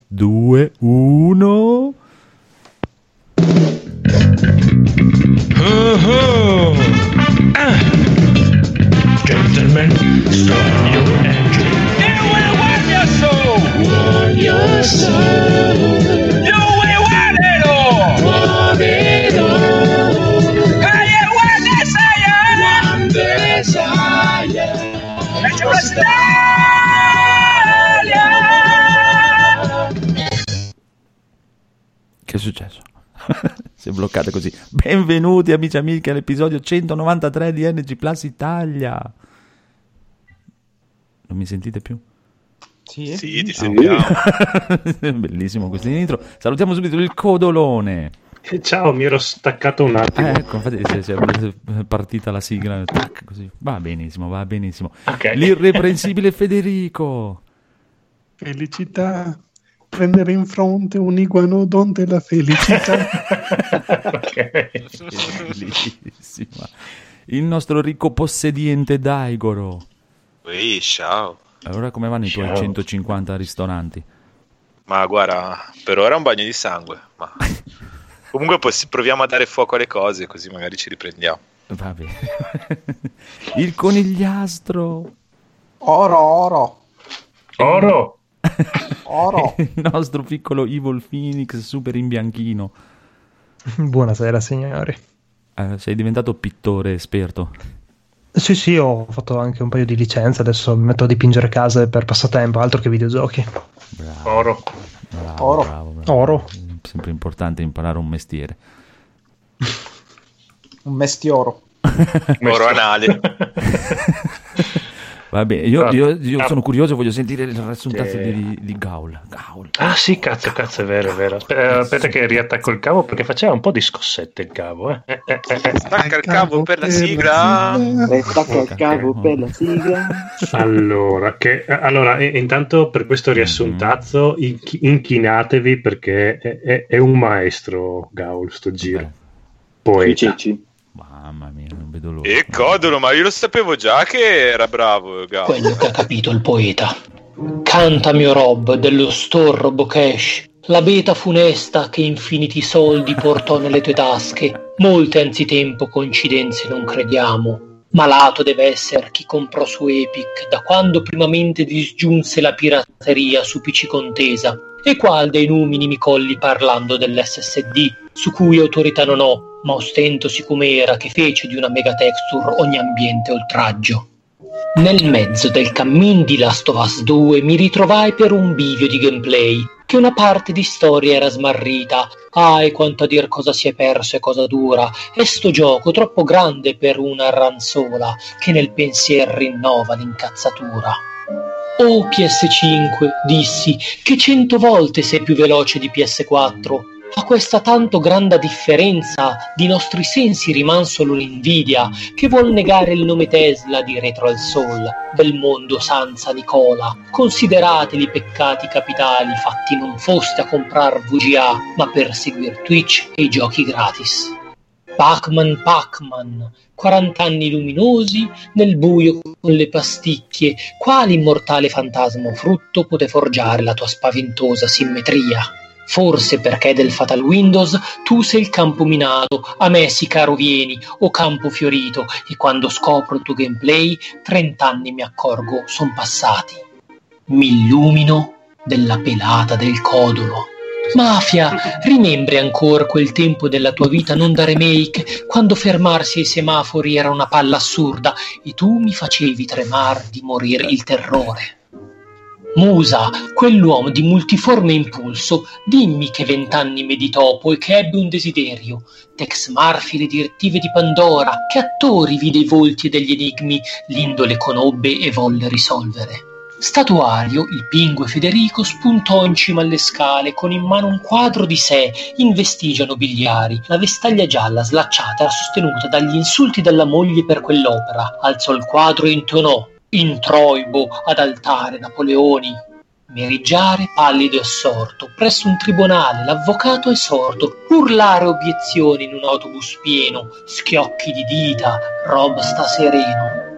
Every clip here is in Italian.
2, 1. Gentlemen, start your engine. You will warm your soul. Warm your soul. You will want it all. Warm it all. Hey, you want desire. One desire. Let your Australia. Che è successo? Si è bloccata così. Benvenuti amici e amiche all'episodio 193 di NG Plus Italia. Non mi sentite più? Sì, ti sentiamo. Bellissimo questo intro. Salutiamo subito il Codolone. Ciao, mi ero staccato un attimo. Ecco, infatti si è partita la sigla. Tac, così. Va benissimo, va benissimo. Ok. L'irreprensibile Federico. felicità. Prendere in fronte un iguanodonte la felicità. Ok. Bellissima. Il nostro ricco possediente Daigoro. Ui, ciao. Allora come vanno i tuoi Ciao. 150 ristoranti? Ma guarda, per ora è un bagno di sangue. Ma comunque proviamo a dare fuoco alle cose, così magari ci riprendiamo. Va bene. Il conigliastro. Oro. Il nostro piccolo Evil Phoenix super in bianchino. Buonasera signori. Sei diventato pittore esperto. Sì, ho fatto anche un paio di licenze, adesso mi metto a dipingere case per passatempo, altro che videogiochi. Bravo, Oro. bravo. Oro. Sempre importante imparare un mestiere. Un mestioro. Oro anale. Va bene, io sono curioso, voglio sentire il riassuntato di Gaul. Ah sì, cazzo, è vero. Aspetta che riattacco il cavo perché faceva un po' di scossette il cavo. Stacca il cavo per la sigla. Stacca il cavo per la sigla. Allora, intanto per questo riassuntazzo inchinatevi perché è un maestro Gaul sto giro. Poeta. Cici. Mamma mia, non vedo l'ora. E Codolo, ma io lo sapevo già che era bravo, Gao. Quello che ha capito il poeta. Canta mio Rob dello store Robocash, la beta funesta che infiniti soldi portò nelle tue tasche. Molte anzitempo coincidenze non crediamo. Malato deve essere chi comprò su Epic da quando primamente disgiunse la pirateria su PC Contesa. E qual dei numini mi colli parlando dell'SSD, su cui autorità non ho, ma ostento sicumera che fece di una megatexture ogni ambiente oltraggio. Nel mezzo del cammin di Last of Us 2 mi ritrovai per un bivio di gameplay, che una parte di storia era smarrita. E quanto a dir cosa si è perso e cosa dura, è sto gioco troppo grande per una run sola, che nel pensier rinnova l'incazzatura. Oh PS5, dissi, che 100 volte sei più veloce di PS4. A questa tanto grande differenza di nostri sensi riman solo l'invidia, che vuol negare il nome Tesla di Retro al Sol, del mondo senza Nicola. Considerateli i peccati capitali fatti non foste a comprar VGA, ma per seguir Twitch e i giochi gratis. Pac-Man, 40 anni luminosi, nel buio con le pasticchie, quale immortale fantasma o frutto poté forgiare la tua spaventosa simmetria? Forse perché del Fatal Windows tu sei il campo minato, a me sì caro vieni, o campo fiorito, e quando scopro il tuo gameplay, 30 anni mi accorgo son passati. Mi illumino della pelata del Codolo. Mafia, rimembri ancora quel tempo della tua vita non da remake, quando fermarsi ai semafori era una palla assurda e tu mi facevi tremar di morire il terrore. Musa, quell'uomo di multiforme impulso, dimmi che 20 anni meditò poi che ebbe un desiderio. Tex Murphy, le direttive di Pandora, che attori vide i volti degli enigmi, l'indole conobbe e volle risolvere. Statuario, il pingue Federico spuntò in cima alle scale con in mano un quadro di sé in vestigia nobiliari. La vestaglia gialla slacciata era sostenuta dagli insulti della moglie per quell'opera. Alzò il quadro e intonò: introibo ad altare Napoleoni. Meriggiare pallido e assorto presso un tribunale, l'avvocato è sordo. Urlare obiezioni in un autobus pieno, schiocchi di dita, Rob sta sereno.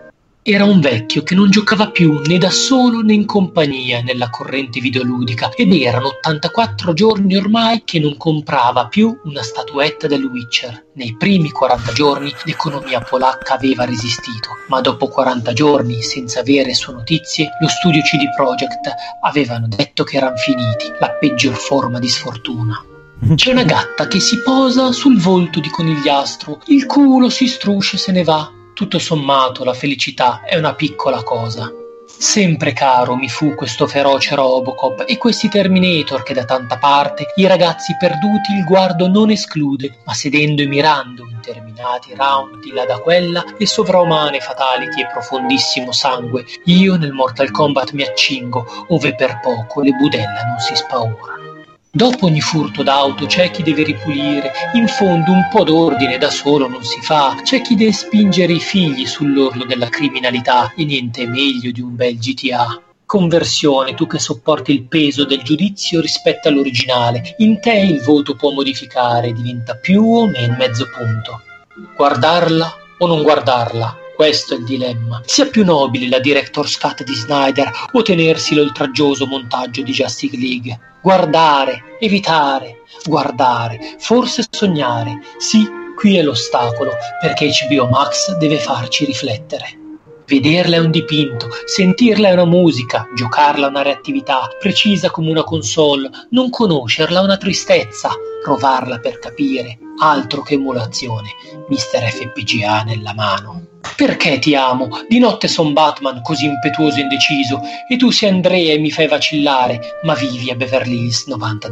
Era un vecchio che non giocava più né da solo né in compagnia nella corrente videoludica ed erano 84 giorni ormai che non comprava più una statuetta del Witcher. Nei primi 40 giorni l'economia polacca aveva resistito, ma dopo 40 giorni senza avere sue notizie, lo studio CD Projekt avevano detto che erano finiti, la peggior forma di sfortuna. C'è una gatta che si posa sul volto di Conigliastro, il culo si struscia e se ne va. Tutto sommato la felicità è una piccola cosa. Sempre caro mi fu questo feroce Robocop e questi Terminator che da tanta parte i ragazzi perduti il guardo non esclude, ma sedendo e mirando interminati round di là da quella e sovraumane fatality e profondissimo sangue, io nel Mortal Kombat mi accingo, ove per poco le budella non si spaurano. Dopo ogni furto d'auto c'è chi deve ripulire, in fondo un po' d'ordine da solo non si fa, c'è chi deve spingere i figli sull'orlo della criminalità e niente meglio di un bel GTA. Conversione, tu che sopporti il peso del giudizio rispetto all'originale, in te il voto può modificare, diventa più o meno mezzo punto. Guardarla o non guardarla? Questo è il dilemma. Sia più nobile la Director's Cut di Snyder o tenersi l'oltraggioso montaggio di Justice League. Guardare, evitare, guardare, forse sognare. Sì, qui è l'ostacolo, perché HBO Max deve farci riflettere. Vederla è un dipinto, sentirla è una musica, giocarla è una reattività, precisa come una console, non conoscerla è una tristezza, provarla per capire, altro che emulazione, Mr. FPGA nella mano. Perché ti amo? Di notte son Batman così impetuoso e indeciso e tu sei Andrea e mi fai vacillare, ma vivi a Beverly Hills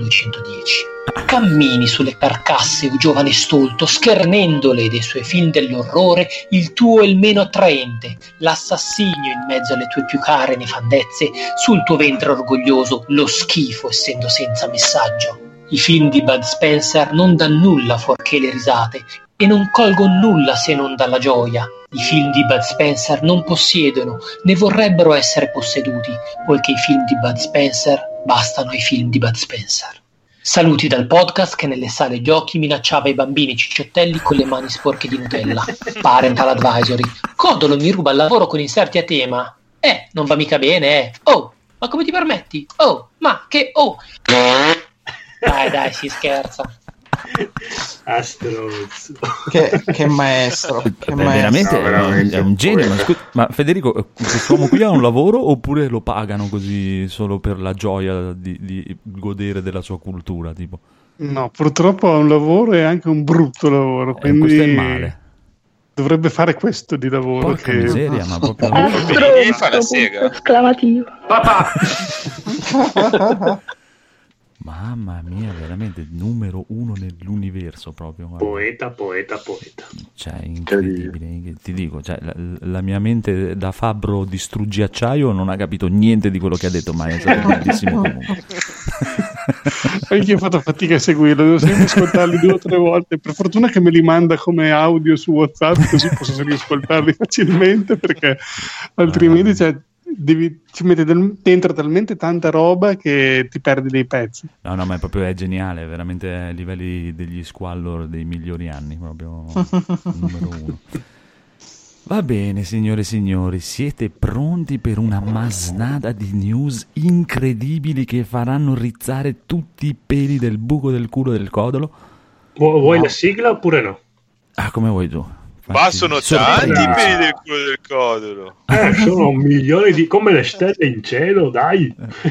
90210. Cammini sulle carcasse, o giovane stolto, schernendole dei suoi film dell'orrore, il tuo è il meno attraente, l'assassinio in mezzo alle tue più care nefandezze, sul tuo ventre orgoglioso lo schifo essendo senza messaggio. I film di Bud Spencer non danno nulla fuorché le risate e non colgono nulla se non dalla gioia. I film di Bud Spencer non possiedono né vorrebbero essere posseduti, poiché i film di Bud Spencer bastano ai film di Bud Spencer. Saluti dal podcast che nelle sale giochi minacciava i bambini cicciottelli con le mani sporche di Nutella. Parental advisory. Codolo mi ruba il lavoro con inserti a tema. Non va mica bene, Oh, ma come ti permetti? Oh, ma che... Oh! Dai, si scherza. Astrozzo. Che maestro. Che veramente, maestro. è un genio. Ma Federico, quest'uomo qui ha un lavoro oppure lo pagano così solo per la gioia di godere della sua cultura? Tipo? No, purtroppo ha un lavoro e anche un brutto lavoro. Quindi questo è male. Dovrebbe fare questo di lavoro. Porca miseria, ma proprio... fa la sega. Esclamativo. Papà! Mamma mia, veramente numero uno nell'universo proprio. Guarda. Poeta. Cioè, incredibile. Ti dico, cioè, la mia mente da fabbro distruggi acciaio non ha capito niente di quello che ha detto, ma è stato bellissimo comunque. Anche io ho fatto fatica a seguirlo, devo sempre ascoltarli 2 o 3 volte. Per fortuna che me li manda come audio su WhatsApp, così posso riascoltarli facilmente, perché altrimenti ci mette dentro talmente tanta roba che ti perdi dei pezzi. No, ma è proprio geniale, veramente ai livelli degli Squallor dei migliori anni, proprio numero uno. Va bene, signore e signori, siete pronti per una masnada di news incredibili che faranno rizzare tutti i peli del buco del culo del codolo? Vuoi la sigla oppure no? Ah, come vuoi tu. Ma sono tanti i peli del culo del codolo. Sono 1 milione di... come le stelle in cielo, dai!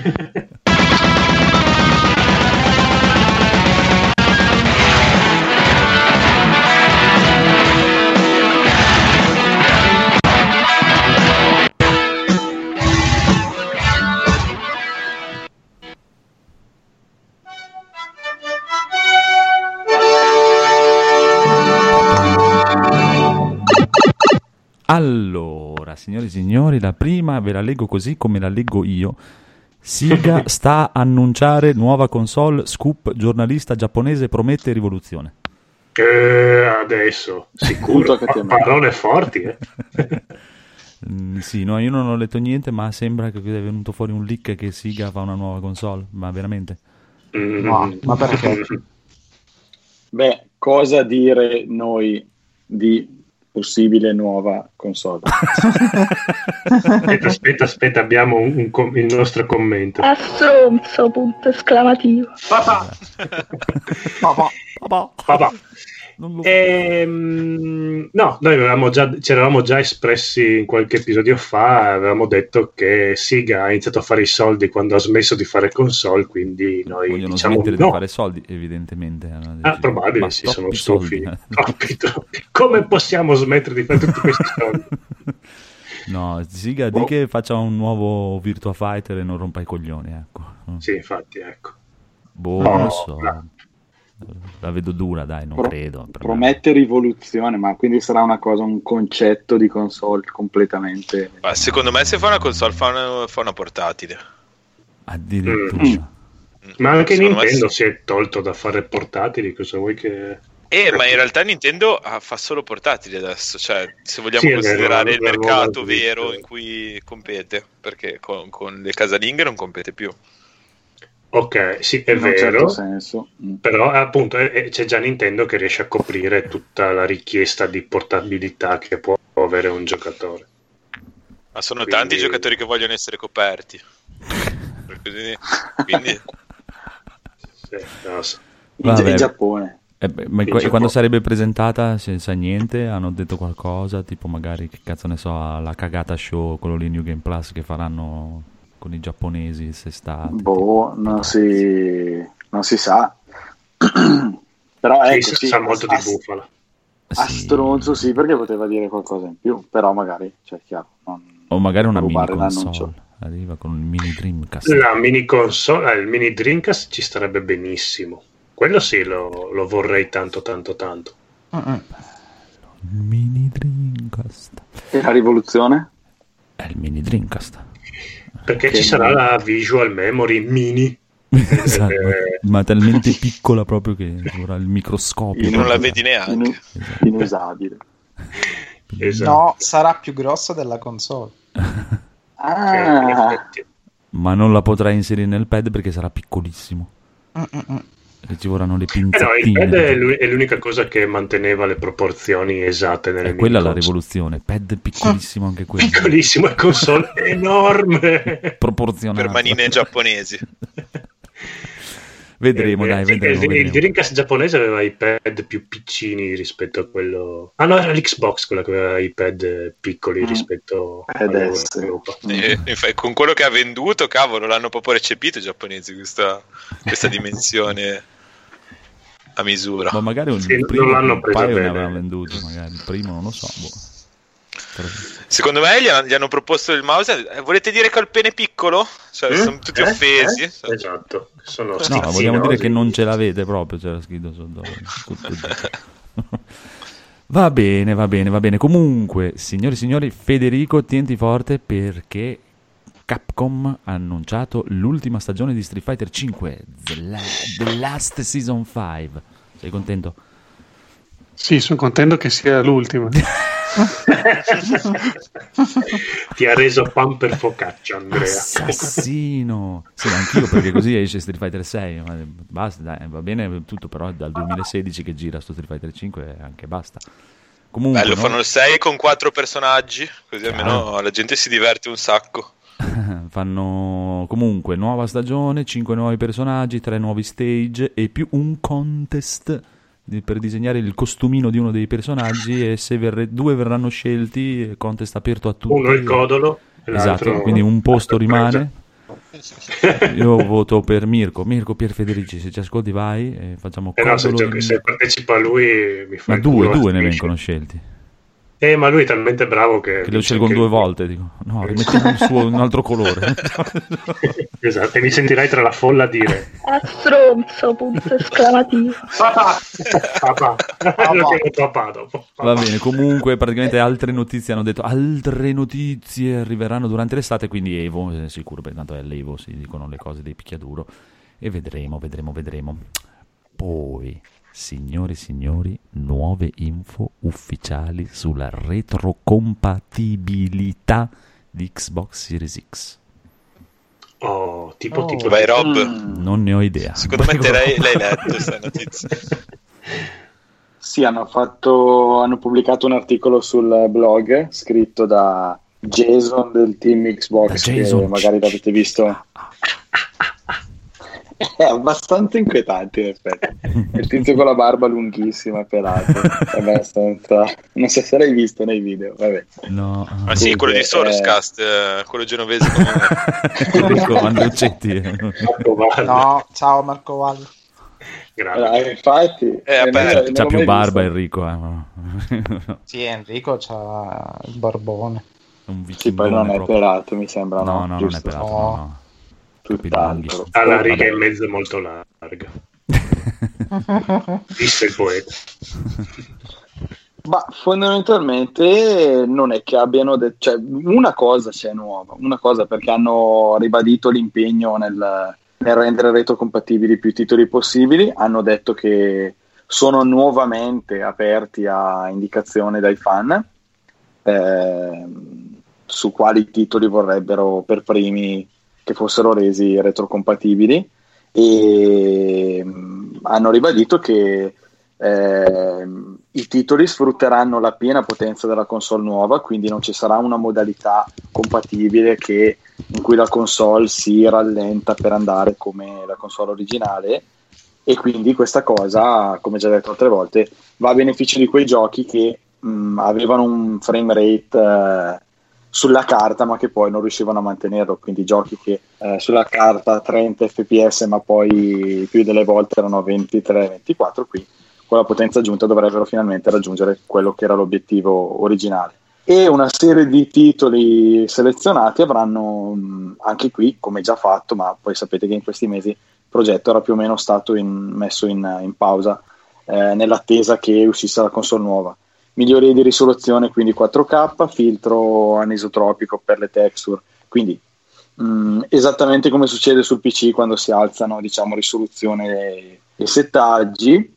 Allora, signori e signori, la prima ve la leggo così come la leggo io. Sega sta a annunciare nuova console, scoop, giornalista giapponese promette rivoluzione. Adesso, sicuro, parole forti, Sì, no, io non ho letto niente, ma sembra che è venuto fuori un leak che Sega fa una nuova console, ma veramente? No, ma perché? Beh, cosa dire noi di possibile nuova console. Aspetta, abbiamo il nostro commento. A stronzo, punto esclamativo. Papà. No, noi ci eravamo già espressi in qualche episodio fa, avevamo detto che Sega ha iniziato a fare i soldi quando ha smesso di fare console, quindi noi vogliono diciamo smettere no. di fare soldi, evidentemente. Probabile, si sono stufi. Soldi. Troppi. Come possiamo smettere di fare tutti questi soldi? No, Sega, di che faccia un nuovo Virtua Fighter e non rompa i coglioni, ecco. Sì, infatti, ecco. Non lo so. La vedo dura, dai, non credo. Promette rivoluzione, ma quindi sarà una cosa, un concetto di console completamente. Ma secondo me se fa una console fa una portatile. Addirittura. Ma anche Secondo Nintendo si è tolto da fare portatili, cosa vuoi che... Ma in realtà Nintendo fa solo portatili adesso, cioè se vogliamo Sì, considerare il mercato vero. vero in cui compete, perché con le casalinghe non compete più. Ok, sì, è In un vero, certo senso. però appunto c'è già Nintendo che riesce a coprire tutta la richiesta di portabilità che può avere un giocatore. Ma sono tanti i giocatori che vogliono essere coperti. Quindi... Sì, non so. In Giappone. Ma quando sarebbe presentata, se sa niente, hanno detto qualcosa, tipo magari, che cazzo ne so, la cagata show, quello lì New Game Plus che faranno con i giapponesi quest'estate. Non si sa. Però ecco, si sa molto di bufala. A stronzo sì, perché poteva dire qualcosa in più, però magari, cioè, chiaro, o magari una mini l'annuncio. console arriva con il mini Dreamcast. La mini console, il mini Dreamcast ci starebbe benissimo. Quello sì, lo vorrei tanto. Il mini Dreamcast. E la rivoluzione? È il mini Dreamcast. Perché ci sarà la visual memory mini. Esatto, ma talmente piccola proprio che avrà il microscopio. Non la vedi neanche. Inusabile. Esatto. No, sarà più grossa della console. Ma non la potrai inserire nel pad perché sarà piccolissimo. E ci vorranno le pinzettine. No, il pad è l'unica cosa che manteneva le proporzioni esatte nelle mini quella è la console. rivoluzione. Pad piccolissimo anche quello. Piccolissimo e console enorme. Proporzionato. Per manine giapponesi. Vedremo. Il Dreamcast giapponese aveva i pad più piccini rispetto a quello... Ah no, era l'Xbox quella che aveva i pad piccoli rispetto all'Europa. Con quello che ha venduto, cavolo, l'hanno proprio recepito i giapponesi questa dimensione a misura. Ma magari Sì, il primo non l'hanno un preso paio ne bene. aveva venduto, magari il primo non lo so. Secondo me gli hanno proposto il mouse. Volete dire col pene piccolo? Cioè, sono tutti offesi. Esatto. Sono No, vogliamo dire che non ce l'avete proprio, c'era scritto sotto. Va bene. Comunque, signori e signori, Federico, tienti forte perché Capcom ha annunciato l'ultima stagione di Street Fighter 5, The Last Season 5. Sei contento? Sì, sono contento che sia l'ultima. Ti ha reso pan per focaccia, Andrea. Assassino. Sì, anch'io, perché così esce Street Fighter 6. Ma basta, dai, va bene tutto, però è dal 2016 che gira sto Street Fighter 5 e anche basta. Comunque, Bello, no? fanno il 6 con 4 personaggi, così almeno la gente si diverte un sacco. Fanno comunque nuova stagione, 5 nuovi personaggi, 3 nuovi stage e più un contest per disegnare il costumino di uno dei personaggi, e se 2 verranno scelti, contest aperto a tutti. Uno il codolo e l'altro... Esatto, quindi un posto rimane. Io voto per Mirko Pier Federici, se ci ascolti vai e facciamo no, codolo se partecipa lui mi fa ma il culo, due ne vengono scelti. Ma lui è talmente bravo che lo scelgono 2 volte, dico. No, rimettiamo il suo un altro colore. Esatto, e mi sentirai tra la folla a dire A stronzo, punto esclamativo. papà lo chiamo papà dopo. Va bene, comunque praticamente altre notizie hanno detto, altre notizie arriveranno durante l'estate, quindi Evo, sicuro, perché tanto è l'Evo, si dicono le cose dei picchiaduro, e vedremo. Poi, signore e signori, nuove info ufficiali sulla retrocompatibilità di Xbox Series X. Tipo Vai Rob. Non ne ho idea. Secondo me l'hai letto questa notizia. Sì, hanno pubblicato un articolo sul blog scritto da Jason del team Xbox, che magari l'avete visto. È abbastanza inquietante in effetti. Il tizio con la barba lunghissima peraltro. È abbastanza... Non so se l'hai visto nei video. Vabbè. No. Ma sì, quello di Sourcecast, quello genovese come Andruccetti. No, ciao Marco Valli. Infatti c'ha più barba visto. Enrico. Sì, Enrico c'ha il barbone. Sì, poi non è pelato, mi sembra. No, non è pelato. No. Tutt'altro. Ha la riga in mezzo molto larga. Disse il poeta. Ma fondamentalmente non è che abbiano cioè, una cosa c'è nuova, una cosa perché hanno ribadito l'impegno nel rendere retrocompatibili più titoli possibili, hanno detto che sono nuovamente aperti a indicazione dai fan su quali titoli vorrebbero per primi che fossero resi retrocompatibili, e hanno ribadito che i titoli sfrutteranno la piena potenza della console nuova, quindi non ci sarà una modalità compatibile in cui la console si rallenta per andare come la console originale, e quindi questa cosa, come già detto altre volte, va a beneficio di quei giochi che avevano un frame rate sulla carta ma che poi non riuscivano a mantenerlo, quindi giochi che sulla carta 30 fps ma poi più delle volte erano 23-24, qui con la potenza aggiunta dovrebbero finalmente raggiungere quello che era l'obiettivo originale. E una serie di titoli selezionati avranno anche qui, come già fatto, ma poi sapete che in questi mesi il progetto era più o meno stato messo in pausa nell'attesa che uscisse la console nuova. Migliorie di risoluzione, quindi 4K, filtro anisotropico per le texture, quindi esattamente come succede sul PC quando si alzano, diciamo, risoluzione e settaggi.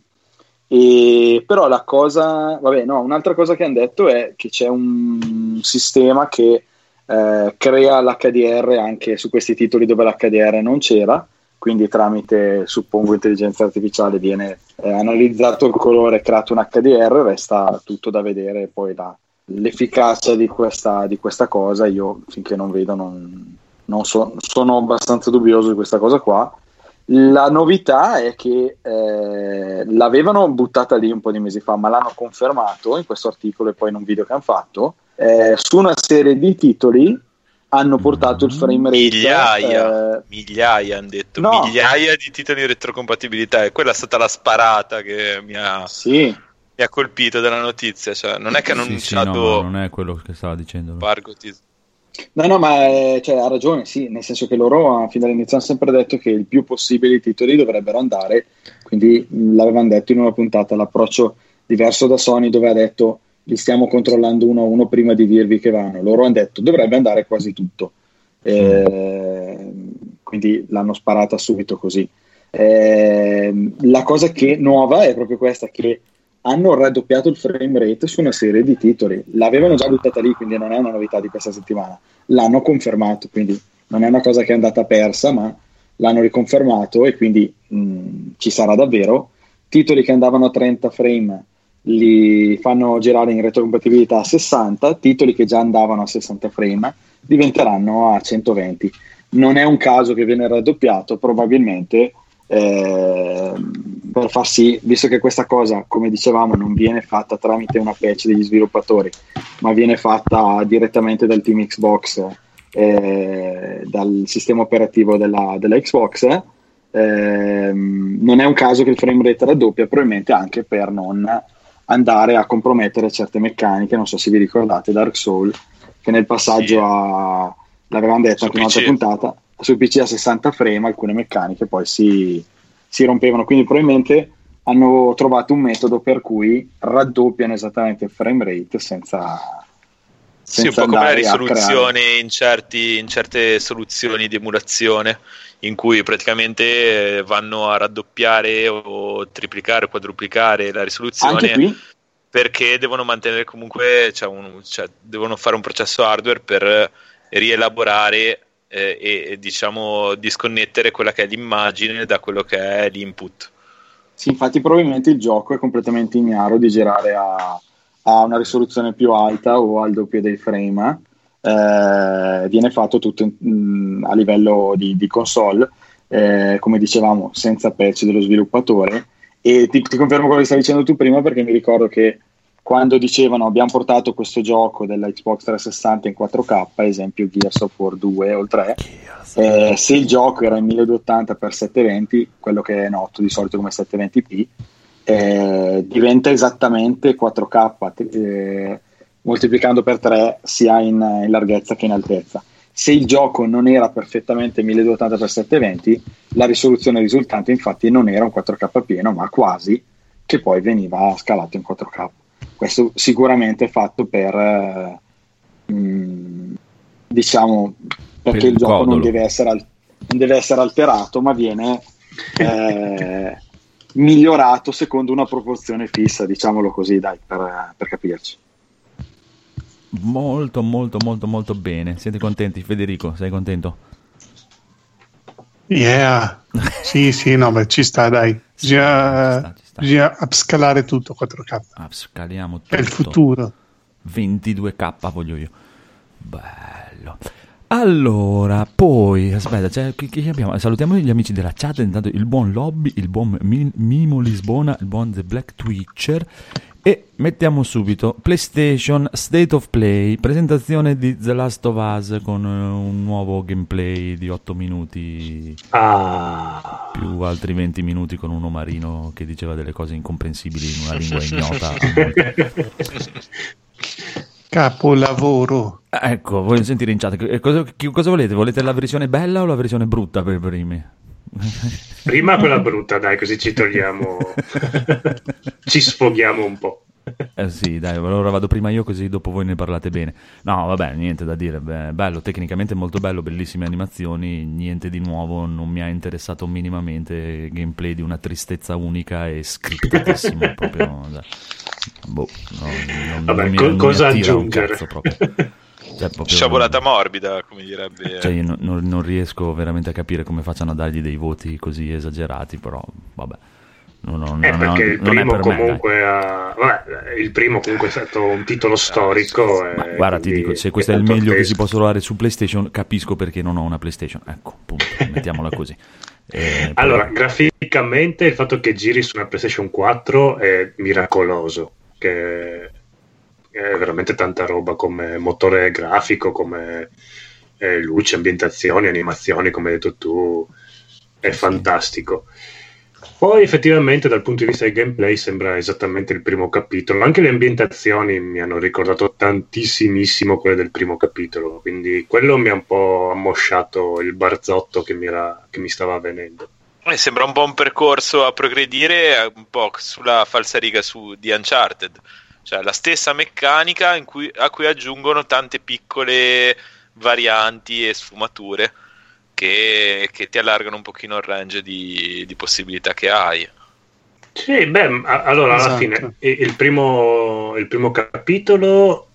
E però un'altra cosa che hanno detto è che c'è un sistema che crea l'HDR anche su questi titoli dove l'HDR non c'era, quindi tramite, suppongo, intelligenza artificiale viene analizzato il colore e creato un HDR, resta tutto da vedere poi l'efficacia di questa cosa. Io finché non vedo non sono abbastanza dubbioso di questa cosa qua. La novità è che l'avevano buttata lì un po' di mesi fa, ma l'hanno confermato in questo articolo e poi in un video che hanno fatto. Su una serie di titoli hanno portato il frame rate migliaia hanno detto, migliaia di titoli di retrocompatibilità, e quella è stata la sparata che mi ha colpito della notizia, cioè non è che hanno annunciato no, non è quello che stava dicendo No, ma ha ragione, sì, nel senso che loro fin dall'inizio hanno sempre detto che il più possibile i titoli dovrebbero andare, quindi l'avevano detto in una puntata, l'approccio diverso da Sony dove ha detto li stiamo controllando uno a uno prima di dirvi che vanno, loro hanno detto dovrebbe andare quasi tutto, quindi l'hanno sparata subito così. La cosa che nuova è proprio questa, che hanno raddoppiato il frame rate su una serie di titoli, l'avevano già buttata lì, quindi non è una novità di questa settimana, l'hanno confermato, quindi non è una cosa che è andata persa, ma l'hanno riconfermato, e quindi ci sarà davvero. Titoli che andavano a 30 frame li fanno girare in retrocompatibilità a 60, titoli che già andavano a 60 frame diventeranno a 120. Non è un caso che viene raddoppiato, probabilmente per far sì, visto che questa cosa, come dicevamo, non viene fatta tramite una patch degli sviluppatori, ma viene fatta direttamente dal team Xbox, dal sistema operativo della Xbox, non è un caso che il frame rate raddoppia, probabilmente anche per non andare a compromettere certe meccaniche. Non so se vi ricordate Dark Souls, che nel passaggio l'avevamo detto anche in un'altra puntata, sul PC a 60 frame alcune meccaniche poi si rompevano, quindi probabilmente hanno trovato un metodo per cui raddoppiano esattamente il frame rate senza un po' come la risoluzione in certe soluzioni di emulazione, in cui praticamente vanno a raddoppiare o triplicare o quadruplicare la risoluzione, anche qui, perché devono mantenere comunque devono fare un processo hardware per rielaborare e diciamo disconnettere quella che è l'immagine da quello che è l'input. Sì, infatti probabilmente il gioco è completamente ignaro di girare a una risoluzione più alta o al doppio dei frame. Viene fatto tutto a livello di console, come dicevamo, senza patch dello sviluppatore. E ti confermo quello che stavi dicendo tu prima, perché mi ricordo che quando dicevano abbiamo portato questo gioco della Xbox 360 in 4K, esempio Gears of War 2 o 3, se il gioco era in 1280x720, quello che è noto di solito come 720p, diventa esattamente 4K, moltiplicando per 3 sia in larghezza che in altezza. Se il gioco non era perfettamente 1280x720, la risoluzione risultante infatti non era un 4K pieno, ma quasi, che poi veniva scalato in 4K. Questo sicuramente è fatto per diciamo, perché il gioco non deve essere alterato, ma viene migliorato secondo una proporzione fissa, diciamolo così, dai, per capirci. Molto bene. Siete contenti? Federico, sei contento? Yeah. Sì, no, beh, ci sta, dai. Bisogna upscalare tutto 4K. Upscaliamo tutto. È il futuro. 22K voglio io. Bello. Allora, poi aspetta, chi abbiamo? Salutiamo gli amici della chat, intanto il buon Lobby, il buon Mimo Lisbona, il buon The Black Twitcher. E mettiamo subito PlayStation State of Play, presentazione di The Last of Us con un nuovo gameplay di 8 minuti più altri 20 minuti con un omarino che diceva delle cose incomprensibili in una lingua ignota. Capolavoro. Ecco, voglio sentire in chat cosa volete? Volete la versione bella o la versione brutta per primi? Prima quella brutta, dai, così ci togliamo, ci sfoghiamo un po'. Sì, dai, allora vado prima io così dopo voi ne parlate bene. No, vabbè, niente da dire, bello, tecnicamente molto bello, bellissime animazioni, niente di nuovo, non mi ha interessato minimamente, gameplay di una tristezza unica e scriptatissimo proprio. Vabbè, cosa aggiungere? Sciabolata morbida, come direbbe. Cioè, io non riesco veramente a capire come facciano a dargli dei voti così esagerati, però vabbè. Perché il primo comunque il primo comunque è stato un titolo storico. Ma guarda, ti dico, se questo è il meglio che si può trovare su PlayStation, capisco perché non ho una PlayStation. Ecco, punto, mettiamola così. Allora, graficamente il fatto che giri su una PlayStation 4 è miracoloso, che è veramente tanta roba come motore grafico, come luce, ambientazioni, animazioni, come hai detto tu, è fantastico. Poi effettivamente dal punto di vista del gameplay sembra esattamente il primo capitolo, anche le ambientazioni mi hanno ricordato tantissimissimo quelle del primo capitolo, quindi quello mi ha un po' ammosciato il barzotto che mi stava avvenendo. Sembra un po' un percorso a progredire un po' sulla falsariga di Uncharted, cioè la stessa meccanica a cui aggiungono tante piccole varianti e sfumature che ti allargano un pochino il range di possibilità che hai. Sì, beh, allora alla fine il primo capitolo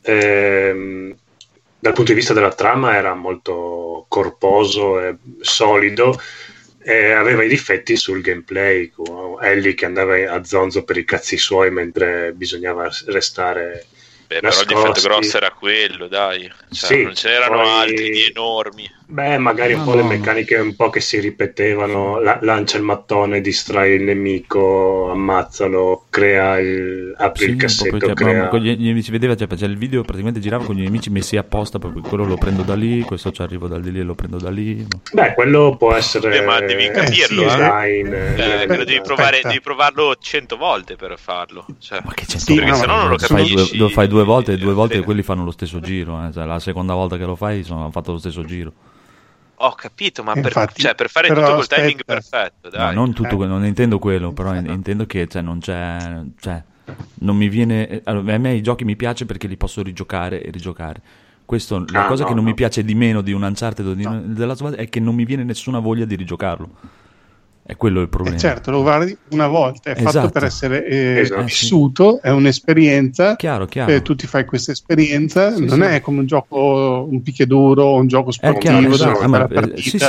dal punto di vista della trama era molto corposo e solido, e aveva i difetti sul gameplay, con Ellie che andava a zonzo per i cazzi suoi mentre bisognava restare nascosti. Però il difetto grosso era quello, dai, cioè, non c'erano altri di enormi. Beh, magari un po' le meccaniche un po' che si ripetevano, lancia il mattone, distrae il nemico, ammazzalo, apri il cassetto, con gli nemici vedeva, cioè il video praticamente girava con gli nemici messi apposta, proprio quello lo prendo da lì, questo ci arrivo da lì e lo prendo da lì. Beh, quello può essere ma devi capirlo, devi provarlo 100 volte per farlo, cioè, ma che 100 perché sennò non lo capisci. Lo fai due volte quelli fanno lo stesso giro, cioè, la seconda volta che lo fai hanno fatto lo stesso giro. Ho capito, ma per fare tutto col timing perfetto, dai. No, non tutto, non intendo quello, però intendo che non c'è, non mi viene. Allora, a me i giochi mi piace perché li posso rigiocare e rigiocare. Questo, la cosa che non mi piace di meno di un Uncharted o della sua è che non mi viene nessuna voglia di rigiocarlo. È quello il problema. Certo, lo guardi una volta, è fatto per essere vissuto, è un'esperienza. Chiaro. Tu ti fai questa esperienza, non è come un gioco, un picchiaduro, un gioco sportivo. Sì.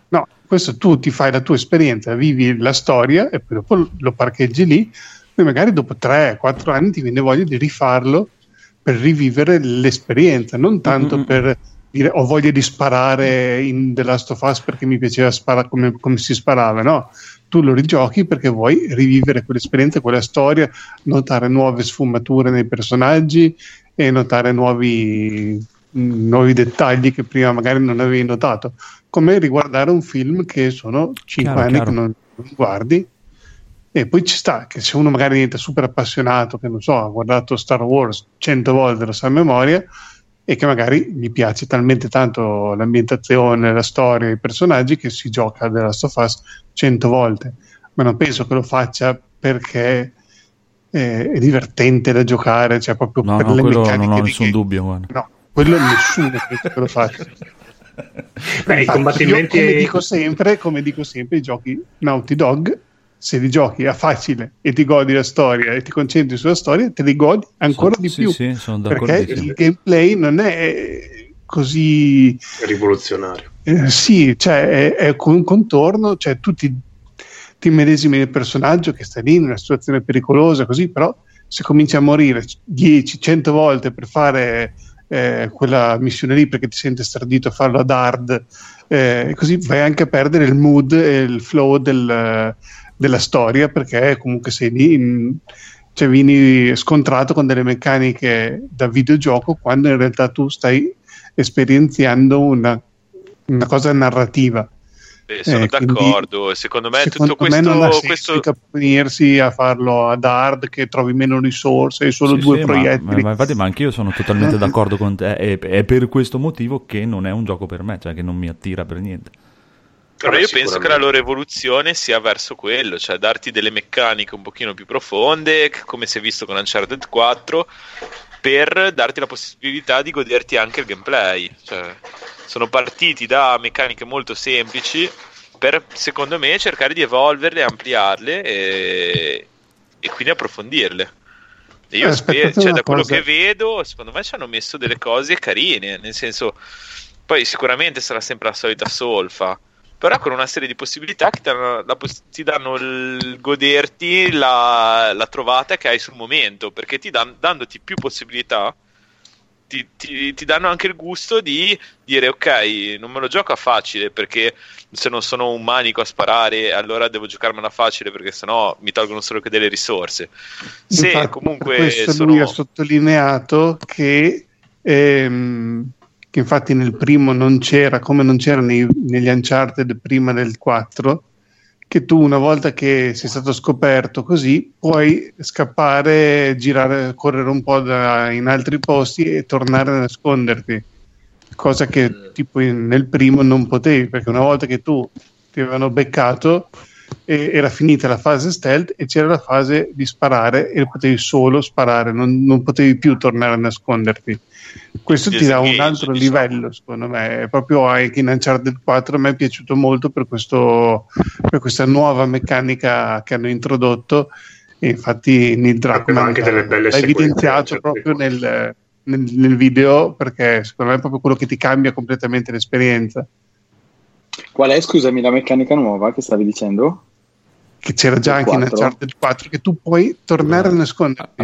No, questo tu ti fai la tua esperienza, vivi la storia e poi dopo lo parcheggi lì, poi magari dopo 3-4 anni ti viene voglia di rifarlo per rivivere l'esperienza, non tanto per dire ho voglia di sparare in The Last of Us perché mi piaceva sparare come si sparava, no? Tu lo rigiochi perché vuoi rivivere quell'esperienza, quella storia, notare nuove sfumature nei personaggi e notare nuovi dettagli che prima magari non avevi notato, come riguardare un film che sono 5 anni che non guardi. E poi ci sta che se uno magari diventa super appassionato, che non so, ha guardato Star Wars 100 volte, lo sa a memoria, e che magari gli piace talmente tanto l'ambientazione, la storia, i personaggi, che si gioca The Last of Us 100 volte. Ma non penso che lo faccia perché è divertente da giocare, cioè proprio per le meccaniche. Non ho nessun dubbio, guarda. No, quello nessuno penso che lo faccia. Beh, i combattimenti... come dico sempre, i giochi Naughty Dog, se li giochi a facile e ti godi la storia e ti concentri sulla storia, te li godi ancora di più, sono perché il gameplay non è così rivoluzionario. Sì, cioè è con un contorno, cioè tu ti medesimi nel personaggio che sta lì in una situazione pericolosa, così, però se cominci a morire 10-100 volte per fare quella missione lì perché ti senti stardito a farlo ad hard, così vai anche a perdere il mood e il flow della storia, perché comunque sei lì cioè vieni scontrato con delle meccaniche da videogioco quando in realtà tu stai esperienziando una cosa narrativa. Beh, sono d'accordo, secondo me tutto questo non ha senso punirsi a farlo ad hard, che trovi meno risorse e solo due proiettili. Ma infatti, ma anch'io sono totalmente d'accordo con te, è per questo motivo che non è un gioco per me, cioè che non mi attira per niente. Però io penso che la loro evoluzione sia verso quello, cioè darti delle meccaniche un pochino più profonde, come si è visto con Uncharted 4, per darti la possibilità di goderti anche il gameplay. Cioè, sono partiti da meccaniche molto semplici per, secondo me, cercare di evolverle, ampliarle e quindi approfondirle. E io spero, cioè, da quello che vedo, secondo me ci hanno messo delle cose carine, nel senso, poi sicuramente sarà sempre la solita solfa, però con una serie di possibilità che ti danno il goderti la trovata che hai sul momento, perché dandoti più possibilità ti danno anche il gusto di dire ok, non me lo gioco a facile perché se non sono un manico a sparare allora devo giocarmela facile perché sennò mi tolgono solo che delle risorse. Se infatti, comunque questo lui ha sottolineato che infatti nel primo non c'era, come non c'era negli Uncharted prima del 4, che tu una volta che sei stato scoperto così puoi scappare, girare, correre un po' in altri posti e tornare a nasconderti, cosa che tipo nel primo non potevi, perché una volta che tu ti avevano beccato era finita la fase stealth e c'era la fase di sparare e potevi solo sparare, non potevi più tornare a nasconderti. Questo ti dà un altro livello, secondo me. È proprio anche in Uncharted 4 a me è piaciuto molto per questa nuova meccanica che hanno introdotto, e infatti Neil Druckmann l'ha evidenziato proprio nel video, perché secondo me è proprio quello che ti cambia completamente l'esperienza. Qual è, scusami, la meccanica nuova che stavi dicendo? Che c'era già anche in Uncharted 4, che tu puoi tornare a nasconderti,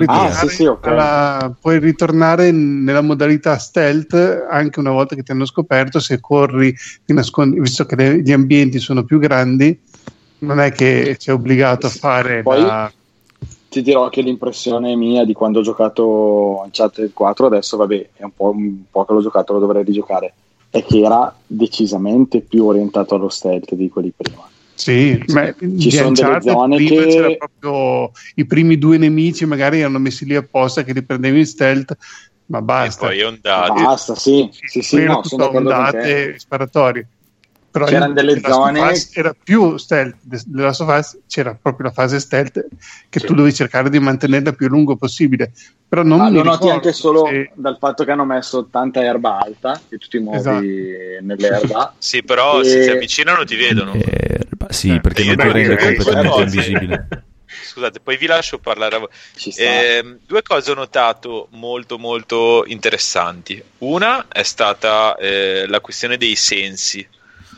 puoi ritornare nella modalità stealth anche una volta che ti hanno scoperto. Se corri ti nascondi, visto che gli ambienti sono più grandi, non è che sei obbligato a fare ti dirò che l'impressione mia di quando ho giocato Uncharted 4, adesso vabbè è un po' che l'ho giocato, lo dovrei rigiocare, è che era decisamente più orientato allo stealth di quelli prima. Sì, ma ci sono delle zone prima che c'era proprio i primi due nemici magari erano messi lì apposta che li prendevi in stealth, ma basta. E poi ondate. Basta, sì, no, sono d'accordo con te. Sparatori. Però c'erano delle zone era più stealth, della sua fase c'era proprio la fase stealth che tu dovevi cercare di mantenerla più a lungo possibile, però non lo noti anche solo dal fatto che hanno messo tanta erba alta che tu ti muovi nell'erba. Sì, però se ti avvicinano ti vedono. Sì, perché non ti rende completamente invisibile. Scusate, poi vi lascio parlare a voi. Due cose ho notato molto molto interessanti. Una è stata la questione dei sensi.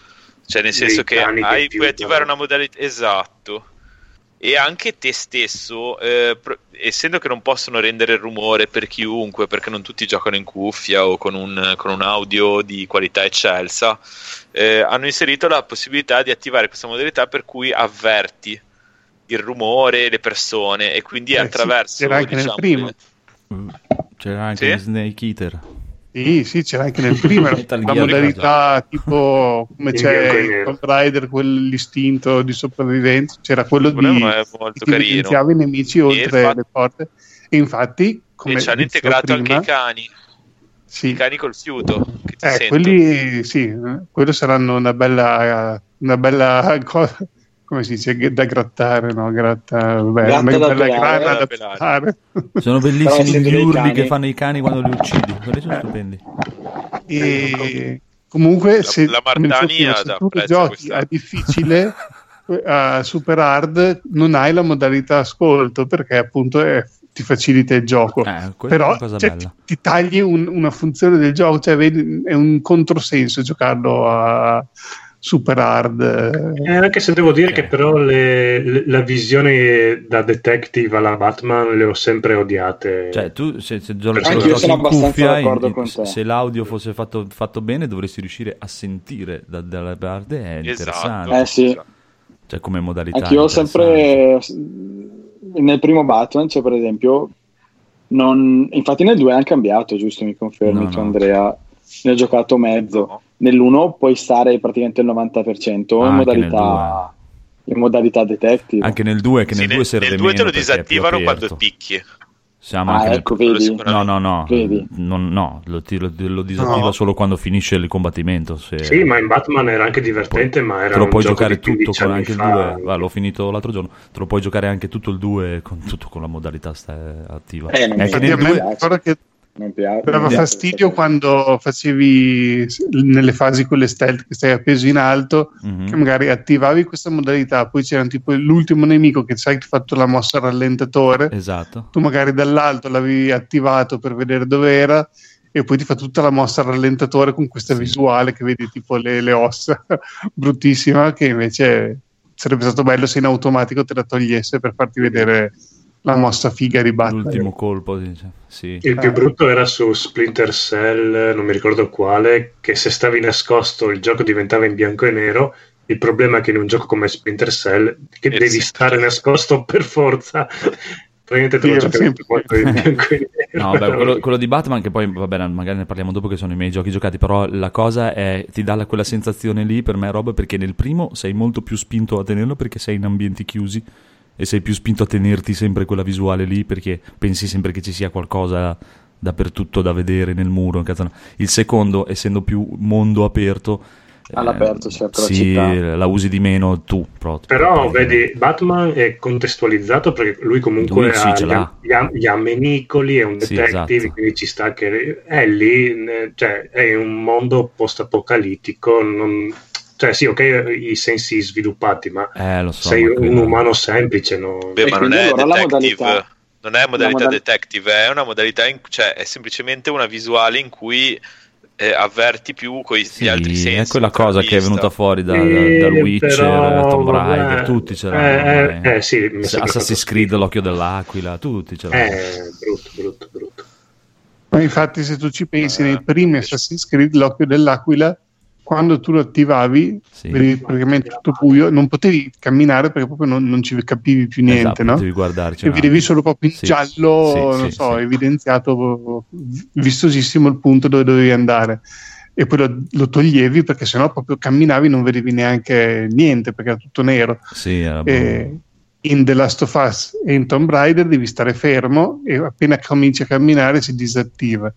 Cioè, nel senso che puoi attivare una modalità, esatto, e anche te stesso, essendo che non possono rendere rumore per chiunque, perché non tutti giocano in cuffia o con un audio di qualità eccelsa, hanno inserito la possibilità di attivare questa modalità per cui avverti il rumore, le persone, e quindi attraverso... C'era anche nel primo. C'era anche in Snake Eater. Sì, c'era anche nel primo, la modalità tipo come c'è in Tomb Raider, quell'istinto di sopravvivenza, c'era quello di evidenziare i nemici oltre le porte, e infatti come e ci hanno integrato anche i cani. Sì. I cani col fiuto che ti quelli quello saranno una bella cosa, come si dice, da grattare, no? Gratta una bella grana da pelare. Sono bellissimi gli urli che fanno i cani quando li uccidi, quelli sono stupendi. E comunque se tu giochi a difficile, a super hard, non hai la modalità ascolto, perché appunto ti facilita il gioco, però ti tagli una funzione del gioco, cioè vedi, è un controsenso giocarlo a super hard, anche se devo dire che però la visione da detective alla Batman le ho sempre odiate. Cioè tu se giochi in cuffia, se l'audio fosse fatto bene, dovresti riuscire a sentire dalla parte, è interessante. Sì. Cioè come modalità anch'io ho sempre nel primo Batman, cioè per esempio infatti nel 2 hanno cambiato, giusto? Mi confermi tu, Andrea? Ne ho giocato mezzo. Nell'1 puoi stare praticamente il 90% in modalità detective. Anche nel 2, che nel 2 serve meno. Nel 2 te lo disattivano quando picchi. Siamo anche ecco, vedi? No. Vedi? No, lo disattiva solo quando finisce il combattimento. Sì, ma in Batman era anche divertente, ma era te lo puoi un giocare tutto con anche fa. il 2. L'ho finito l'altro giorno. Te lo puoi giocare anche tutto il 2 con la modalità attiva. Non piace. Dava fastidio quando facevi nelle fasi quelle stealth che stai appeso in alto, che magari attivavi questa modalità, poi c'era tipo l'ultimo nemico che sai che ha fatto la mossa rallentatore, esatto, tu magari dall'alto l'avevi attivato per vedere dove era, e poi ti fa tutta la mossa rallentatore con questa visuale che vedi tipo le ossa bruttissima, che invece sarebbe stato bello se in automatico te la togliesse per farti vedere la mossa figa di Batman. L'ultimo colpo, sì. Il più brutto era su Splinter Cell, non mi ricordo quale, che se stavi nascosto il gioco diventava in bianco e nero. Il problema è che in un gioco come Splinter Cell che devi stare nascosto per forza. Probabilmente te lo giocavi molto in bianco e nero. No, quello di Batman, che poi vabbè, magari ne parliamo dopo, che sono i miei giochi giocati, però la cosa è, ti dà quella sensazione lì, per me Rob, perché nel primo sei molto più spinto a tenerlo perché sei in ambienti chiusi e sei più spinto a tenerti sempre quella visuale lì, perché pensi sempre che ci sia qualcosa dappertutto da vedere nel muro. Il secondo, essendo più mondo aperto, all'aperto, certo, sì, la usi di meno tu proprio. Però vedi, Batman è contestualizzato perché lui comunque gli ha menicoli, è un detective, esatto. Quindi ci sta che è lì, cioè è un mondo post-apocalittico, cioè sì, ok, i sensi sviluppati, ma sei un umano semplice, no? Beh, ma non è detective, non è modalità detective, è una modalità cioè è semplicemente una visuale in cui avverti più con gli altri sensi. È quella cosa che è venuta fuori dal Witcher, però, Tomb Raider, tutti ce l'hanno. Sì, Assassin's Creed, l'occhio dell'aquila, tutti ce l'hanno. Brutto. Ma infatti se tu ci pensi, nei primi Assassin's Creed l'occhio dell'aquila, quando tu lo attivavi, vedevi praticamente tutto buio, non potevi camminare perché proprio non ci capivi più niente, no? Potevi guardarci, e vedevi solo proprio in giallo, evidenziato vistosissimo il punto dove dovevi andare, e poi lo toglievi perché sennò proprio camminavi, non vedevi neanche niente perché era tutto nero. In The Last of Us e in Tomb Raider devi stare fermo e appena cominci a camminare si disattiva.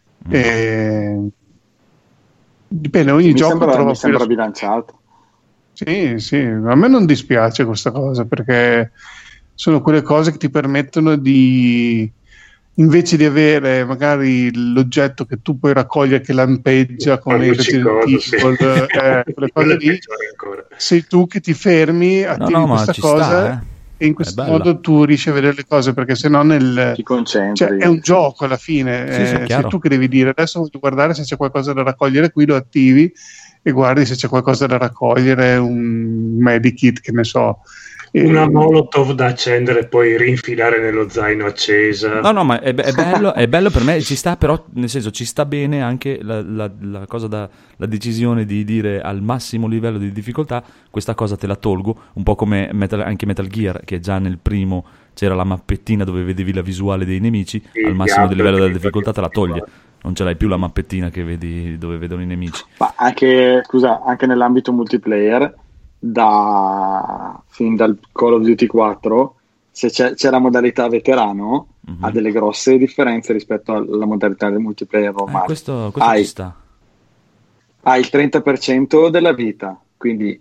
Dipende, ogni gioco mi sembra bilanciato. Sì, a me non dispiace questa cosa, perché sono quelle cose che ti permettono di, invece di avere magari l'oggetto che tu puoi raccogliere che lampeggia come Resident Evil, quelle cose lì, sei tu che ti fermi, attivi questa cosa e in questo modo tu riesci a vedere le cose, perché sennò ti concentri, cioè, è un gioco alla fine, sei tu che devi dire adesso voglio guardare se c'è qualcosa da raccogliere qui, lo attivi e guardi se c'è qualcosa da raccogliere, un medikit, che ne so. Una molotov da accendere e poi rinfilare nello zaino accesa. No, ma è bello per me, ci sta, però nel senso ci sta bene anche la cosa la decisione di dire al massimo livello di difficoltà questa cosa te la tolgo, un po' come anche Metal Gear, che già nel primo c'era la mappettina dove vedevi la visuale dei nemici, al massimo del livello della difficoltà te la toglie, non ce l'hai più la mappettina che vedi dove vedono i nemici. Ma anche nell'ambito multiplayer, fin dal Call of Duty 4, se c'è la modalità veterano, ha delle grosse differenze rispetto alla modalità del multiplayer normale. Questo ci sta. Hai il 30% della vita, quindi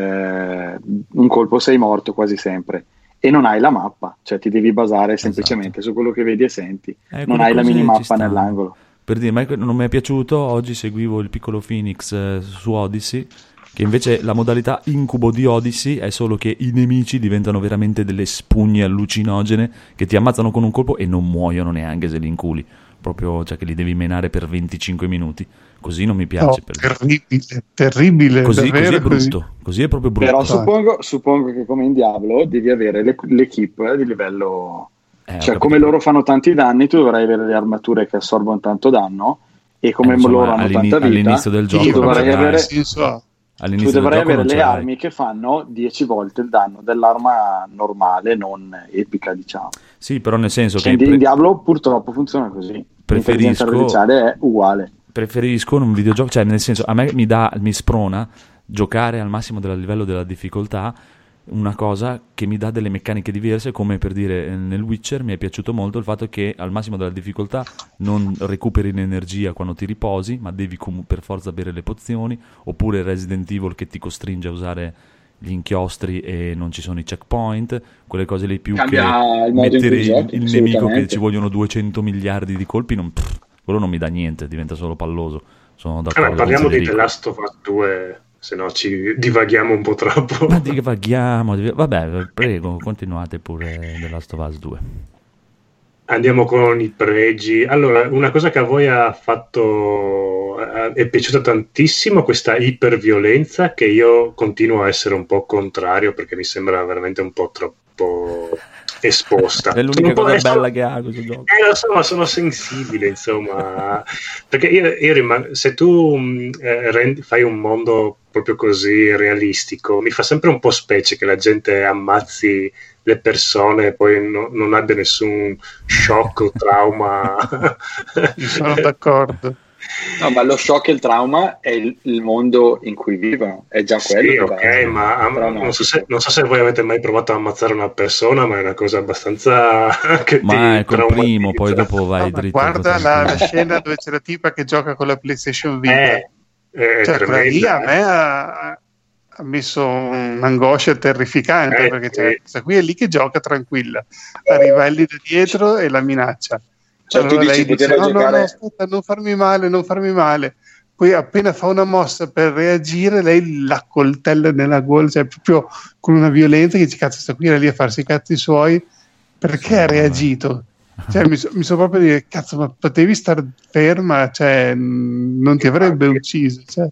un colpo sei morto quasi sempre, e non hai la mappa, cioè ti devi basare semplicemente su quello che vedi e senti, non hai la minimappa nell'angolo. Per dire, ma non mi è piaciuto, oggi seguivo il piccolo Phoenix su Odyssey, che invece la modalità incubo di Odyssey è solo che i nemici diventano veramente delle spugne allucinogene che ti ammazzano con un colpo e non muoiono neanche se li inculi, proprio, cioè che li devi menare per 25 minuti. Così non mi piace. Terribile. Così è brutto. Così è proprio brutto. Però suppongo che come in Diablo devi avere l'equip di livello, cioè come loro fanno tanti danni, tu dovrai avere le armature che assorbono tanto danno, e come loro hanno tanta vita, all'inizio del gioco tu dovrai avere non le armi che fanno 10 volte il danno dell'arma normale, non epica, diciamo. Sì, però nel senso che in Diablo purtroppo funziona così. L'intelligenza artificiale è uguale. Preferisco in un videogioco, cioè nel senso, a me mi sprona giocare al massimo del livello della difficoltà una cosa che mi dà delle meccaniche diverse, come per dire nel Witcher mi è piaciuto molto il fatto che al massimo della difficoltà non recuperi l'energia quando ti riposi, ma devi per forza bere le pozioni, oppure Resident Evil che ti costringe a usare gli inchiostri e non ci sono i checkpoint, quelle cose lì più cambia che mettere il nemico che ci vogliono 200 miliardi di colpi, quello non mi dà niente, diventa solo palloso. Sono d'accordo. Parliamo di The Last of Us 2, se no ci divaghiamo un po' troppo. Ma divaghiamo. Vabbè, prego, continuate pure The Last of Us 2. Andiamo con i pregi. Allora, una cosa che a voi è piaciuta tantissimo, questa iperviolenza, che io continuo a essere un po' contrario, perché mi sembra veramente un po' troppo esposta. È l'unica cosa bella che ha questo gioco. Lo so, ma sono sensibile, insomma, perché io se tu fai un mondo proprio così realistico, mi fa sempre un po' specie che la gente ammazzi le persone e poi non abbia nessun shock o trauma. Sono d'accordo. No, ma lo shock e il trauma è il mondo in cui vivono, è già quello. Sì, ok, ma non so se voi avete mai provato a ammazzare una persona, ma è una cosa abbastanza che ma è col primo, poi dopo vai dritto. Guarda la scena dove c'è la tipa che gioca con la PlayStation Vita. Cioè, quella lì a me ha messo un'angoscia terrificante, perché c'è questa qui è lì che gioca tranquilla, arriva lì da dietro e la minaccia. Cioè, allora tu dici, lei dice, giocare... no, aspetta, non farmi male. Poi appena fa una mossa per reagire, lei la coltella nella gola, cioè proprio con una violenza che dice, cazzo, sta qui era lì a farsi i cazzi suoi, perché ha reagito? Cioè, mi sono proprio a dire, cazzo, ma potevi star ferma, cioè non ti avrebbe ucciso, cioè.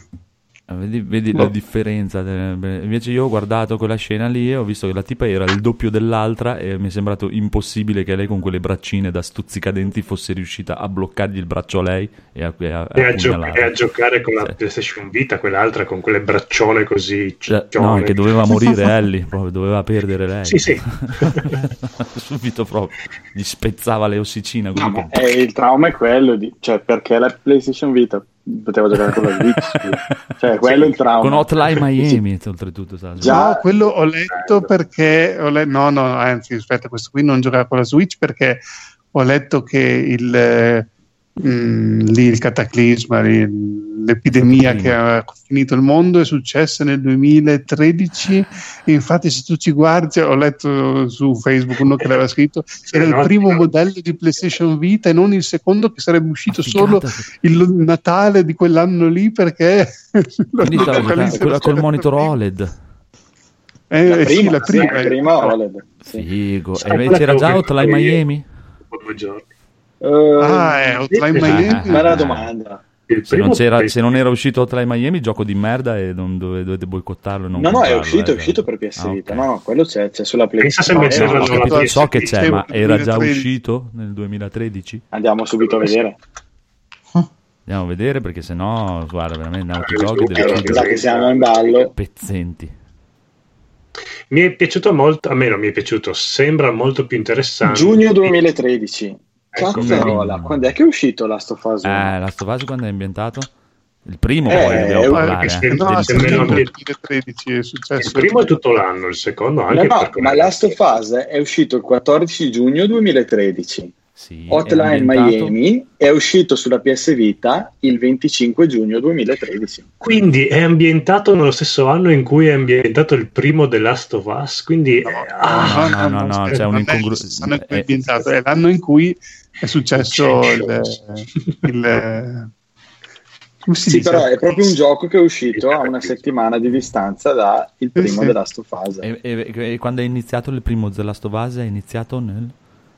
Vedi la differenza. Invece io ho guardato quella scena lì e ho visto che la tipa era il doppio dell'altra e mi è sembrato impossibile che lei con quelle braccine da stuzzicadenti fosse riuscita a bloccargli il braccio a lei e a giocare con la PlayStation Vita, quell'altra con quelle braccione così no, che doveva morire Ellie, proprio doveva perdere lei. Sì. Subito proprio gli spezzava le ossicine. No, ma il trauma è quello cioè, perché la PlayStation Vita poteva giocare con la Switch, cioè quello è il trauma. Con Hotline Miami oltretutto già quello ho letto, perché anzi aspetta, questo qui non giocava con la Switch perché ho letto che il cataclisma, l'epidemia che ha finito il mondo è successa nel 2013 e infatti se tu ci guardi, ho letto su Facebook uno che l'aveva scritto, era il primo modello di PlayStation Vita e non il secondo, che sarebbe uscito solo il Natale di quell'anno lì, perché quella col monitor OLED. La prima OLED. Figo. E c'era già Hotline Miami? Hotline Miami, ma la domanda. Se non era uscito Hotline Miami, gioco di merda e non dovete boicottarlo. No, è uscito per PS Vita. Okay. No, quello c'è sulla PlayStation. So che c'è, ma era già uscito nel 2013? Andiamo subito a vedere. Andiamo a vedere perché sennò, guarda, veramente Naughty Dog deve chiudere. Che siamo in ballo. Pezzenti. Mi è piaciuto molto, a me non mi è piaciuto, sembra molto più interessante. Giugno 2013. Cazzarola, quando è che è uscito Last of Us 1? Last of Us quando è ambientato? Il primo poi dobbiamo parlare. Nel 2013 è successo. Il primo è tutto l'anno, il secondo anche. Ma Last of Us è uscito il 14 giugno 2013. Sì, Hotline Miami è uscito sulla PS Vita il 25 giugno 2013. Quindi è ambientato nello stesso anno in cui è ambientato il primo The Last of Us. Quindi no, c'è un'incongruenza. È l'anno in cui è successo il sì, però è proprio un gioco che è uscito a una settimana di distanza dal primo The Last of Us. E quando è iniziato il primo The Last of Us? È iniziato nella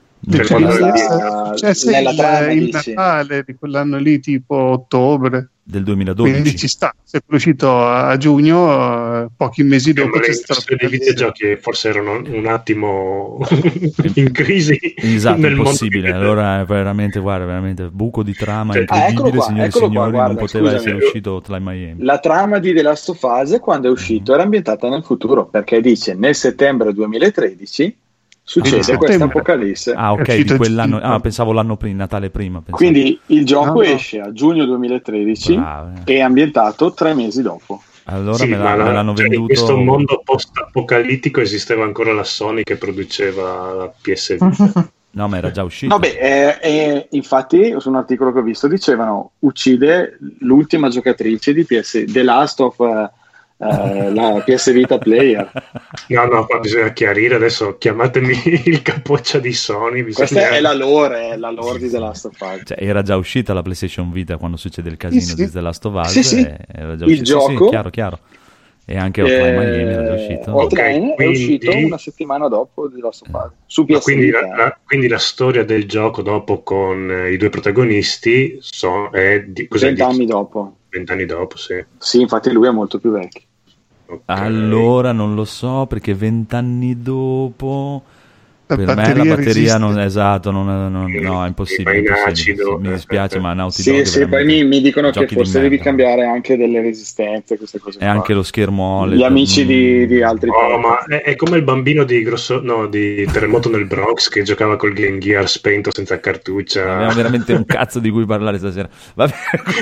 trama il Natale di quell'anno lì, tipo ottobre del 2012. Quindi ci sta, se è uscito a giugno, pochi mesi dopo c'è stato i videogiochi forse erano un attimo in crisi. Esatto, impossibile. Allora è veramente buco di trama incredibile, signori, non poteva essere uscito Hotline Miami. La trama di The Last of Us quando è uscito era ambientata nel futuro, perché dice nel settembre 2013 succede questa apocalisse. Ok, di quell'anno. Pensavo l'anno prima, Natale prima. Quindi il gioco esce a giugno 2013 e è ambientato 3 mesi dopo. Allora me l'hanno venduto. In questo mondo post-apocalittico esisteva ancora la Sony che produceva la PS Vita. No, ma era già uscito. Infatti su un articolo che ho visto dicevano uccide l'ultima giocatrice di The Last of la PS Vita Player. No, qua bisogna chiarire adesso, chiamatemi il capoccia di Sony. Questa è la lore di The Last of Us. Cioè, era già uscita la PlayStation Vita quando succede il casino di The Last of Us. Era già il gioco, chiaro. E anche Hotline Miami era già uscito. Hotline è uscito una settimana dopo di Last of Us su PS Vita. Quindi la storia del gioco dopo con i due protagonisti è 20 anni dopo. 20 anni dopo, sì. Sì, infatti lui è molto più vecchio. Okay. Allora non lo so, perché 20 anni dopo per me la batteria non è no, è impossibile. Mi dispiace, ma Naughty Dog sì, poi mi dicono che forse devi cambiare anche delle resistenze, queste cose. E anche lo schermo OLED. Gli amici di altri ma è come il bambino di Terremoto nel Bronx che giocava col Game Gear spento senza cartuccia. Abbiamo veramente un cazzo di cui parlare stasera. Vabbè.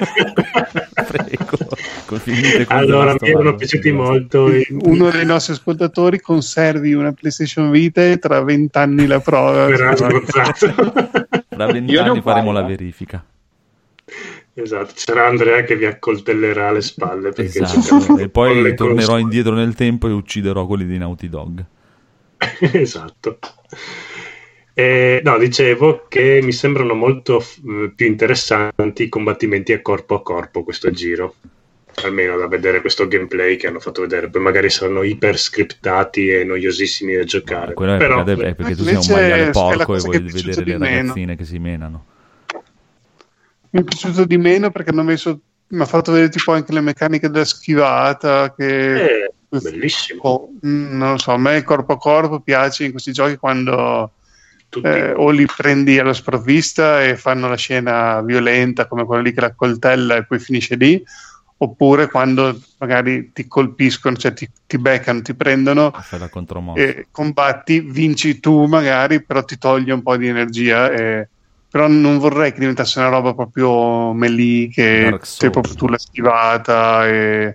Prego. Allora mi erano piaciuti molto. Uno dei nostri ascoltatori conservi una PlayStation Vita e tra 20 anni la prova. Tra 20 anni faremo la verifica. Esatto, c'era Andrea che vi accoltellerà le spalle. Esatto. E poi tornerò indietro nel tempo e ucciderò quelli di Naughty Dog. Esatto. No, dicevo che mi sembrano molto più interessanti i combattimenti a corpo questo giro, almeno da vedere questo gameplay che hanno fatto vedere. Poi magari saranno iper scriptati e noiosissimi da giocare. Quello è perché tu sei un maiale porco e vuoi vedere le ragazzine che si menano. Mi è piaciuto di meno perché mi ha fatto vedere tipo anche le meccaniche della schivata che bellissimo. Non lo so, a me il corpo a corpo piace in questi giochi quando o li prendi alla sprovvista e fanno la scena violenta come quella lì che la coltella e poi finisce lì, oppure quando magari ti colpiscono, cioè ti beccano, ti prendono e combatti, vinci tu magari, però ti toglie un po' di energia però non vorrei che diventasse una roba proprio melee che sei proprio tu la schivata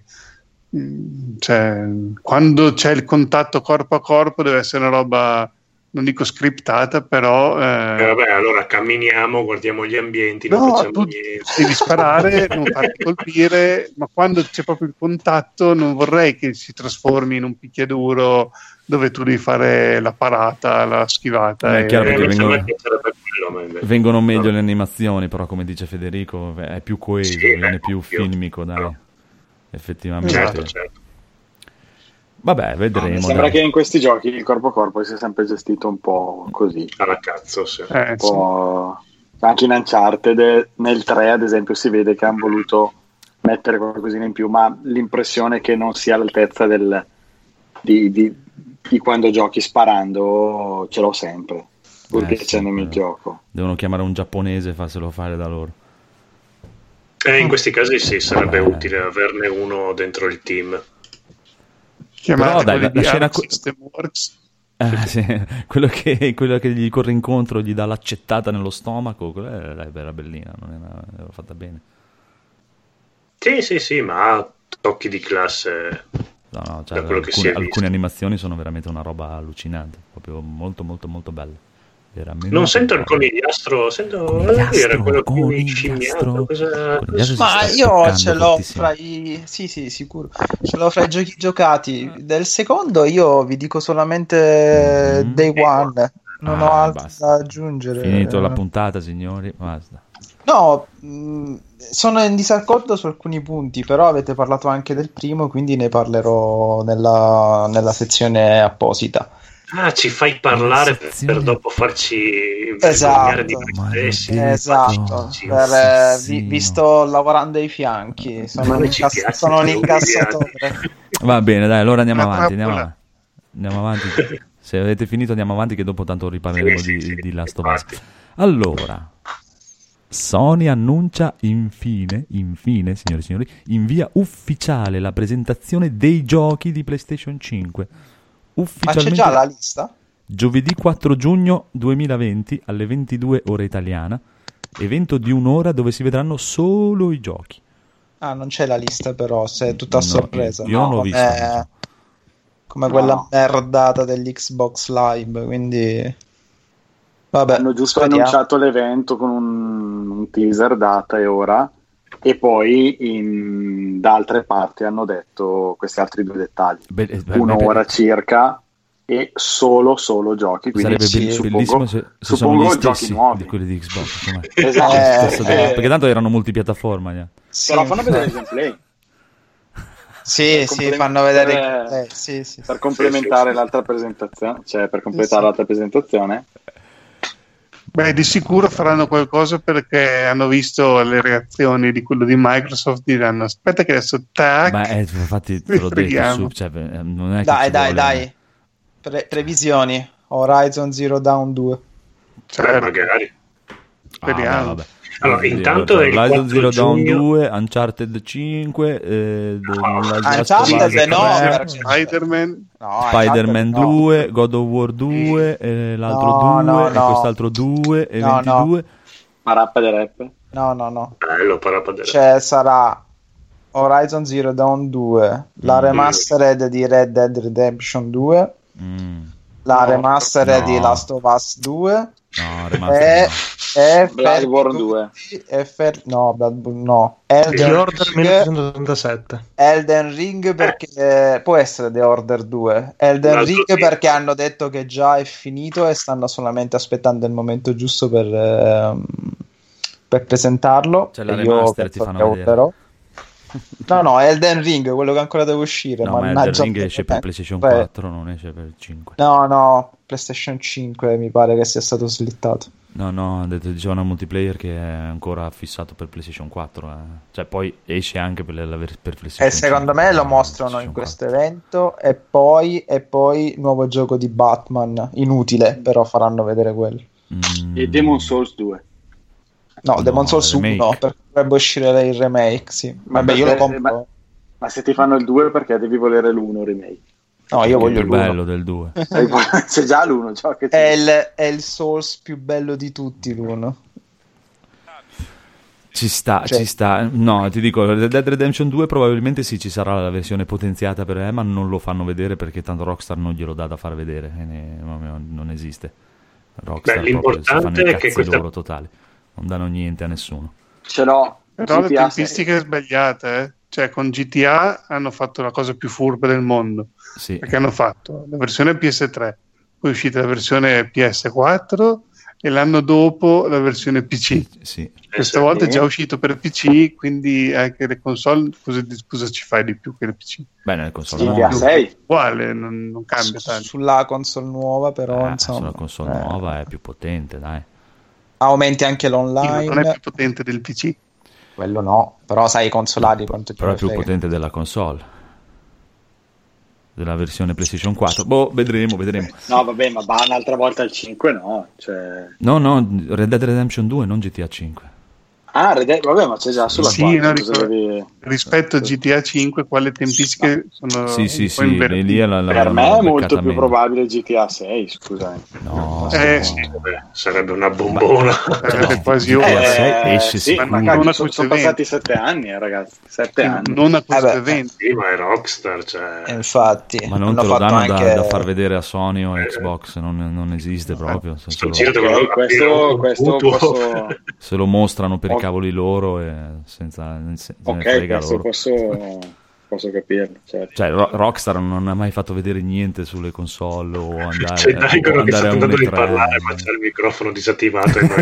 cioè, quando c'è il contatto corpo a corpo deve essere una roba, non dico scriptata, però vabbè, allora camminiamo, guardiamo gli ambienti, non facciamo niente. Devi sparare, non farti colpire, ma quando c'è proprio il contatto non vorrei che si trasformi in un picchiaduro dove tu devi fare la parata, la schivata. È chiaro perché vengono meglio le animazioni, però come dice Federico è più coeso, viene più filmico, dai. Effettivamente. Certo. Vabbè, vedremo. Mi sembra che in questi giochi il corpo a corpo sia sempre gestito un po' così. Alla cazzo, sì. Anche in Uncharted, nel 3 ad esempio, si vede che hanno voluto mettere qualcosina in più, ma l'impressione è che non sia all'altezza di quando giochi sparando, ce l'ho sempre, purché c'è nel mio gioco. Devono chiamare un giapponese e farselo fare da loro. In questi casi sì, sarebbe utile averne uno dentro il team. Però dai, la scena System Works. sì, quello che gli corre incontro, gli dà l'accettata nello stomaco, quella era bellina, era fatta bene. Sì, ma tocchi di classe. No, da quello che si è visto. Alcune animazioni sono veramente una roba allucinante, proprio molto molto molto belle. Veramente non sento il conigliastro, sento dire quello più scimmiato. Ma io ce l'ho fra i sicuro, ce l'ho fra i giochi giocati. Del secondo io vi dico solamente Day One, non ho altro da aggiungere. Finito la puntata, signori, basta. No, sono in disaccordo su alcuni punti, però avete parlato anche del primo, quindi ne parlerò nella sezione apposita. Ci fai parlare per dopo farci esatto, di noi stessi. Esatto, vi sto lavorando ai fianchi, sono un incassatore. Va bene, dai, allora andiamo avanti. Se avete finito andiamo avanti, che dopo tanto riparleremo di Last of Us. Allora, Sony annuncia infine, signori e signori, in via ufficiale la presentazione dei giochi di PlayStation 5. Ma c'è già la lista? Giovedì 4 giugno 2020 alle 22 ora italiana, evento di un'ora dove si vedranno solo i giochi. Non c'è la lista però, se è tutta sorpresa. Io non l'ho vista. Come quella merdata dell'Xbox Live, quindi... Vabbè, hanno giusto annunciato l'evento con un teaser data e ora, e poi da altre parti hanno detto questi altri due dettagli. Un'ora circa e solo giochi, quindi sarebbe bellissimo se sono gli stessi di quelli di Xbox. Esatto. Perché tanto erano multipiattaforma. Però fanno vedere il gameplay. Sì, fanno vedere per complementare l'altra presentazione, cioè per completare l'altra presentazione. Beh, di sicuro faranno qualcosa, perché hanno visto le reazioni di quello di Microsoft, diranno aspetta che adesso infatti te l'ho detto non è che dai. Previsioni Horizon Zero Dawn 2. Magari speriamo. Vabbè. Allora, intanto è il Horizon Zero Dawn giugno... 2, Uncharted 5, Uncharted no, Spider-Man 2, God of War 2, l'altro 2, e quest'altro 2, e 22. Parappa del rap. No. Bello, parappa del rap. Cioè sarà Horizon Zero Dawn 2, la remastered di Red Dead Redemption 2, la remastered di Last of Us 2, Bloodborne 2 Elden Ring perché può essere The Order 2, Elden Ring perché hanno detto che già è finito e stanno solamente aspettando il momento giusto per presentarlo. Cioè la remaster ti fanno vedere. No, Elden Ring, quello che ancora deve uscire. Ma Elden Ring esce per PlayStation 4, non esce per 5. No, PlayStation 5 mi pare che sia stato slittato. No, dicevano al multiplayer che è ancora fissato per PlayStation 4. Cioè poi esce anche per PlayStation 5. E secondo me lo mostrano in questo evento, e poi nuovo gioco di Batman, inutile, però faranno vedere quello. E Demon Souls 2. No, Demon Souls 1, perché dovrebbe uscire il remake, sì. Vabbè, io lo compro. Ma se ti fanno il 2, perché devi volere l'1 remake? No, io voglio il bello del 2. C'è già l'1, è il Souls più bello di tutti, l'1. Ci sta. No, ti dico, Red Dead Redemption 2 probabilmente sì, ci sarà la versione potenziata per ma non lo fanno vedere perché tanto Rockstar non glielo dà da far vedere, non esiste. Rockstar l'importante è che questa loro totali. Non danno niente a nessuno. Ce l'ho. Però le tempistiche sbagliate, Cioè con GTA hanno fatto la cosa più furba del mondo. Sì. Perché hanno fatto la versione PS3, poi è uscita la versione PS4 e l'anno dopo la versione PC. Sì. Questa volta è già uscito per PC, quindi anche le console cosa ci fai di più che le PC? Beh, nelle console uguale, non cambia tanto. Sulla console nuova però insomma. Sulla console nuova è più potente, dai. Aumenti anche l'online. Non è più potente del PC. Quello no, però sai i consolari quanto ti Però è più frega. potente della console. Della versione PlayStation 4. Boh, vedremo. No, vabbè, ma va un'altra volta al 5, no? Cioè... No, Red Dead Redemption 2, non GTA 5. Ah, vabbè, ma c'è già sulla 4. Rispetto a GTA 5, quale tempistiche sono Sì, invertite? lì Per me è molto più probabile GTA 6, scusami. No, sì. Sarebbe una bombona. Sarebbe quasi esce sì, ma cacchio, sono passati 7 anni, ragazzi. 7 anni. Non a questo evento. Sì, ma è Rockstar, cioè... Infatti. Ma non te lo danno da far vedere a Sony o a Xbox, non esiste proprio. Questo posso... Se lo mostrano per i cavoli loro e senza frega loro. Posso capirlo, certo. Cioè Rockstar non ha mai fatto vedere niente sulle console o andare, cioè, dicono che sta tentando di E3. parlare ma c'è il microfono disattivato e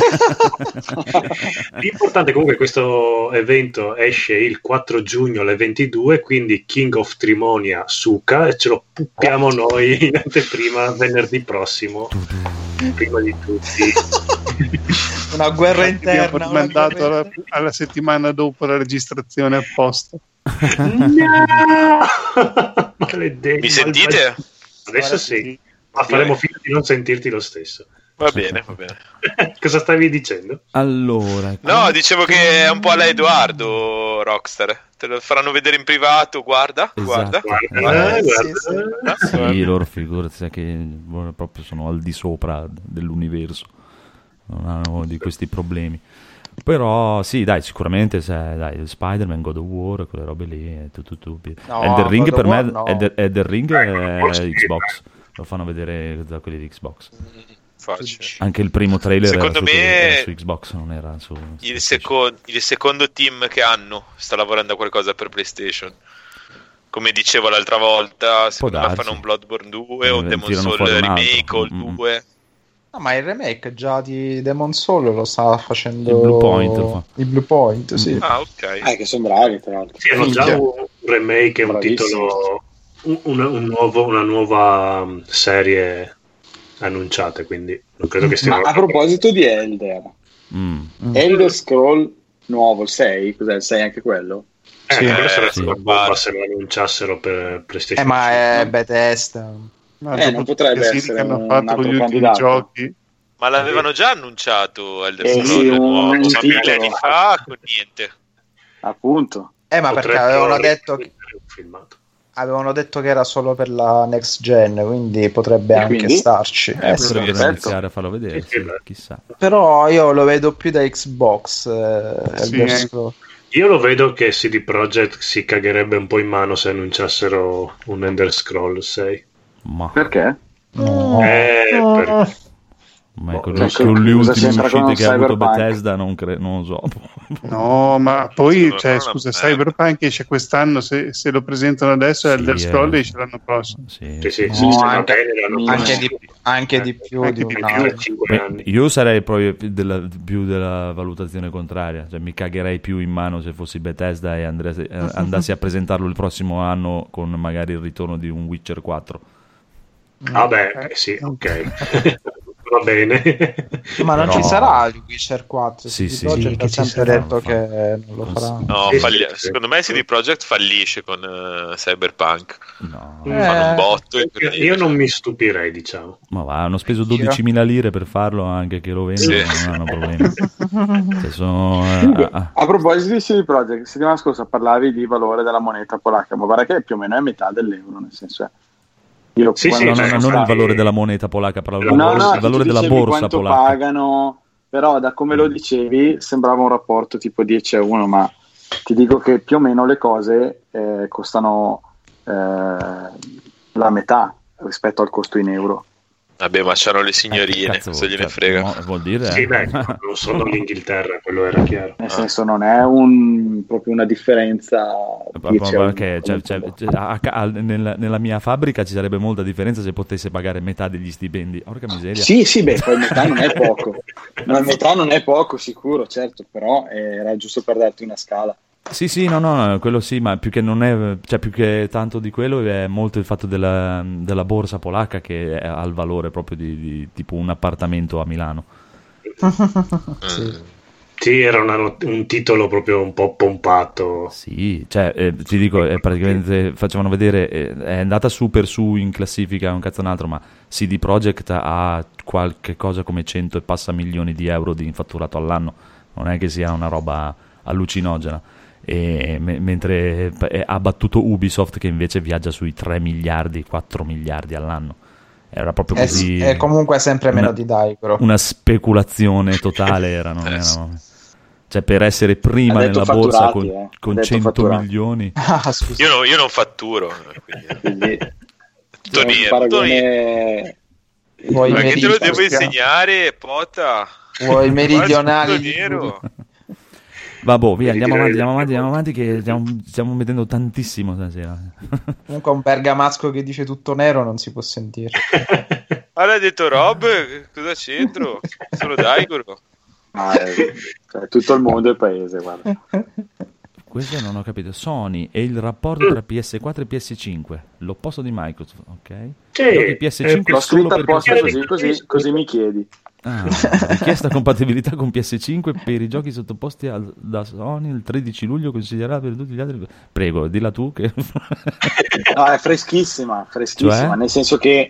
l'importante comunque questo evento esce il 4 giugno alle 22, quindi King of Trimonia suca e ce lo puppiamo noi in anteprima venerdì prossimo prima di tutti. Una guerra interna. Abbiamo mandato alla settimana dopo la registrazione apposta. Mi sentite? Adesso sì, ma faremo finta di non sentirti lo stesso. Va bene. Cosa stavi dicendo? Allora, no, dicevo che è un po' alla Edoardo Rockstar. Te lo faranno vedere in privato, guarda. Esatto. Guarda. Sì, loro figurati, sai che proprio sono al di sopra dell'universo, non hanno di questi problemi. Però sì, dai, sicuramente Spider-Man, God of War, quelle robe lì, No, Elden Ring per me no. Elden Ring è Xbox, lo fanno vedere da quelli di Xbox. Facile. Anche il primo trailer secondo me era su Xbox, non era su il secondo team che hanno sta lavorando a qualcosa per PlayStation. Come dicevo l'altra volta, secondo me fanno un Bloodborne 2 o un Demon's Souls remake o il 2. No, ma il remake già di Demon's Souls lo sta facendo il Bluepoint. Il Bluepoint, sì. Ah, ok. Che sono bravi, tra l'altro. Sì, hanno già un remake e un titolo, una nuova serie annunciate, quindi non credo che stiano... Ma a proposito di Elder, Elder Scroll nuovo, il 6, cos'è il 6 anche quello? Quello sarebbe una bomba se lo annunciassero per PlayStation. Ma è Bethesda. Non potrebbe essere hanno un fatto altro gli ultimi candidato. giochi. Ma l'avevano già annunciato Elder Scrolls sì, nuovo, un ma titolo. 1000 anni fa con niente. Appunto. Ma perché avevano detto che era solo per la next gen, quindi potrebbe anche starci. Potrebbero iniziare a farlo vedere, chissà. Però io lo vedo più da Xbox. Elder Scrolls. Io lo vedo che CD Projekt si cagherebbe un po' in mano se annunciassero un Elder Scroll 6. Ma perché? Ma con le ultime uscite che ha avuto Bethesda non lo so. No, ma poi scusa, Cyberpunk esce quest'anno, se lo presentano adesso Elder Scroll esce l'anno prossimo. Anche di più di un anno. Io sarei proprio più della valutazione contraria, cioè mi cagherei più in mano se fossi Bethesda e andassi a presentarlo il prossimo anno con magari il ritorno di un Witcher 4. Vabbè, sì, ok. Va bene, ma non ci sarà il Witcher 4. Sì, Projekt ha sempre detto che non lo farà. No, secondo me CD Projekt fallisce con Cyberpunk. No. Fanno un botto. Io non mi stupirei, diciamo. Ma va, hanno speso 12.000 lire per farlo, anche che lo vendono, non hanno problemi. A proposito di CD Projekt, settimana scorsa parlavi di valore della moneta polacca, ma guarda che più o meno è metà dell'euro, nel senso è. Non il valore della moneta polacca, però il valore della borsa quanto polacca. Pagano, però da come lo dicevi sembrava un rapporto tipo 10-1, ma ti dico che più o meno le cose costano la metà rispetto al costo in euro. Vabbè, ma c'hanno le signorine, se gliene frega. No, vuol dire sì, non sono l'Inghilterra, quello era chiaro. Nel senso non è proprio una differenza. Perché nella mia fabbrica ci sarebbe molta differenza se potesse pagare metà degli stipendi. Porca miseria. Sì, beh, poi metà non è poco. Metà non è poco, sicuro, certo, però era giusto per darti una scala. Sì, no, quello sì, ma più che non è, cioè più che tanto di quello è molto il fatto della borsa polacca che ha il valore proprio di tipo un appartamento a Milano. Sì, era un titolo proprio un po' pompato. Sì, cioè, ti dico, praticamente facevano vedere, è andata super su in classifica, un cazzo un altro, ma CD Projekt ha qualche cosa come 100 e passa milioni di euro di fatturato all'anno, non è che sia una roba allucinogena. Mentre ha battuto Ubisoft, che invece viaggia sui 3 miliardi, 4 miliardi all'anno. Era proprio così. È comunque sempre meno di Daigoro. Una speculazione totale erano. Cioè, per essere prima nella borsa con 100 fatturati. milioni. Io non fatturo. Quindi... paragone... Ma che te lo devo insegnare, Pota? Vuoi meridionali nero? Vabbè, via, andiamo avanti che stiamo mettendo tantissimo stasera. Comunque un bergamasco che dice tutto nero non si può sentire. Allora ha detto Rob, cosa c'entro? Sono Daigoro. Cioè, tutto il mondo è il paese, guarda. Questo non ho capito. Sony è il rapporto tra PS4 e PS5, l'opposto di Microsoft, ok? PS5 l'ho scritto apposta così mi chiedi. Richiesta compatibilità con PS5 per i giochi sottoposti da Sony il 13 luglio considerata per tutti gli altri. Prego, dilla tu che... No, è freschissima, cioè? Nel senso che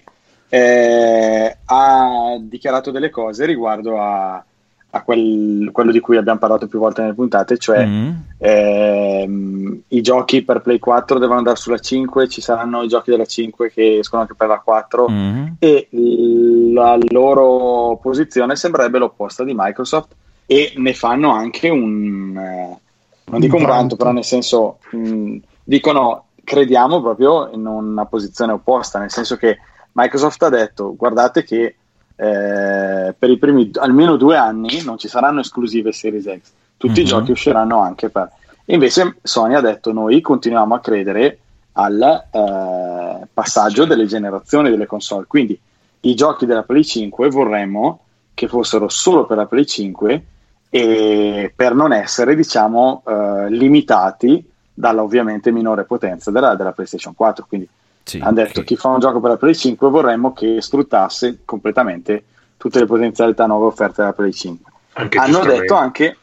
ha dichiarato delle cose riguardo a quello di cui abbiamo parlato più volte nelle puntate, cioè i giochi per Play 4 devono andare sulla 5, ci saranno i giochi della 5 che escono anche per la 4 e la loro posizione sembrerebbe l'opposta di Microsoft e ne fanno anche non dico un vanto, però nel senso dicono crediamo proprio in una posizione opposta, nel senso che Microsoft ha detto guardate che per i primi almeno 2 anni non ci saranno esclusive Series X, tutti i giochi usciranno anche per... Invece Sony ha detto noi continuiamo a credere al passaggio delle generazioni delle console, quindi i giochi della Play 5 vorremmo che fossero solo per la Play 5 e per non essere diciamo limitati dalla ovviamente minore potenza della PlayStation 4, quindi hanno detto chi fa un gioco per la Play 5 vorremmo che sfruttasse completamente tutte le potenzialità nuove offerte dalla Play 5. Hanno detto anche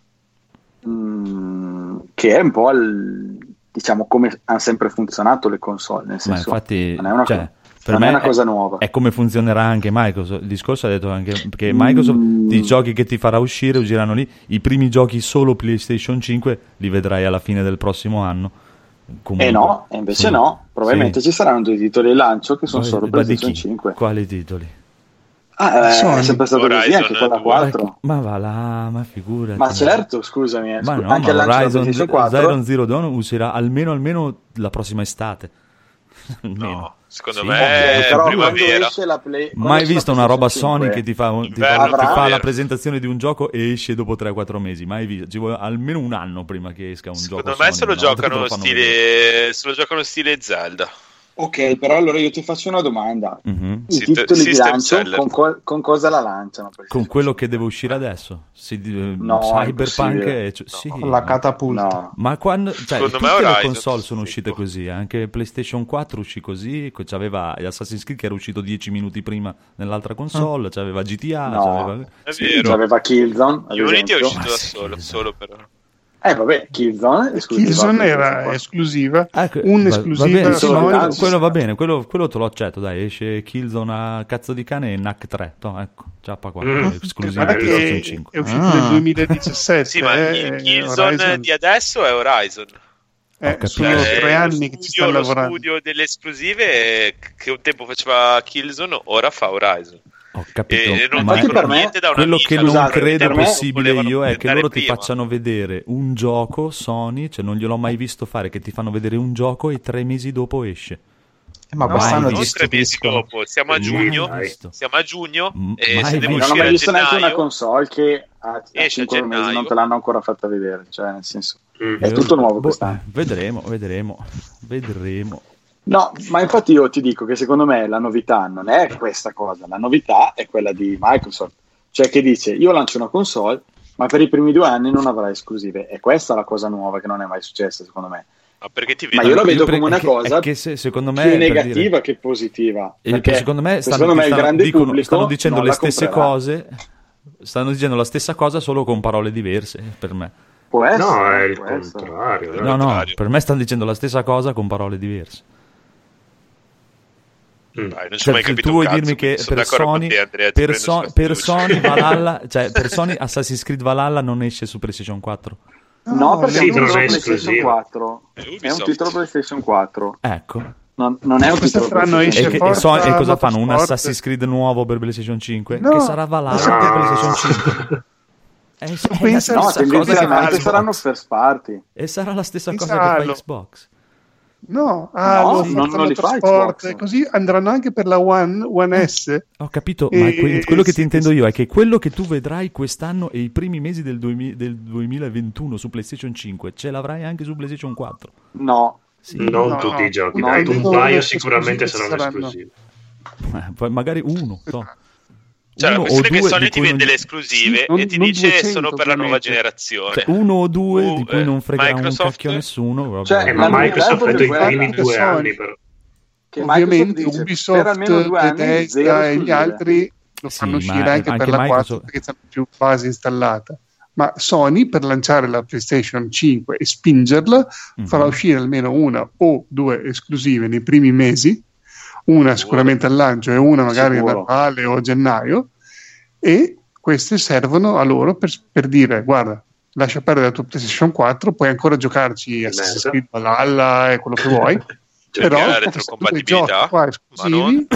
che è un po' diciamo come hanno sempre funzionato le console, nel senso infatti, non è una, per me è una cosa nuova. È come funzionerà anche Microsoft. Il discorso ha detto anche che Microsoft i giochi che ti farà usciranno lì, i primi giochi solo PlayStation 5 li vedrai alla fine del prossimo anno. Comunque, no, invece no, probabilmente ci saranno 2 titoli di lancio che sono solo PlayStation 5. Quali titoli? È sempre stato così anche con la 4. Ma va là, ma figurati. Ma certo, scusami, ma no, anche il lancio della PlayStation 4 Horizon Zero Dawn uscirà almeno la prossima estate. No, secondo me però primavera. Mai visto una roba Sony che ti fa la presentazione di un gioco e esce dopo 3-4 mesi? Mai visto. Ci vuole almeno un anno prima che esca un gioco. Secondo me se lo giocano stile Zelda. Ok, però allora io ti faccio una domanda. I titoli di lancio con cosa la lanciano? Con quello che deve uscire adesso. Cyberpunk la catapulta. No. Ma quando tutte le console sono uscite così, anche PlayStation 4 uscì così, c'aveva Assassin's Creed che era uscito 10 minuti prima nell'altra console, c'aveva GTA, c'aveva Killzone. Unity è uscito da solo però. Vabbè, Killzone era esclusiva, un'esclusiva quello va bene, quello te lo accetto, dai, esce Killzone a cazzo di cane e NAC 3, ecco, ciappa qua, esclusiva PlayStation 5. È uscito nel 2017. Sì, ma il Killzone di adesso è Horizon. Sono 3 anni che ci stanno lavorando. Lo studio delle esclusive che un tempo faceva Killzone, ora fa Horizon. Ho capito, ma per me quello che non credo possibile io è che loro ti facciano vedere un gioco Sony, cioè non gliel'ho mai visto fare, che ti fanno vedere un gioco e 3 mesi dopo esce. Ma quest'anno non 3 mesi dopo, siamo a giugno e se devo non ho mai visto neanche una console che a esce 5 mesi non te l'hanno ancora fatta vedere, cioè nel senso è tutto nuovo quest'anno. Vedremo. No, ma infatti io ti dico che secondo me la novità non è questa cosa, la novità è quella di Microsoft, cioè che dice io lancio una console ma per i primi 2 anni non avrà esclusive, e questa è la cosa nuova che non è mai successa secondo me. Ma io la vedo come una cosa che secondo me più negativa che positiva, perché secondo me il grande pubblico stanno dicendo le stesse cose. stanno dicendo la stessa cosa solo con parole diverse per me. Può essere, no, è il può contrario. essere. No, per me stanno dicendo la stessa cosa con parole diverse. Dai, non ci ho mai capito tu vuoi un cazzo, dirmi che sono per d'accordo Sony, con te, Andrea, per Sony Valhalla, cioè per Sony Assassin's Creed Valhalla non esce su PlayStation 4? No, perché sì, è un non titolo è PlayStation esclusivo. 4. È un titolo PlayStation 4. Ecco. Non è un titolo PlayStation 4. E cosa fanno? Un Assassin's Creed nuovo per PlayStation 5? No. Che sarà Valhalla per PlayStation 5? No, tendenzialmente saranno first party. E sarà la stessa cosa Pensalo. che fa Xbox. No, non li fa Xbox. Così andranno anche per la One S. Ho capito, ma quello che ti intendo io è che quello che tu vedrai quest'anno e i primi mesi del 2021 su PlayStation 5 ce l'avrai anche su PlayStation 4. No. Sì. Non tutti i giochi, no, dai, un paio sicuramente esclusivi saranno esclusivi. Poi magari uno. Cioè, la Uno questione o è che due Sony di ti cui vende non- le esclusive Sì, non- e ti non dice 200 sono per la nuova ovviamente. generazione. Cioè, uno o due di cui non fregherà un Microsoft- cacchio a nessuno. Vabbè. Cioè, Ma la Microsoft ha novità detto i è primi che 2 Sony- anni però. Che Ovviamente Microsoft dice, Ubisoft, per almeno 2 anni Bethesda zero e gli esclusive. altri lo Sì, fanno uscire ma anche anche per la 4 Microsoft- perché c'è più base installata. Ma Sony, per lanciare la PlayStation 5 e spingerla, farà uscire almeno una o due esclusive nei primi mesi, una sicuramente al lancio e una magari a Sicuro. Natale o a gennaio, e queste servono a loro per dire: guarda, lascia perdere la tua PlayStation 4, puoi ancora giocarci Assassin's Creed Valhalla e quello che vuoi, però la questi retrocompatibilità, due giochi qua esclusivi,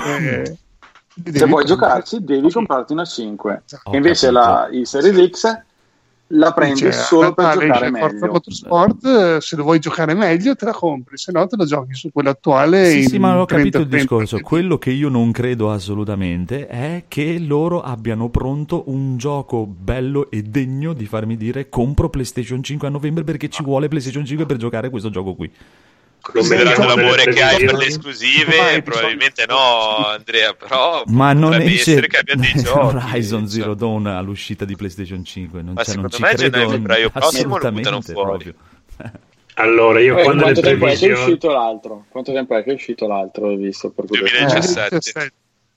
Se vuoi giocarci devi comprarti una 5. Ho E invece capito. il Series X la prendi Dice, solo per Natale giocare esce Forza meglio. Motorsport, se lo vuoi giocare meglio te la compri, se no te lo giochi su quello attuale. Sì, in ma ho capito il 30. discorso. Quello che io non credo assolutamente è che loro abbiano pronto un gioco bello e degno di farmi dire compro PlayStation 5 a novembre perché ci vuole PlayStation 5 per giocare questo gioco qui. Considerando l'amore che hai per le Ormai esclusive, probabilmente no, Andrea, però Ma non potrebbe esce essere che abbia dei giochi. Horizon Zero Dawn all'uscita di PlayStation 5. Non, Ma cioè, non secondo ci me credo gennaio-febbraio prossimo lo assolutamente buttano fuori. proprio. Allora, io quando le Quanto tempo è che è previsioni... uscito l'altro? Quanto tempo è che è uscito l'altro? Ho visto per curiosità. 2017.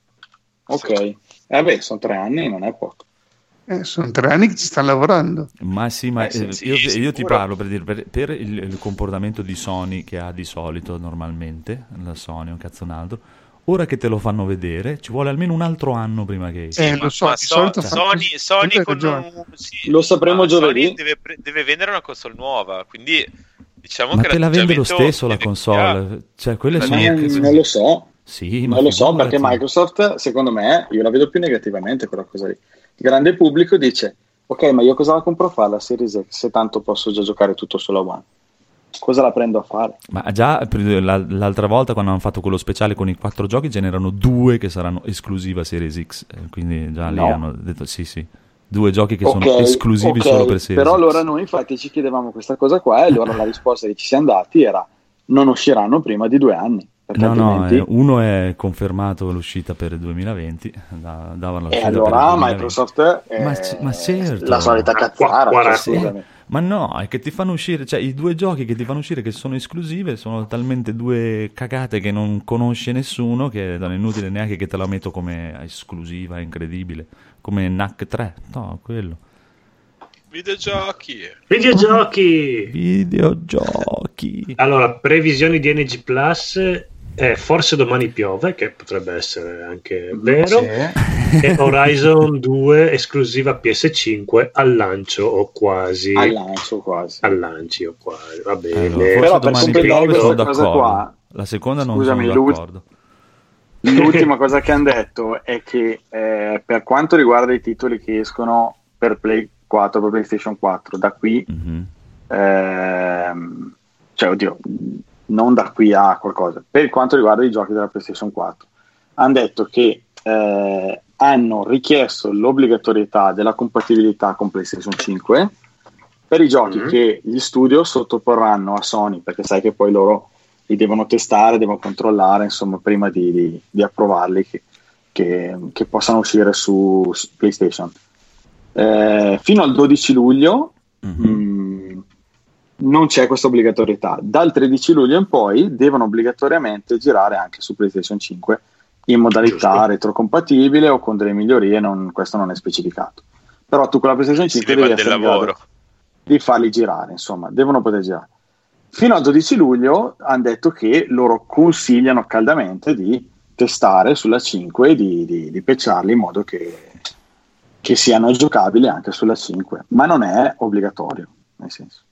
Ok. Sono 3 anni, non è poco. Sono 3 anni che ci stanno lavorando. Ma sì, ma sì, io ti sicuro. parlo per dire, per il comportamento di Sony che ha di solito normalmente, la Sony è un cazzo un altro. Ora che te lo fanno vedere, ci vuole almeno un altro anno prima che esca. Lo so, Ma di solito Sony hai con ragione. Lo sapremo giovedì. Sony deve vendere una console nuova, quindi diciamo Ma che te la vende lo l'atteggiamento stesso la deve console, cioè quelle Ma sono... Non lo so. Sì, ma Non lo so perché figurati. Microsoft, secondo me, io la vedo più negativamente quella cosa lì. Il grande pubblico dice: ok, ma io cosa la compro a fare la Series X se tanto posso già giocare tutto sulla One? Cosa la prendo a fare? Ma già l'altra volta quando hanno fatto quello speciale con i 4 giochi ce n'erano 2 che saranno esclusiva Series X, quindi già lì No. hanno detto sì, 2 giochi che sono Ok, esclusivi ok, solo per Series però X. allora noi infatti ci chiedevamo questa cosa qua e allora la risposta che ci siamo dati era: non usciranno prima di 2 anni. Perché No, altrimenti... uno è confermato l'uscita per il 2020, davano E l'uscita allora per il 2020. Microsoft Ma certo. la solita cazzara, Guarda, scusami. Ma no, è che ti fanno uscire, cioè i 2 giochi che ti fanno uscire che sono esclusive sono talmente 2 cagate che non conosce nessuno che non è inutile neanche che te la metto come esclusiva, è incredibile, come NAC 3, no, quello. Videogiochi. Videogiochi. Allora, previsioni di NG Plus, forse domani piove, che potrebbe essere anche vero, e Horizon 2 esclusiva PS5 al lancio o quasi. Al lancio quasi. Al lancio o quasi, va bene. Allora, forse Però per domani completare piove, sono questa cosa d'accordo. qua, La seconda non scusami, sono d'accordo. l'ultima cosa che hanno detto è che per quanto riguarda i titoli che escono per Play 4, per PlayStation 4, da qui, cioè oddio, non da qui a qualcosa, per quanto riguarda i giochi della PlayStation 4, hanno detto che hanno richiesto l'obbligatorietà della compatibilità con PlayStation 5 per i giochi che gli studio sottoporranno a Sony, perché sai che poi loro li devono testare, devono controllare, insomma, prima di approvarli che possano uscire su PlayStation. Fino al 12 luglio non c'è questa obbligatorietà. Dal 13 luglio in poi devono obbligatoriamente girare anche su PlayStation 5 in modalità retrocompatibile o con delle migliorie, questo non è specificato. Però tu con la PlayStation 5 devi essere in lavoro grado di farli girare, insomma, devono poter girare. Fino al 12 luglio hanno detto che loro consigliano caldamente di testare sulla 5 e di patcharli in modo che siano giocabili anche sulla 5, ma non è obbligatorio, nel senso.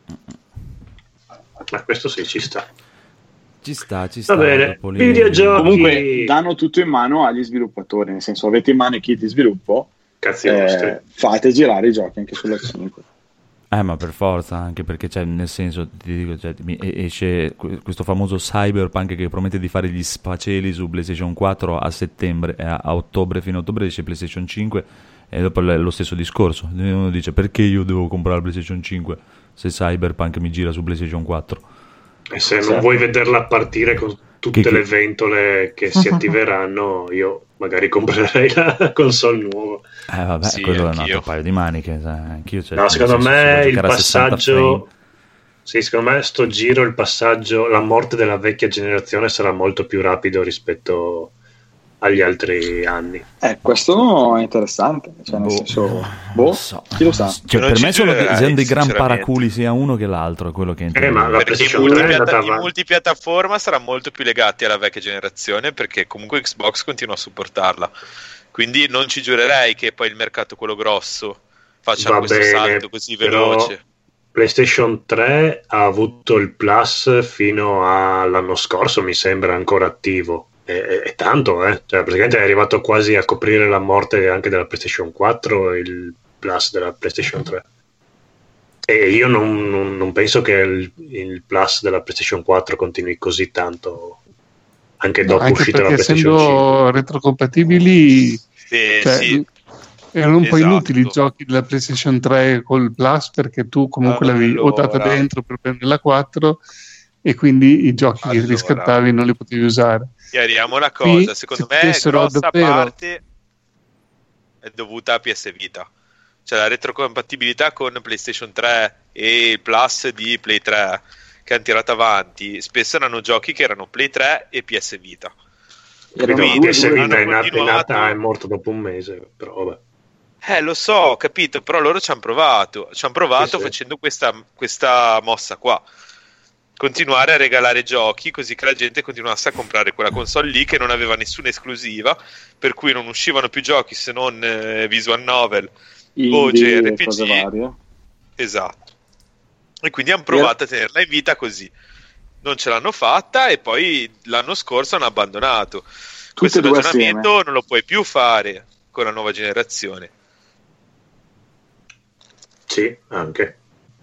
Ma questo sì, ci sta. Ci sta. Va bene, videogiochi. Comunque danno tutto in mano agli sviluppatori, nel senso, avete in mano i kit di sviluppo, fate girare i giochi anche sulla 5. Ma per forza, anche perché nel senso, ti dico, esce questo famoso Cyberpunk che promette di fare gli sfaceli su PlayStation 4 a settembre, a ottobre, fino a ottobre esce PlayStation 5, e dopo è lo stesso discorso. Uno dice: perché io devo comprare la PlayStation 5 se Cyberpunk mi gira su PlayStation 4? E se non vuoi vederla partire con tutte le ventole che si attiveranno, io magari comprerei la console nuova. Vabbè, sì, quello anch'io. è un altro paio di maniche. Anch'io, no, secondo me il passaggio... Sì, secondo me sto giro il passaggio, la morte della vecchia generazione sarà molto più rapido rispetto agli altri anni. Questo è interessante, cioè nel senso, chi lo sa? Per me sono dei gran paraculi sia uno che l'altro, è quello che intendo. Ma la PlayStation 3 i multipiattaforma saranno molto più legati alla vecchia generazione, perché comunque Xbox continua a supportarla, quindi non ci giurerei che poi il mercato, quello grosso, faccia questo salto così veloce. PlayStation 3 ha avuto il Plus fino all'anno scorso, mi sembra ancora attivo. È tanto, cioè praticamente è arrivato quasi a coprire la morte anche della PlayStation 4 il Plus della PlayStation 3, e io non penso che il Plus della PlayStation 4 continui così tanto anche dopo l'uscita della PlayStation 5. Essendo retrocompatibili, erano un po' inutili i giochi della PlayStation 3 col Plus, perché tu comunque l'avevi o data dentro per prendere la 4 e quindi i giochi che riscattavi non li potevi usare. Chiariamo una cosa, secondo me grossa parte è dovuta a PS Vita, cioè la retrocompatibilità con PlayStation 3 e il Plus di Play 3 che hanno tirato avanti, spesso erano giochi che erano Play 3 e PS Vita. Quindi PS Vita è morto dopo un mese, però vabbè. Lo so, ho capito, però loro ci hanno provato facendo questa mossa qua. Continuare a regalare giochi così che la gente continuasse a comprare quella console lì che non aveva nessuna esclusiva, per cui non uscivano più giochi se non visual novel o JRPG. Esatto. E quindi hanno provato a tenerla in vita così. Non ce l'hanno fatta e poi l'anno scorso hanno abbandonato. Questo ragionamento non lo puoi più fare con la nuova generazione. Sì, anche.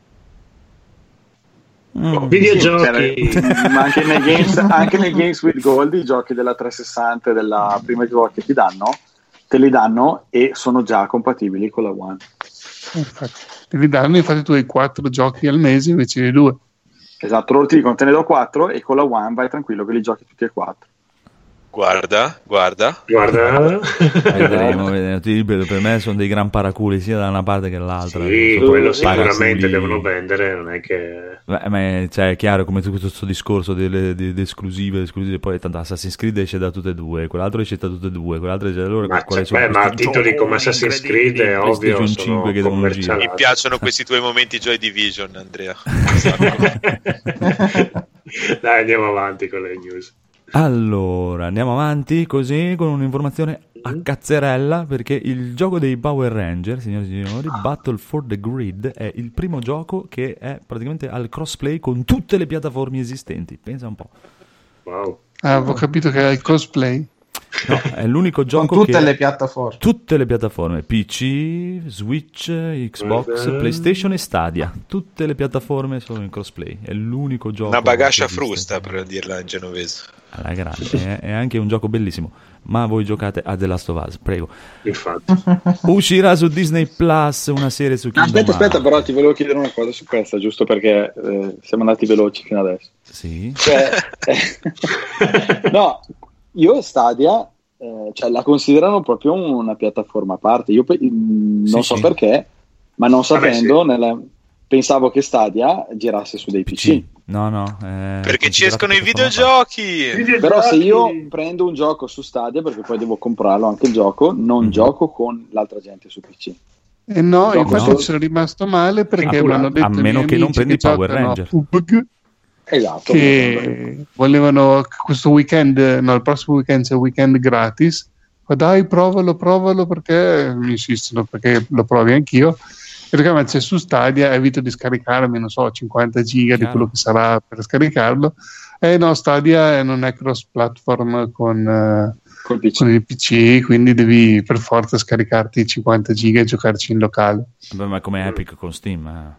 Videogiochi, ma anche nei games with Gold i giochi della 360 della prima Xbox che te li danno e sono già compatibili con la One. Te li danno, infatti tu hai 4 giochi al mese invece di 2. Esatto, loro ti dicono te ne do 4 e con la One vai tranquillo che li giochi tutti e 4. Guarda. Vedremo. Per me sono dei gran paraculi sia da una parte che dall'altra. Sì, quello sicuramente devono vendere, non è che... ma è chiaro, come tutto questo discorso di esclusive, poi tanto Assassin's Creed esce da tutte e due, quell'altro esce da tutte e due, quell'altro esce da loro. Ma titoli come Assassin's Creed è ovvio, sono 5 che devono girare. Mi piacciono questi tuoi momenti Joy Division, Andrea. Dai, andiamo avanti con le news. Allora, andiamo avanti così con un'informazione a cazzerella, perché il gioco dei Power Ranger, signori e signori, Battle for the Grid, è il primo gioco che è praticamente al crossplay con tutte le piattaforme esistenti. Pensa un po'. Wow. Avevo capito che è il cosplay. No, è l'unico gioco con tutte le piattaforme. Tutte le piattaforme, PC, Switch, Xbox, PlayStation e Stadia. Tutte le piattaforme sono in crossplay. È l'unico gioco. Una bagascia frusta, per dirla in genovese. Alla grande, è anche un gioco bellissimo. Ma voi giocate a The Last of Us, prego. Infatti. Uscirà su Disney Plus una serie su Kingdom Aspetta, però ti volevo chiedere una cosa su questa, giusto perché siamo andati veloci fino adesso. Sì. No, io Stadia la considerano proprio una piattaforma a parte. Io non so perché, ma non sapendo, pensavo che Stadia girasse su dei PC. No. Perché ci escono i videogiochi. Però se io prendo un gioco su Stadia, perché poi devo comprarlo anche il gioco, non gioco con l'altra gente su PC. No, infatti ci sono rimasto male perché mi hanno detto a meno che non prendi Power Ranger. Esatto. Che volevano questo weekend, no, il prossimo weekend c'è il weekend gratis. Ma dai, provalo perché mi insistono, perché lo provi anch'io. Perché c'è su Stadia, evito di scaricarmi, non so, 50 giga di quello che sarà per scaricarlo. No, Stadia non è cross platform con il PC, quindi devi per forza scaricarti 50 giga e giocarci in locale. Vabbè, ma come Epic con Steam?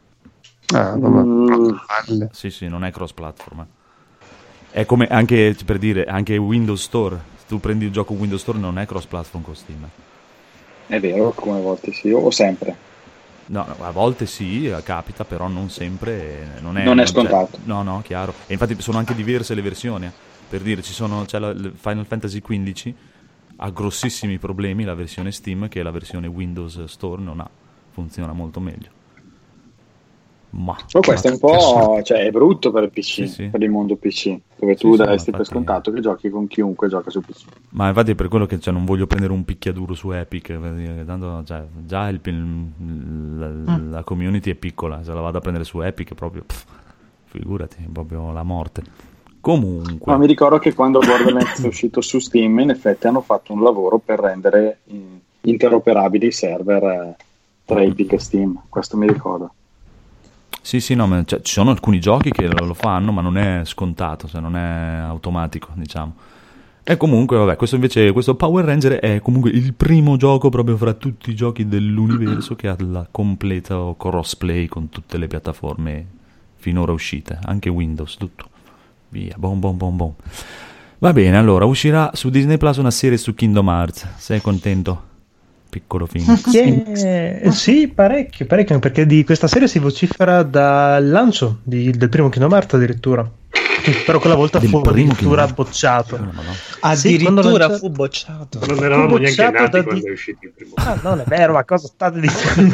Sì, non è cross platform. È come anche, per dire, anche Windows Store. Se tu prendi il gioco Windows Store non è cross platform con Steam. È vero, come a volte sì, o sempre. No, a volte sì, capita, però non sempre. Non è scontato. No, chiaro. E infatti sono anche diverse le versioni. Per dire, c'è la Final Fantasy XV, ha grossissimi problemi la versione Steam, che la versione Windows Store non ha. Funziona molto meglio. Ma questo è un po', cioè è brutto per il PC, per il mondo PC, dove tu daresti per scontato che giochi con chiunque gioca su PC. Ma infatti è per quello che non voglio prendere un picchiaduro su Epic, perché tanto già la community è piccola, se la vado a prendere su Epic proprio figurati, è proprio la morte. Comunque, ma mi ricordo che quando Borderlands è uscito su Steam, in effetti hanno fatto un lavoro per rendere interoperabili i server tra Epic e Steam, questo mi ricordo. Sì, no, ma ci sono alcuni giochi che lo fanno, ma non è scontato, non è automatico, diciamo. E comunque, vabbè, questo Power Ranger è comunque il primo gioco proprio fra tutti i giochi dell'universo che ha la completa crossplay con tutte le piattaforme finora uscite, anche Windows, tutto. Via, bom. Va bene, allora, uscirà su Disney Plus una serie su Kingdom Hearts. Sei contento? Piccolo Phoenix. Sì, parecchio, perché di questa serie si vocifera dal lancio del primo Kingdom Hearts addirittura. Però quella volta fu addirittura bocciato. Addirittura fu bocciato. Non eravamo neanche nati quando è uscito il primo. Non è vero, ma cosa state dicendo?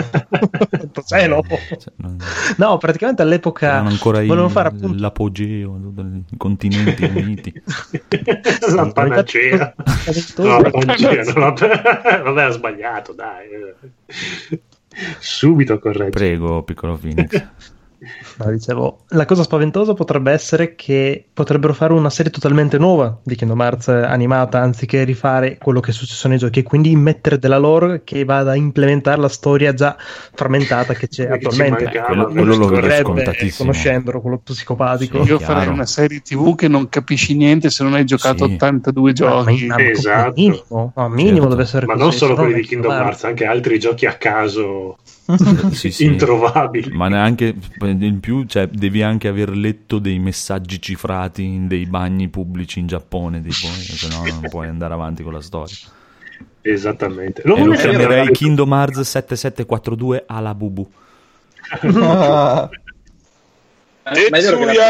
No, praticamente all'epoca volevano fare appunto l'apogeo dei continenti uniti. La panacea. No, la panacea vabbè, ho sbagliato, dai. Subito corretto. Prego, piccolo Phoenix. No, dicevo, la cosa spaventosa potrebbe essere che potrebbero fare una serie totalmente nuova di Kingdom Hearts animata, anziché rifare quello che è successo nei giochi, e quindi immettere della lore che vada a implementare la storia già frammentata che c'è attualmente. Quello lo vedo scontatissimo, conoscendolo, quello psicopatico. Sì, io farei una serie TV che non capisci niente se non hai giocato 82 giochi. Esatto. Minimo deve essere ma così, non solo quelli di Kingdom Hearts, anche altri giochi a caso sì. introvabili. Ma neanche in più, devi anche aver letto dei messaggi cifrati in dei bagni pubblici in Giappone, se no non puoi andare avanti con la storia. Esattamente. Lo chiamerei Kingdom Hearts 7742 alla Bubu. Tetsuya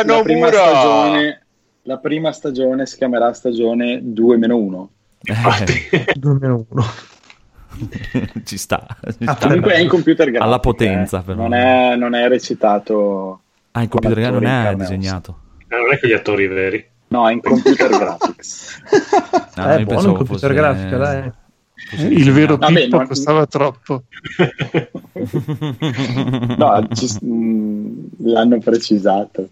la prima stagione si chiamerà stagione 2-1. 2-1. Ci sta. Comunque è in computer grafica, alla potenza, però. Non è recitato. In computer grafica non è disegnato. Non è che gli attori veri. No, è in computer graphics. Buono in computer grafica, dai. Il vero Pippo costava troppo. No, l'hanno precisato.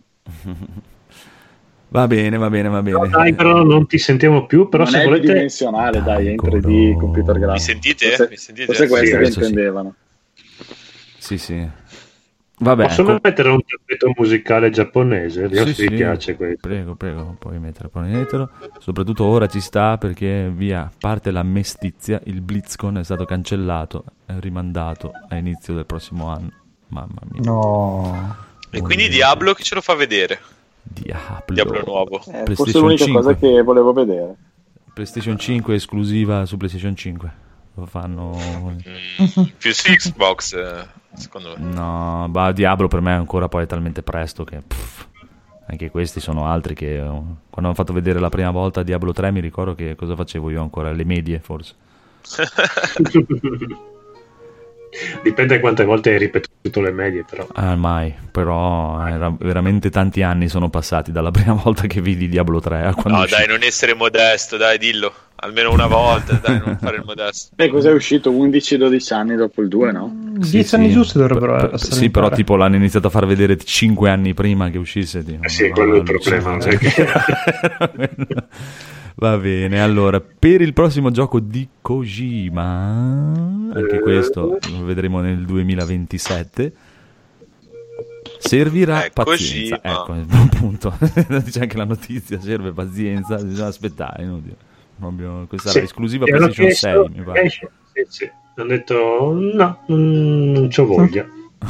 Va bene. No, dai, però non ti sentiamo più. Però non se è volete, bidimensionale, dai, è in 3D, computer grafico. Mi sentite? Forse questo che intendevano. Sì. Vabbè. Posso mettere un tappeto musicale giapponese? Vediamo se vi piace questo. Prego, puoi metterlo. Soprattutto ora ci sta, perché via, parte la mestizia, il BlizzCon è stato cancellato, è rimandato a inizio del prossimo anno. Mamma mia. No. E quindi Diablo chi ce lo fa vedere? Diablo nuovo. Forse l'unica cosa che volevo vedere. PlayStation 5 esclusiva su PlayStation 5. Lo fanno più su Xbox, secondo me. No, Diablo per me ancora poi è talmente presto che anche questi sono altri che quando ho fatto vedere la prima volta Diablo 3 mi ricordo che cosa facevo io ancora, le medie forse. Dipende quante volte hai ripetuto le medie, però. Però veramente tanti anni sono passati dalla prima volta che vidi Diablo 3 a quando dai, non essere modesto, dai, dillo. almeno una volta, dai, non fare il modesto. Cos'è uscito? 11-12 anni dopo il 2, no? 10 anni giusti dovrebbero essere. Sì, però tipo l'hanno iniziato a far vedere 5 anni prima che uscisse. Sì, quello è il problema. Va bene, allora, per il prossimo gioco di Kojima, anche questo lo vedremo nel 2027, servirà pazienza. Ecco, appunto, dice anche la notizia, serve pazienza, bisogna aspettare, inutile. Questa è l'esclusiva PlayStation 6, mi pare. Sì. Hanno detto no, non c'ho voglia.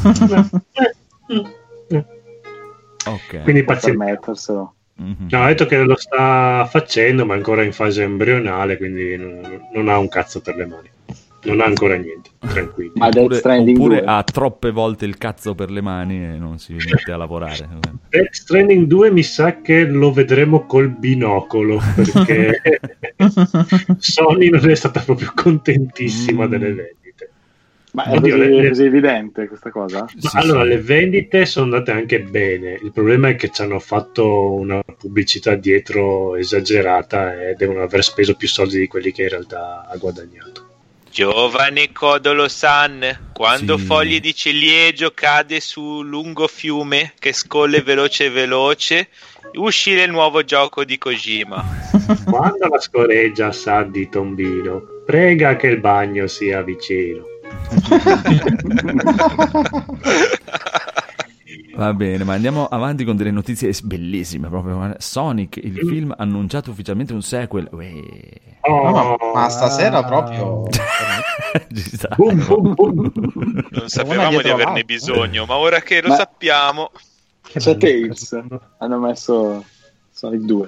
Ok. Quindi pazienza. No, ha detto che lo sta facendo, ma è ancora in fase embrionale, quindi non ha un cazzo per le mani. Non ha ancora niente, tranquillo. Oppure ha troppe volte il cazzo per le mani e non si mette a lavorare. Death Stranding 2 mi sa che lo vedremo col binocolo, perché Sony non è stata proprio contentissima delle vendite. Ma è così evidente questa cosa? Allora, le vendite sono andate anche bene. Il problema è che ci hanno fatto una pubblicità dietro esagerata e devono aver speso più soldi di quelli che in realtà ha guadagnato. Giovane Codolo-san, quando foglie di ciliegio cade su lungo fiume che scolle veloce, uscì il nuovo gioco di Kojima. Quando la scoreggia sa di tombino, prega che il bagno sia vicino. Va bene, ma andiamo avanti con delle notizie bellissime proprio. Sonic, il film, ha annunciato ufficialmente un sequel. Ma stasera proprio non sapevamo di averne bisogno, ma ora che lo sappiamo, c'è Tales, hanno messo Sonic 2.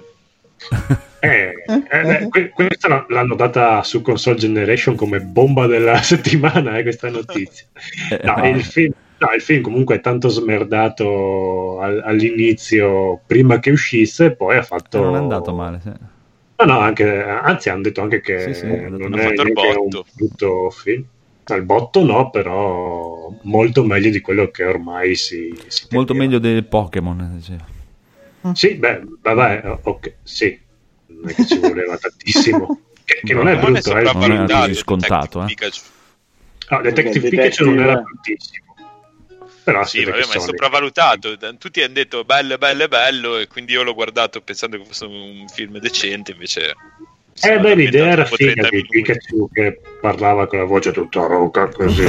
Questa l'hanno data su Console Generation come bomba della settimana, questa notizia. Il film comunque è tanto smerdato all'inizio, prima che uscisse, poi ha fatto... Non è andato male, sì. No, anzi hanno detto anche che non è neanche un brutto film. Il botto no, però molto meglio di quello che ormai si molto meglio del Pokémon, diceva. Sì, vabbè, ok, sì, non è che ci voleva tantissimo, che non è brutto, non è così scontato. Detective Pikachu non era bruttissimo, però sì, vabbè, ma è sopravvalutato. Tutti hanno detto bello, e quindi io l'ho guardato pensando che fosse un film decente, invece... l'idea era figa di Pikachu che parlava con la voce tutta roca così.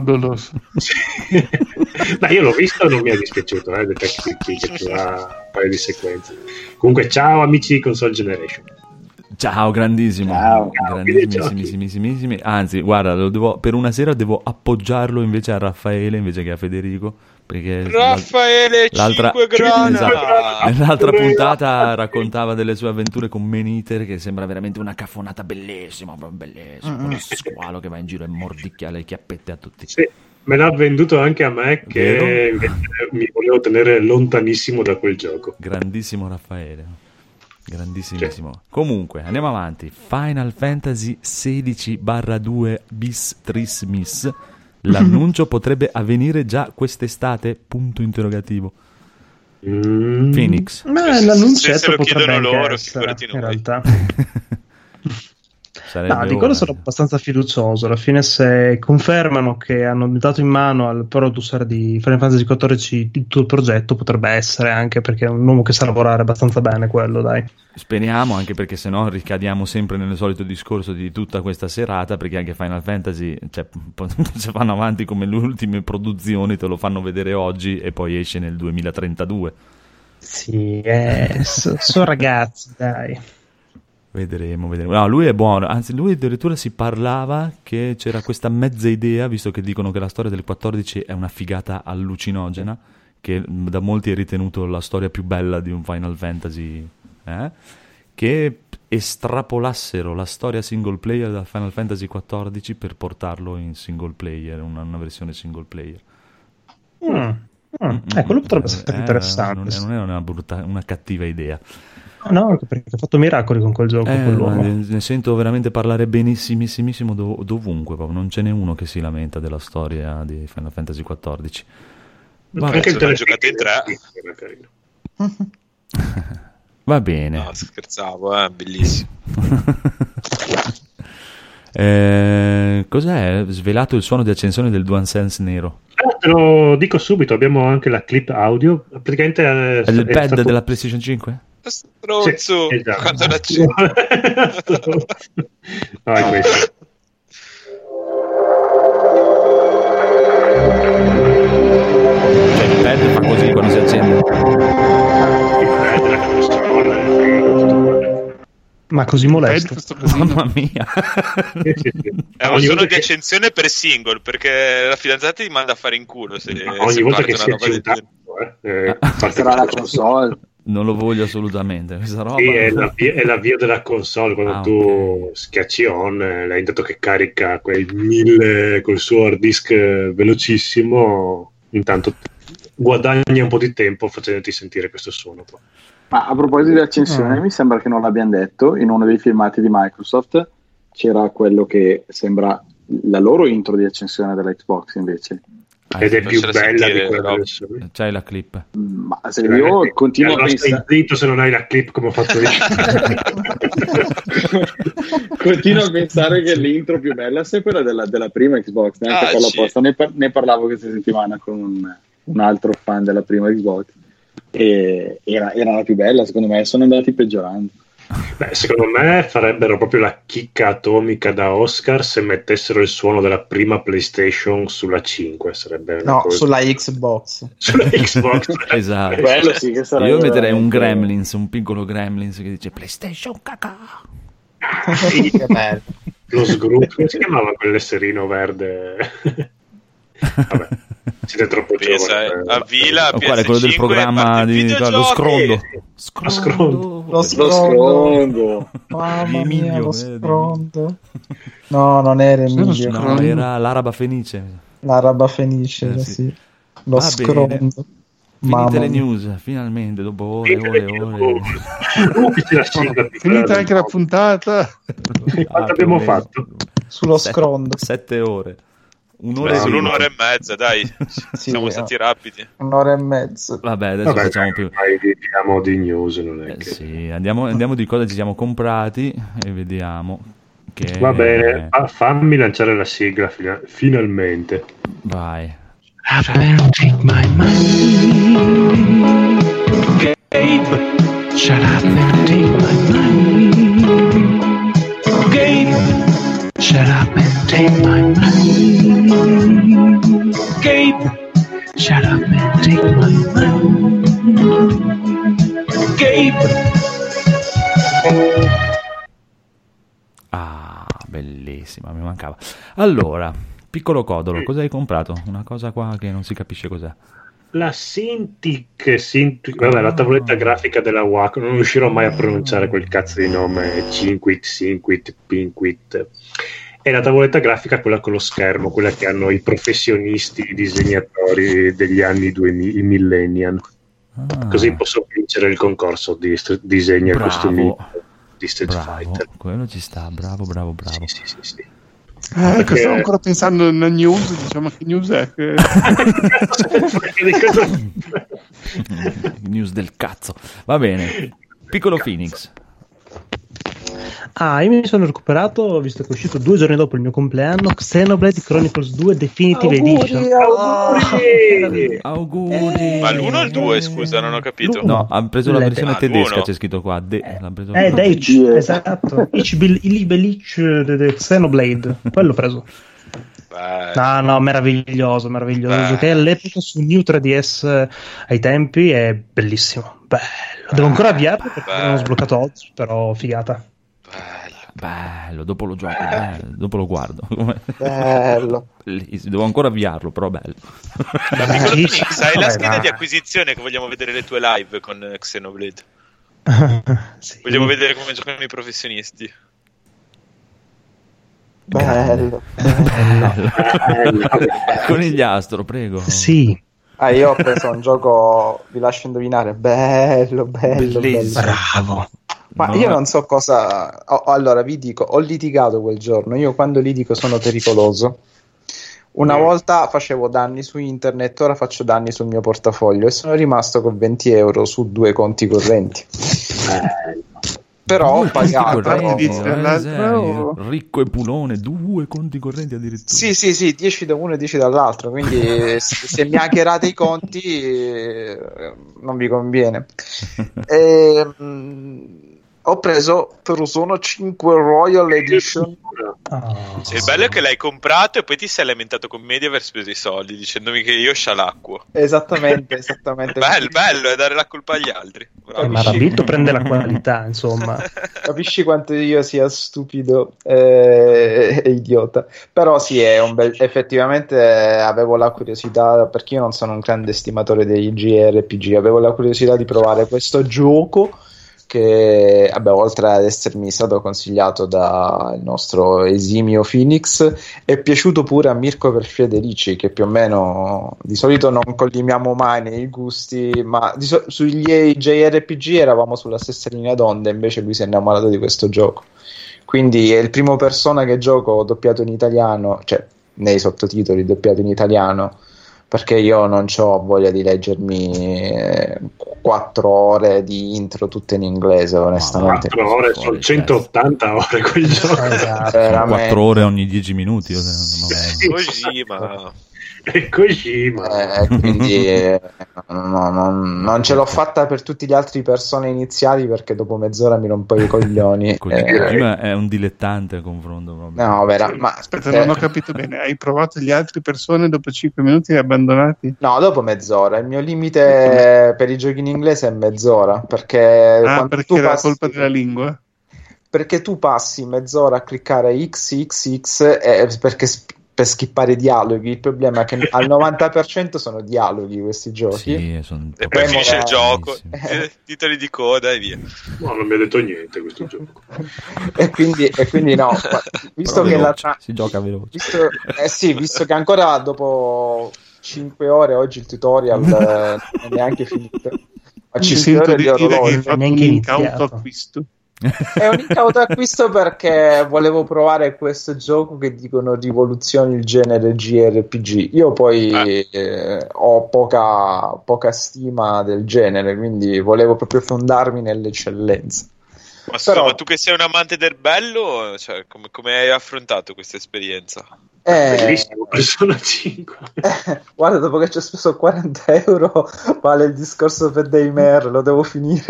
No, io l'ho visto e non mi è dispiaciuto, Detective Pikachu ha un paio di sequenze. Comunque ciao amici di Console Generation. Ciao, grandissimo. Grandissimissimi. Anzi, guarda, per una sera devo appoggiarlo invece a Raffaele invece che a Federico, perché Raffaele 5 grana. Esatto. Nell'altra puntata raccontava delle sue avventure con Meniter, che sembra veramente una cafonata bellissima, con lo squalo che va in giro e mordicchia le chiappette a tutti. Sì, me l'ha venduto anche a me, che mi volevo tenere lontanissimo da quel gioco. Grandissimo Raffaele. Grandissimissimo. Sì. Comunque andiamo avanti. Final Fantasy 16/2 bis tris miss. L'annuncio potrebbe avvenire già quest'estate? Punto interrogativo. Phoenix. L'annuncetto potrebbe anche essere, in realtà. Di quello sono abbastanza fiducioso. Alla fine, se confermano che hanno dato in mano al producer di Final Fantasy XIV tutto il progetto, potrebbe essere, anche perché è un uomo che sa lavorare abbastanza bene quello, dai. Speriamo, anche perché sennò ricadiamo sempre nel solito discorso di tutta questa serata, perché anche Final Fantasy, cioè, se vanno avanti come le ultime produzioni, te lo fanno vedere oggi e poi esce nel 2032. Sì, sono ragazzi, dai. Vedremo. No, lui è buono, anzi lui addirittura si parlava che c'era questa mezza idea, visto che dicono che la storia del 14 è una figata allucinogena, che da molti è ritenuto la storia più bella di un Final Fantasy, che estrapolassero la storia single player da Final Fantasy XIV per portarlo in single player, una versione single player. Quello potrebbe essere interessante. Non è una cattiva idea. No, perché ha fatto miracoli con quel gioco. Ne sento veramente parlare benissimissimo dovunque, proprio. Non ce n'è uno che si lamenta della storia di Final Fantasy XIV. Anche il giocato in 3. Va bene. No, scherzavo, bellissimo. Cos'è? Svelato il suono di accensione del DualSense nero. Te lo dico subito, abbiamo anche la clip audio. Praticamente è il pad della PlayStation 5? Stronzo, sì, esatto. Quando l'accendo. No, è questo. Cioè il pad fa così quando si accende. Ma così molesto. Mamma mia. È un suono di accensione per single, perché la fidanzata ti manda a fare in culo ogni volta che si accende sarà la console. Non lo voglio assolutamente questa roba. Sì, è l'avvio della console quando tu schiacci on, l'hai intanto che carica quei 1000 col suo hard disk velocissimo, intanto guadagna un po' di tempo facendoti sentire questo suono qua. Ma a proposito di accensione, mi sembra che non l'abbiamo detto, in uno dei filmati di Microsoft c'era quello che sembra la loro intro di accensione della Xbox invece. Ed è più bella di quella del Sony. C'hai la clip. Ma se io continuo a pensare, se non hai la clip come ho fatto io. continuo a pensare che l'intro più bella sia quella della prima Xbox, neanche per la posta. Ne parlavo questa settimana con un altro fan della prima Xbox e era la più bella, secondo me. Sono andati peggiorando. Beh, secondo me farebbero proprio la chicca atomica da Oscar se mettessero il suono della prima PlayStation sulla 5. Sarebbe sulla Xbox. Sulla Xbox. Esatto. Quello sì che sarebbe. Io metterei un Gremlins, un piccolo Gremlins che dice PlayStation cacà. Sì, che bello. Lo sgruppo, come si chiamava quell'esserino verde? Vabbè, siete troppo giovani. A Vila, quale quello del programma di lo scrondo. Lo scrondo. Mamma mia, lo scrondo. No, non era Emilio. No, era l'Araba Fenice. L'Araba Fenice, sì. Lo scrondo. Finite le news, finalmente, dopo ore. Finita anche la puntata. Quanto abbiamo fatto? Sullo scrondo. 7 ore. Solo un'ora e mezza, dai. Siamo stati rapidi. Un'ora e mezza. Vabbè, adesso facciamo più. Diciamo di news, non è che... Sì, andiamo di cosa ci siamo comprati e vediamo che... Va bene, fammi lanciare la sigla finalmente. Vai. Take my money. Gabe, shut up and take my money. Gabe, shut up and take my money. Gabe, shut up and take my money. Gabe. Ah, bellissima, mi mancava. Allora, piccolo Codolo, cosa hai comprato? Una cosa qua che non si capisce cos'è. La vabbè, la tavoletta grafica della Wacom, non riuscirò mai a pronunciare quel cazzo di nome, Cinquit, Pinquit. È la tavoletta grafica, quella con lo schermo, quella che hanno i professionisti, i disegnatori degli anni 2000, i millennial. Così posso vincere il concorso di disegno e costumi di Street Fighter. Quello ci sta, bravo. Sì. Ecco, stavo ancora pensando nella news, diciamo che news è? News del cazzo. Va bene. Piccolo Phoenix. Io mi sono recuperato, visto che è uscito 2 giorni dopo il mio compleanno, Xenoblade Chronicles 2 Definitive Edition. Auguri. Ma l'1 o il 2, scusa, non ho capito. No, hanno preso la versione tedesca, c'è scritto qua. Deitch, esatto. Ich liebe Xenoblade. Quello ho preso. No, meraviglioso. Giochai all'epoca su New 3DS ai tempi, è bellissimo. Bello. Devo ancora avviarlo perché l'ho sbloccato oggi, però figata. Bello, dopo lo gioco, dopo lo guardo. Bello. Devo ancora avviarlo, però bello. Sai la scheda di acquisizione che vogliamo vedere le tue live con Xenoblade. Sì. Vogliamo vedere come giocano i professionisti. Bello. Conigliastro, prego. Sì. Io ho preso un gioco, vi lascio indovinare, bello. Bravo. Ma io non so cosa... allora, vi dico, ho litigato quel giorno. Io quando litigo sono pericoloso. Una volta facevo danni su internet, ora faccio danni sul mio portafoglio e sono rimasto con 20 euro su 2 conti correnti. Però pagato ricco e pulone, 2 conti correnti addirittura. Sì, 10 da uno e 10 dall'altro, quindi se mi hackerate i conti non vi conviene. Ho preso Persona 5 Royal Edition. Il bello è che l'hai comprato e poi ti sei lamentato con me di aver speso i soldi dicendomi che io scialacquo. Esattamente. bello è dare la colpa agli altri. Ma Rabitto prende la qualità, insomma. Capisci quanto io sia stupido e idiota. Però sì, è un bel... effettivamente avevo la curiosità, perché io non sono un grande estimatore dei JRPG, avevo la curiosità di provare questo gioco che, oltre ad essermi stato consigliato dal nostro esimio Phoenix, è piaciuto pure a Mirko per Federici, che più o meno di solito non collimiamo mai nei gusti, ma sugli JRPG eravamo sulla stessa linea d'onda, invece lui si è innamorato di questo gioco. Quindi è il primo Persona che gioco doppiato in italiano, cioè nei sottotitoli doppiato in italiano, perché io non ho voglia di leggermi 4 ore di intro tutte in inglese, onestamente. 4 ore, sono 180 ore quel gioco. 4 ore ogni 10 minuti. Kojima. Quindi non ce l'ho fatta per tutti gli altri Persone iniziali, perché dopo mezz'ora mi rompo i coglioni. Kojima è un dilettante a confronto proprio. No, ma aspetta, non ho capito bene. Hai provato gli altri Persone dopo 5 minuti e hai abbandonati? No, dopo mezz'ora. Il mio limite per i giochi in inglese è mezz'ora, perché perché era colpa della lingua? Perché tu passi mezz'ora a cliccare XXX perché per skippare dialoghi. Il problema è che al 90% sono dialoghi questi giochi. E poi finisce il gioco, titoli di coda e via. No, non mi ha detto niente questo gioco. e quindi no, visto che si gioca veloce. Visto che ancora dopo 5 ore oggi il tutorial non è neanche finito. Ma ci sento di dire che hai fatto un incauto acquisto. È un incauto acquisto perché volevo provare questo gioco che dicono rivoluzioni il genere JRPG. Io poi ho poca stima del genere, quindi volevo proprio fondarmi nell'eccellenza. Ma tu che sei un amante del bello, cioè, come hai affrontato questa esperienza? Bellissimo, Persona 5. Guarda, dopo che ci ho speso 40 euro vale il discorso per Daymare, lo devo finire.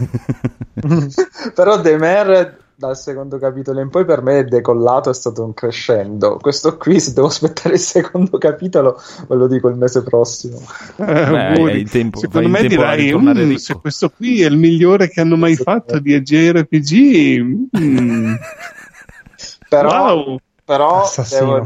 Però Daymare dal secondo capitolo in poi per me è decollato, è stato un crescendo. Questo qui, se devo aspettare il secondo capitolo, ve lo dico il mese prossimo. Il tempo, secondo me dirai se questo qui è il migliore che hanno mai fatto di JRPG. Però devo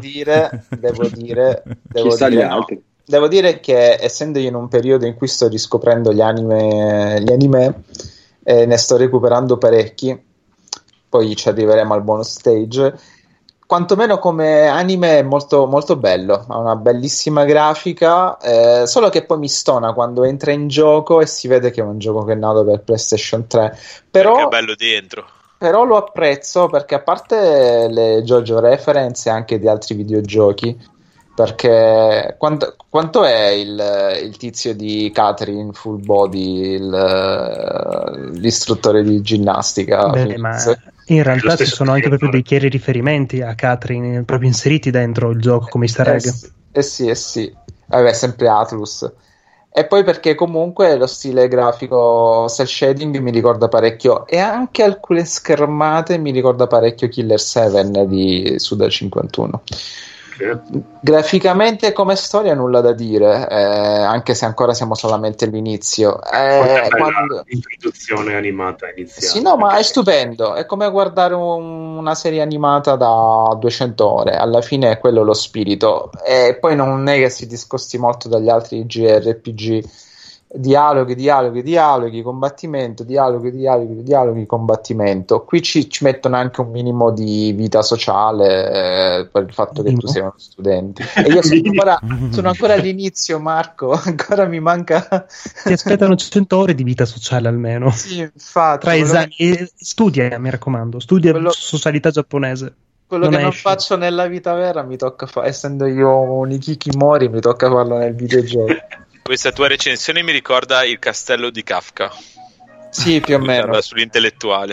dire che, essendo io in un periodo in cui sto riscoprendo gli anime ne sto recuperando parecchi, poi ci arriveremo al bonus stage, quantomeno come anime è molto, molto bello, ha una bellissima grafica, solo che poi mi stona quando entra in gioco e si vede che è un gioco che è nato per PlayStation 3, però perché è bello dentro. Però lo apprezzo perché, a parte le JoJo reference anche di altri videogiochi, perché quanto è il tizio di Catherine Full Body, l'istruttore di ginnastica? Ma in realtà ci sono anche proprio dei chiari riferimenti a Catherine proprio inseriti dentro il gioco come easter egg. Sì. Vabbè, sempre Atlus. E poi perché comunque lo stile grafico cel shading mi ricorda parecchio, e anche alcune schermate mi ricorda parecchio Killer 7 di Suda 51. Graficamente come storia nulla da dire, anche se ancora siamo solamente all'inizio. Introduzione animata iniziale. Sì, no, ma è stupendo, è come guardare una serie animata da 200 ore, alla fine è quello lo spirito, e poi non è che si discosti molto dagli altri JRPG. Dialoghi, combattimento, dialoghi, combattimento. Qui ci mettono anche un minimo di vita sociale, per il fatto che tu sei uno studente. E io sono ancora all'inizio, Marco, ancora mi manca. Ti aspettano 100 ore di vita sociale almeno. Sì, infatti. Tra esami, studia, mi raccomando, studia socialità giapponese. Quello che non faccio nella vita vera mi tocca essendo io un Ikikimori, mi tocca farlo nel videogioco. Questa tua recensione mi ricorda il castello di Kafka. Sì, più o meno. Sull'intellettuale.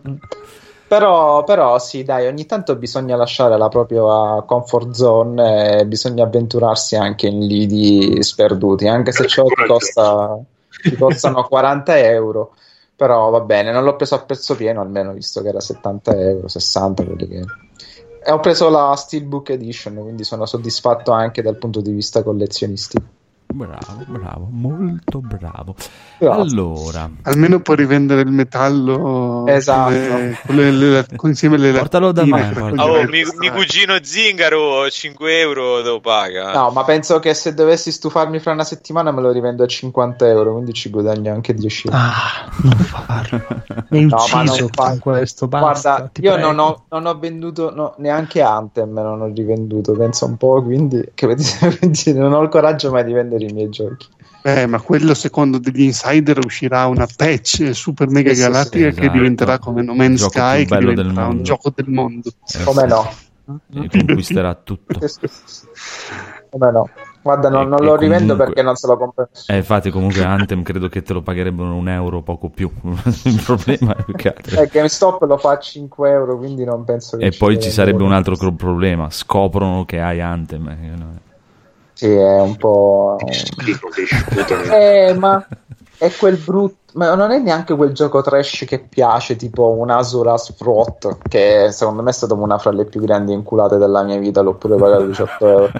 Però sì, dai, ogni tanto bisogna lasciare la propria comfort zone e bisogna avventurarsi anche in lidi sperduti, anche se ciò ti costano 40 euro. Però va bene, non l'ho preso a prezzo pieno, almeno visto che era 70 euro, 60 quelli che... E ho preso la Steelbook Edition, quindi sono soddisfatto anche dal punto di vista collezionistico. Bravo, molto bravo. Grazie. Allora, almeno puoi rivendere il metallo, esatto, insieme alle portalo da me. Mi cugino Zingaro 5 euro lo paga. No, ma penso che se dovessi stufarmi fra una settimana me lo rivendo a 50 euro, quindi ci guadagno anche 10 euro. Non farlo. Mi hai ucciso con questo. Basta, guarda, io non ho venduto neanche Anthem, non ho rivenduto, penso un po', quindi non ho il coraggio mai di vendere i miei giochi. Ma quello secondo degli insider uscirà una patch super mega galattica esatto. che diventerà come No Man's Sky, che diventerà un gioco del mondo. Come no? E conquisterà tutto. Come no? Guarda, non lo rivendo perché non se lo compro. Infatti comunque Anthem credo che te lo pagherebbero €1 poco più. Il problema è che GameStop lo fa a 5 euro, quindi non penso che... E poi ci sarebbe un altro problema, scoprono che hai Anthem. Sì, è un po'... ma è quel brutto... Ma non è neanche quel gioco trash che piace, tipo un Asuras Fraught, che secondo me è stata una fra le più grandi inculate della mia vita, l'ho pure pagato 18 euro.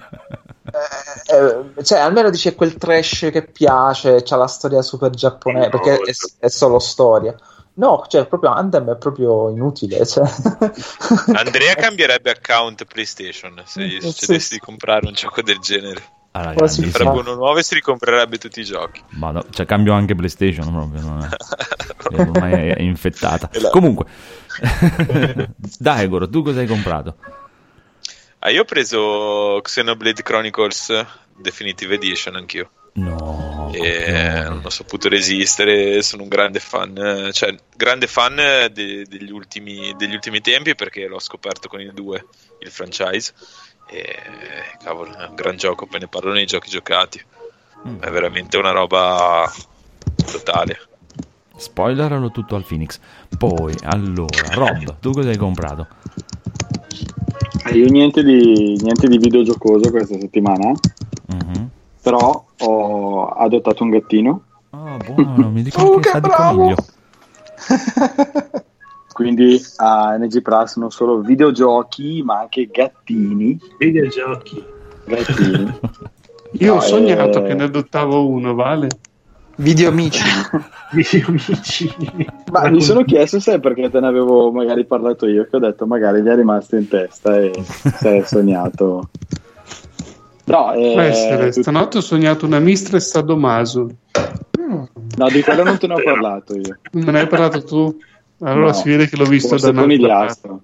Cioè, almeno dice quel trash che piace, c'ha la storia super giapponese, perché è solo storia. No, cioè proprio Anthem è proprio inutile, cioè. Andrea cambierebbe account PlayStation se gli succedesse di comprare un gioco del genere. Farebbe uno nuovo e si ricomprerebbe tutti i giochi. Ma no, cioè cambio anche PlayStation proprio, non è ormai è infettata. Comunque Daigoro, tu cosa hai comprato? Io ho preso Xenoblade Chronicles Definitive Edition anch'io. No, non ho saputo resistere, sono un grande fan, degli ultimi tempi, perché l'ho scoperto con il 2, il franchise, e cavolo, è un gran gioco, poi ne parlo nei giochi giocati, è veramente una roba totale. Spoileralo tutto al Phoenix. Poi, allora, Rob, tu cosa hai comprato? Io niente di videogiocoso questa settimana. Però ho adottato un gattino. Buono, mi dicono che sa di coniglio. Quindi a NG Plus non solo videogiochi, ma anche gattini. Gattini. Io ho sognato che ne adottavo uno, Vale. Videomici. Ma mi sono chiesto se è perché te ne avevo magari parlato io, che ho detto magari gli è rimasto in testa e sei sognato. No, stanotte ho sognato una mistress sadomaso. No, di quello non te ne ho parlato io. Me ne hai parlato tu? Allora no, si vede che l'ho visto da conigliastro.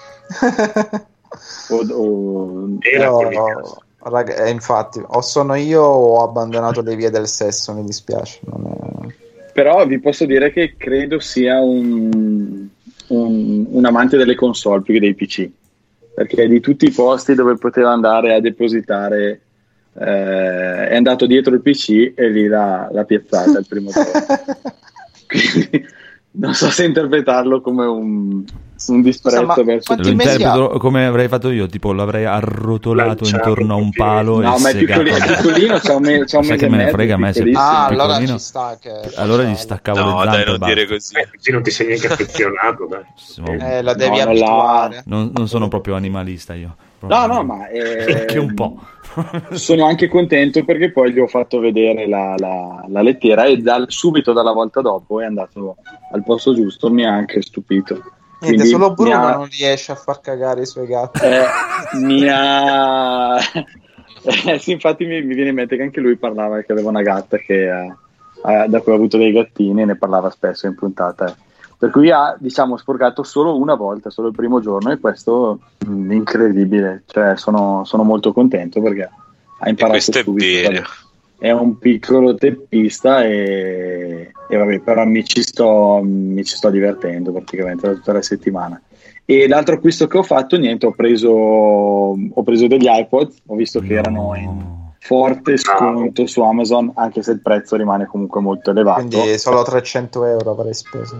Infatti, o sono io o ho abbandonato le vie del sesso, mi dispiace. Però vi posso dire che credo sia un amante delle console più che dei PC, perché di tutti i posti dove poteva andare a depositare è andato dietro il PC e lì l'ha piazzata il primo giorno. Quindi non so se interpretarlo come un disprezzo verso lo interpreto come avrei fatto io, tipo l'avrei arrotolato intorno a un palo. No, ma è piccolino, c'ha un mese che me ne frega a me se allora ci sta allora gli staccavo le zampe. Dai, non dire così. Non ti sei neanche affezionato, dai. La devi abituare. Non sono proprio animalista io. No, ma che un po'. Sono anche contento perché poi gli ho fatto vedere la lettiera e subito dalla volta dopo è andato al posto giusto, mi ha anche stupito. Niente, solo Bruno non riesce a far cagare i suoi gatti. Sì, infatti mi viene in mente che anche lui parlava che aveva una gatta da cui ha avuto dei gattini e ne parlava spesso in puntata. Per cui ha, diciamo, sporcato solo una volta, solo il primo giorno, e questo incredibile. Cioè, sono molto contento perché ha imparato subito. È un piccolo teppista e vabbè, però mi ci sto divertendo praticamente tutta la settimana. E l'altro acquisto che ho fatto, niente, ho preso degli iPod, ho visto che erano forte sconto su Amazon, anche se il prezzo rimane comunque molto elevato. Quindi solo 300 euro avrei speso.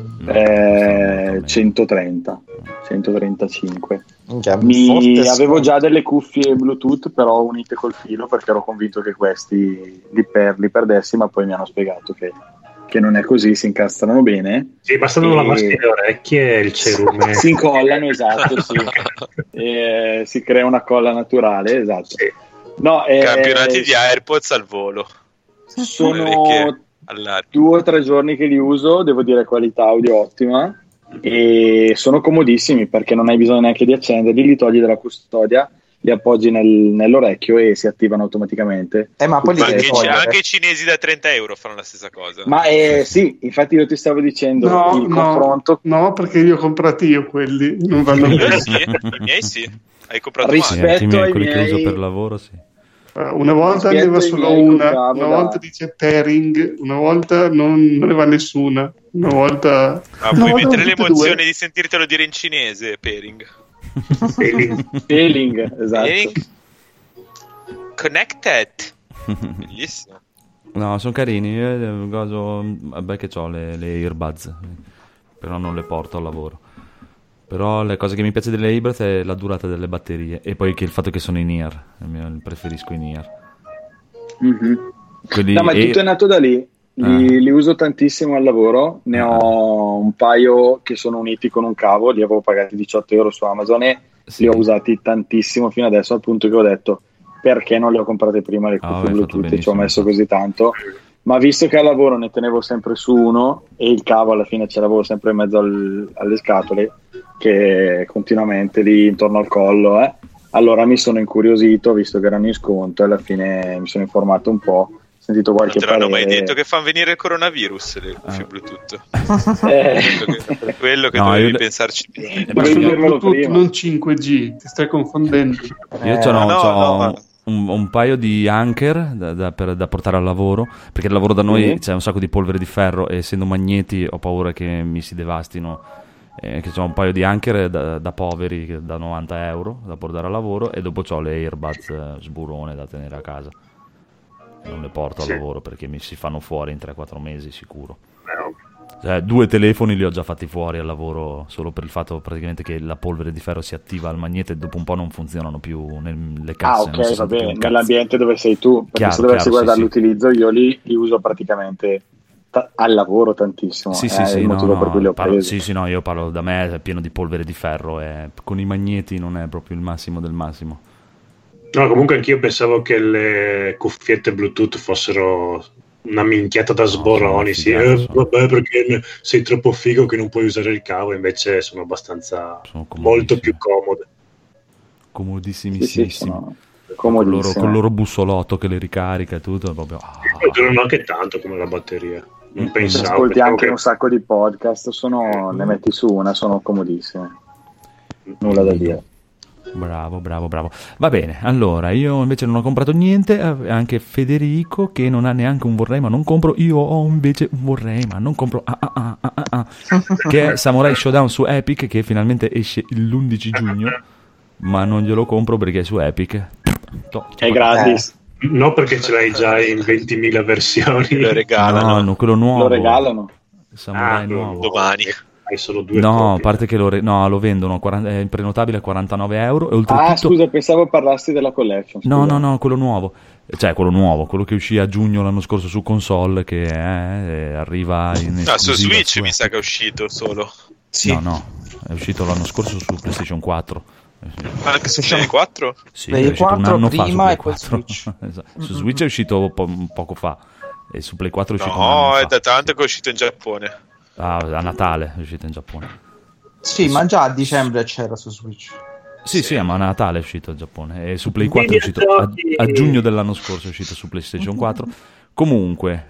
135. Avevo già delle cuffie Bluetooth, però unite col filo, perché ero convinto che questi li perdessi, ma poi mi hanno spiegato che non è così, si incastrano bene. Sì, bastano lavarsi le orecchie e il cerume. Si incollano, esatto, sì. Si crea una colla naturale, esatto. Sì. No, campionati di AirPods al volo. Sono 2 o 3 giorni che li uso, devo dire qualità audio ottima, e sono comodissimi perché non hai bisogno neanche di accenderli, li togli dalla custodia, li appoggi nell'orecchio e si attivano automaticamente. Ma poi anche i cinesi da 30 euro fanno la stessa cosa. Ma sì, infatti io ti stavo dicendo confronto. No, perché li ho comprati io quelli, non vanno bene. I miei sì. Hai comprato rispetto ai quelli miei... che uso per lavoro, sì. Una volta ne va solo una volta dice pairing, una volta non ne va nessuna, una volta... puoi mettere l'emozione di sentirtelo dire in cinese, pairing. Pairing, esatto. Pairing. Connected. Bellissimo. No, sono carini, vabbè che ho le earbuds, però non le porto al lavoro. Però le cose che mi piace delle earbuds è la durata delle batterie e poi il fatto che sono in ear, preferisco in ear. No, ma tutto è nato da lì. Li uso tantissimo al lavoro, ne ho un paio che sono uniti con un cavo, li avevo pagati 18 euro su Amazon e li ho usati tantissimo fino adesso, al punto che ho detto perché non le ho comprate prima le cuffie Bluetooth e ci ho messo così tanto. Ma visto che al lavoro ne tenevo sempre su uno e il cavo alla fine ce l'avevo sempre in mezzo alle scatole, che continuamente lì intorno al collo, allora mi sono incuriosito, visto che erano in sconto, e alla fine mi sono informato un po', ho sentito qualche parere. Non te l'hanno mai detto che fanno venire il coronavirus le cuffie Bluetooth? quello che dovevi pensarci bene. Ma sono Bluetooth, non 5G, ti stai confondendo. Io c'ho un paio di anker da portare al lavoro, perché al lavoro da noi c'è un sacco di polvere di ferro e essendo magneti ho paura che mi si devastino, che c'ho un paio di anker da poveri da 90 euro da portare al lavoro, e dopo c'ho le earbuds sburone da tenere a casa, non le porto al lavoro perché mi si fanno fuori in 3-4 mesi sicuro. 2 telefoni li ho già fatti fuori al lavoro solo per il fatto praticamente che la polvere di ferro si attiva al magnete e dopo un po' non funzionano più nelle casse. Ok, va bene, nell'ambiente dove sei tu, perché se dovessi guardare l'utilizzo io li uso praticamente al lavoro tantissimo. Il motivo per cui li ho presi. Io parlo da me, è pieno di polvere di ferro e con i magneti non è proprio il massimo del massimo. No, comunque anch'io pensavo che le cuffiette Bluetooth fossero una minchiata da sboroni, vabbè, perché sei troppo figo che non puoi usare il cavo, invece sono abbastanza molto più comode. Comodissimissimi. Con il loro bussolotto che le ricarica e tutto, proprio. Durano anche tanto come la batteria. Non pensavo. Ascolti anche un sacco di podcast, ne metti su una, sono comodissime. Nulla da dire. Bravo. Va bene, allora io invece non ho comprato niente, anche Federico che non ha neanche un vorrei ma non compro, io ho invece un vorrei ma non compro, che è Samurai Showdown su Epic, che finalmente esce l'11 giugno, ma non glielo compro perché è su Epic. È gratis. No, perché ce l'hai già in 20.000 versioni. Lo regalano. No, quello nuovo. Lo regalano. Samurai nuovo. Domani. Hai solo 2 no, a parte che lo vendono, è prenotabile a 49 euro. E oltretutto... scusa, pensavo parlassi della collection. Scusa. No, quello nuovo. Cioè, quello che uscì a giugno l'anno scorso su console, che arriva in su Switch mi sa che è uscito solo. Sì. No, è uscito l'anno scorso su PlayStation 4. Anche su Play 4? Sì, è uscito un anno prima fa su Play 4. Esatto. Su Switch è uscito poco fa e su Play 4 è uscito un anno fa. No, è da tanto che è uscito in Giappone. A Natale è uscito in Giappone. Sì, ma già a dicembre c'era su Switch. Sì, ma a Natale è uscito in Giappone e su Play 4 è uscito a giugno dell'anno scorso, è uscito su PlayStation 4. Comunque,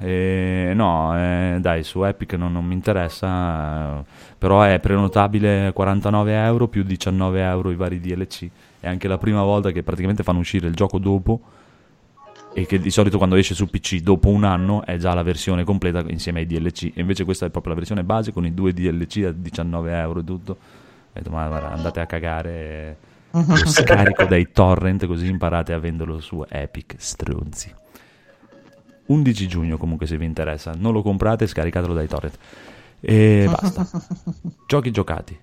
dai, su Epic non mi interessa, però è prenotabile 49 euro più 19 euro i vari DLC. È anche la prima volta che praticamente fanno uscire il gioco dopo, e che di solito quando esce su PC dopo un anno è già la versione completa insieme ai DLC, e invece questa è proprio la versione base con i 2 DLC a 19 euro e tutto. Ho detto, ma andate a cagare. Lo scarico dai torrent, così imparate a venderlo su Epic, stronzi. 11 giugno comunque, se vi interessa, non lo comprate, scaricatelo dai torrent e basta. Giochi giocati.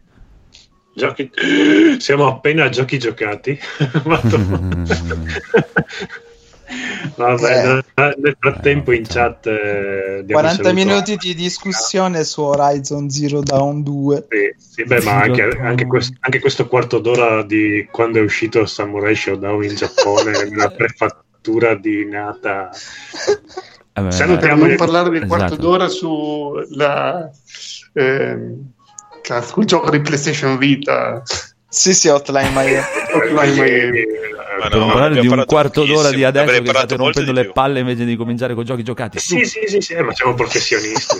Siamo appena a giochi giocati. Vabbè, nel frattempo in chat 40 minuti di discussione su Horizon Zero Dawn 2. Sì, beh, ma anche questo quarto d'ora di quando è uscito Samurai Shodown in Giappone, una prefattura di nata. Per non parlare del quarto d'ora su quel gioco di PlayStation Vita. Sì, Hotline Miami. Per non parlare di un quarto d'ora di adesso che state rompendo le palle invece di cominciare con giochi giocati. Sì, ma siamo professionisti.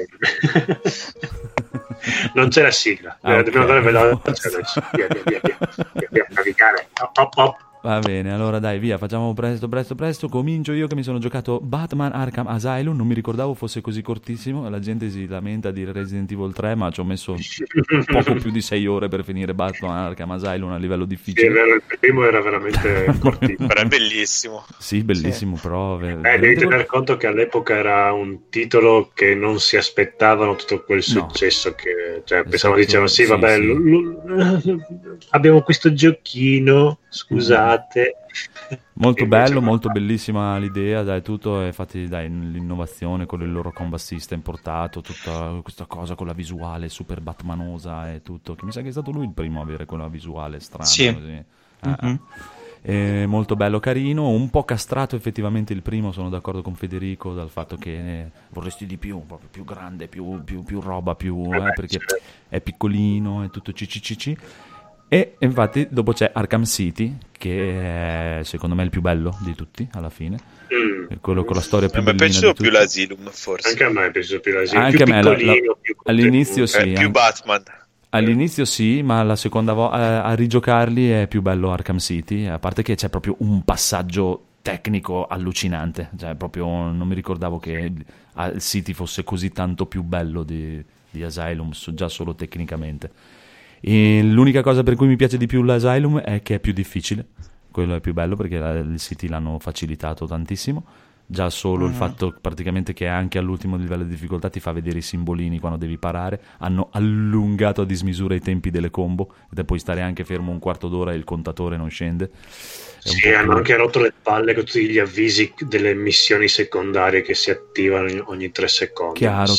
Non c'è la sigla. Dobbiamo andare veloce adesso. Via, navigare. Hop. Va bene, allora dai, via, facciamo presto. Comincio io che mi sono giocato Batman Arkham Asylum, non mi ricordavo fosse così cortissimo, la gente si lamenta di Resident Evil 3, ma ci ho messo poco più di 6 ore per finire Batman Arkham Asylum a livello difficile. Sì, il primo era veramente cortissimo. Però è bellissimo. Sì, bellissimo, sì. Però... devi tener conto che all'epoca era un titolo che non si aspettavano tutto quel successo che... Cioè, pensavano, dicevano, sì, vabbè, abbiamo questo giochino, scusate. Molto bello, molto bellissima l'idea, dai, tutto, infatti dai, l'innovazione con il loro combat system portato, tutta questa cosa con la visuale super batmanosa e tutto, che mi sa che è stato lui il primo a avere quella visuale strana. Sì. Così. Molto bello, carino, un po' castrato effettivamente il primo, sono d'accordo con Federico dal fatto che vorresti di più, proprio più grande, più roba, perché è piccolino, è tutto ciccici. E infatti dopo c'è Arkham City, che è, secondo me, il più bello di tutti alla fine, è quello con la storia più bellina. Ma penso più l'Asylum, forse. Anche a me penso più l'Asylum. Anche più a me all'inizio sì, più Batman. All'inizio sì, ma la seconda volta a rigiocarli è più bello Arkham City, a parte che c'è proprio un passaggio tecnico allucinante, cioè proprio non mi ricordavo che il City fosse così tanto più bello di Asylum, già solo tecnicamente. E l'unica cosa per cui mi piace di più l'Asylum è che è più difficile, quello è più bello perché il City l'hanno facilitato tantissimo, già solo il fatto praticamente che anche all'ultimo livello di difficoltà ti fa vedere i simbolini quando devi parare, hanno allungato a dismisura i tempi delle combo e puoi stare anche fermo un quarto d'ora e il contatore non scende. Sì, hanno anche rotto le palle con tutti gli avvisi delle missioni secondarie che si attivano ogni 3 secondi. Chiaro,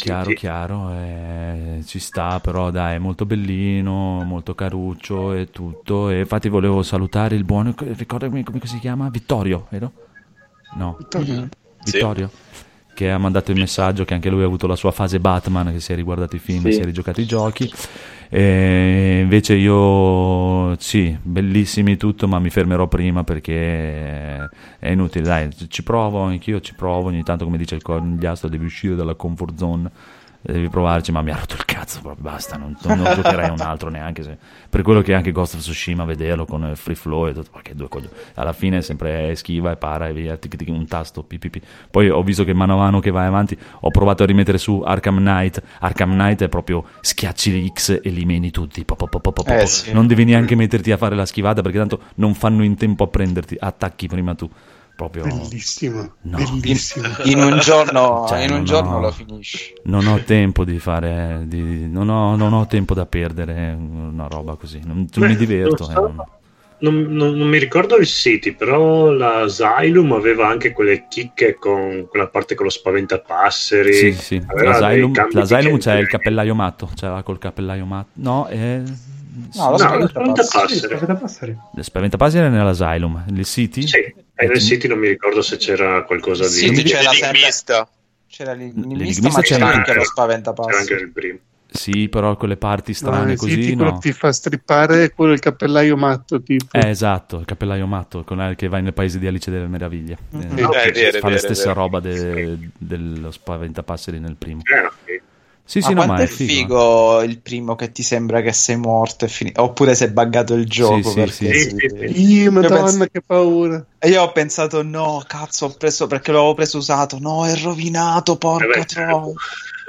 ci sta, però dai, è molto bellino, molto caruccio e tutto. E infatti volevo salutare il buono, ricordami come si chiama? Vittorio, vero? No, Vittorio, che ha mandato il messaggio che anche lui ha avuto la sua fase Batman, che si è riguardato i film, si è rigiocato i giochi. E invece io bellissimi tutto, ma mi fermerò prima perché è inutile, dai, anch'io ci provo ogni tanto, come dice il conigliastro, devi uscire dalla comfort zone, devi provarci, ma mi ha rotto il cazzo proprio, basta, non giocherei un altro neanche se, per quello che anche Ghost of Tsushima, vederlo con free flow e tutto, che due coglioni, alla fine sempre schiva e para e via, un tasto ppp. Poi ho visto che mano a mano che vai avanti ho provato a rimettere su Arkham Knight è proprio schiacci le X e li meni tutti, sì. Non devi neanche metterti a fare la schivata perché tanto non fanno in tempo a prenderti, attacchi prima tu. Proprio... Bellissimo. In un giorno lo finisci. Non ho tempo di fare non ho tempo da perdere una roba così, non mi diverto. Non mi ricordo il City, però l'Asylum aveva anche quelle chicche con quella parte con lo spaventapasseri. Sì. L'Asylum c'è il cappellaio matto, c'era col cappellaio matto. No, lo spaventapasseri. Lo spaventapasseri è nell'Asylum. Il City? Sì. E nel City non mi ricordo se c'era qualcosa di... Sì, c'era l'enigmista, ma c'era anche lo spaventapasseri. C'era anche il primo. Sì, però quelle parti strane così, quello ti fa strippare, quello il cappellaio matto, tipo. Esatto, il cappellaio matto, che vai nel paese di Alice delle Meraviglie. Fa la stessa roba dello spaventapasseri nel primo. Sì, quanto è figo il primo che ti sembra che sei morto e finito, oppure sei buggato il gioco. Madonna, che paura. E io ho pensato, no, cazzo, ho preso perché l'avevo preso usato, no, è rovinato, porca troia.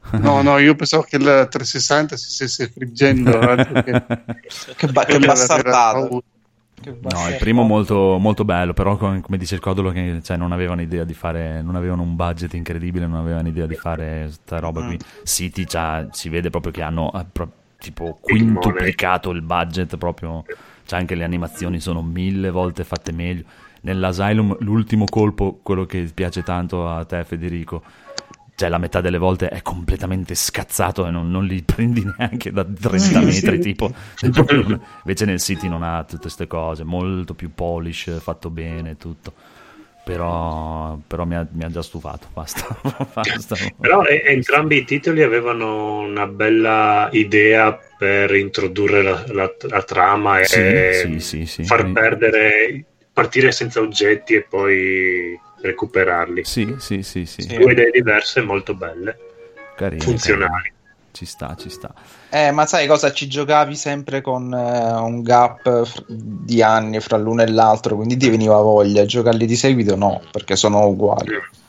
No, io pensavo che il 360 si stesse friggendo. Che bastardata. No, il primo molto, molto bello, però come dice il Codolo, che cioè, non avevano idea di fare, non avevano un budget incredibile, non avevano idea di fare sta roba qui. City si vede proprio che hanno tipo quintuplicato il budget, proprio, cioè anche le animazioni sono 1000 volte fatte meglio. Nell'Asylum l'ultimo colpo, quello che piace tanto a te Federico, cioè la metà delle volte è completamente scazzato e non li prendi neanche da 30 metri tipo. Invece nel City non ha tutte queste cose, molto più polish, fatto bene tutto, però mi ha già stufato, basta. Però entrambi i titoli avevano una bella idea per introdurre la trama e far partire senza oggetti e poi recuperarli. Sì. Due idee diverse, molto belle, carine, funzionali. Ci sta. Ma sai cosa? Ci giocavi sempre con un gap di anni fra l'uno e l'altro, quindi ti veniva voglia. Giocarli di seguito no, perché sono uguali.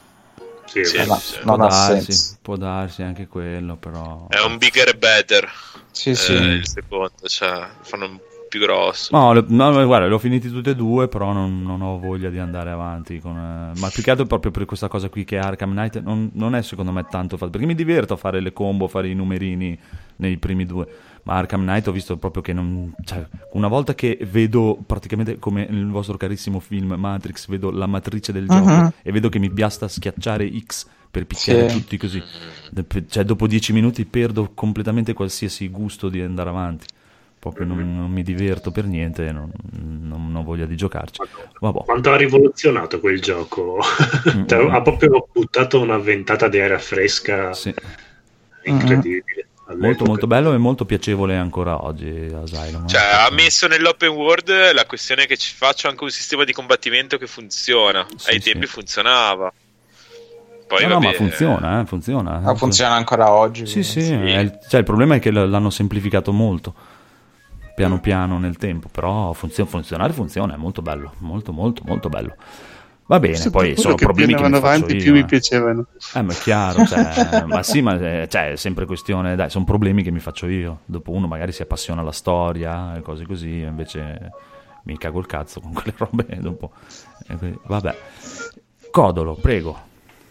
Non ha senso. Può darsi anche quello, però è un bigger e better. Sì. Il secondo, cioè fanno più grosso. No, guarda, li ho finiti tutti e due, però non ho voglia di andare avanti ma più che altro proprio per questa cosa qui che Arkham Knight non è secondo me tanto fatto, perché mi diverto a fare le combo, a fare i numerini nei primi due, ma Arkham Knight ho visto proprio che cioè, una volta che vedo praticamente come nel vostro carissimo film Matrix, vedo la matrice del gioco e vedo che mi basta schiacciare X per picchiare tutti così, cioè dopo 10 minuti perdo completamente qualsiasi gusto di andare avanti. Proprio non mi diverto per niente, non ho voglia di giocarci. Vabbè. Quanto ha rivoluzionato quel gioco? Cioè, ha proprio buttato una ventata di aria fresca, incredibile. Molto molto bello e molto piacevole ancora oggi Asylum. Cioè, ha messo nell'open world la questione che ci faccio anche un sistema di combattimento che funziona. Ai tempi funzionava. Poi ma funziona. Funziona ancora oggi. Sì. Cioè, il problema è che l'hanno semplificato molto. Piano piano nel tempo, però funzionare funziona, è molto bello, molto molto molto bello. Va bene, poi sono problemi che mi faccio io. Più mi piacevano. Ma è chiaro, cioè, è sempre questione, dai, sono problemi che mi faccio io. Dopo uno magari si appassiona alla storia e cose così, invece mi cago il cazzo con quelle robe dopo. Vabbè. Codolo, prego.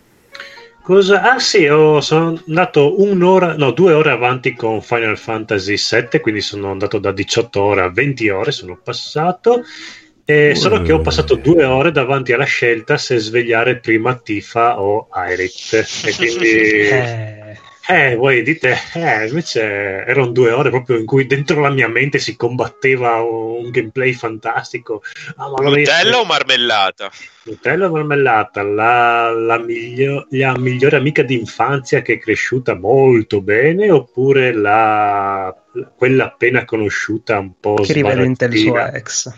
Cosa? Sono andato 2 ore avanti con Final Fantasy VII, quindi sono andato da 18 ore a 20 ore, sono passato, solo che ho passato 2 ore davanti alla scelta se svegliare prima Tifa o Aerith, e quindi... voi dite, invece erano 2 ore proprio in cui dentro la mia mente si combatteva un gameplay fantastico. Nutella o marmellata? Nutella o marmellata, la migliore amica d'infanzia che è cresciuta molto bene, oppure quella appena conosciuta un po' che rivedente il suo ex.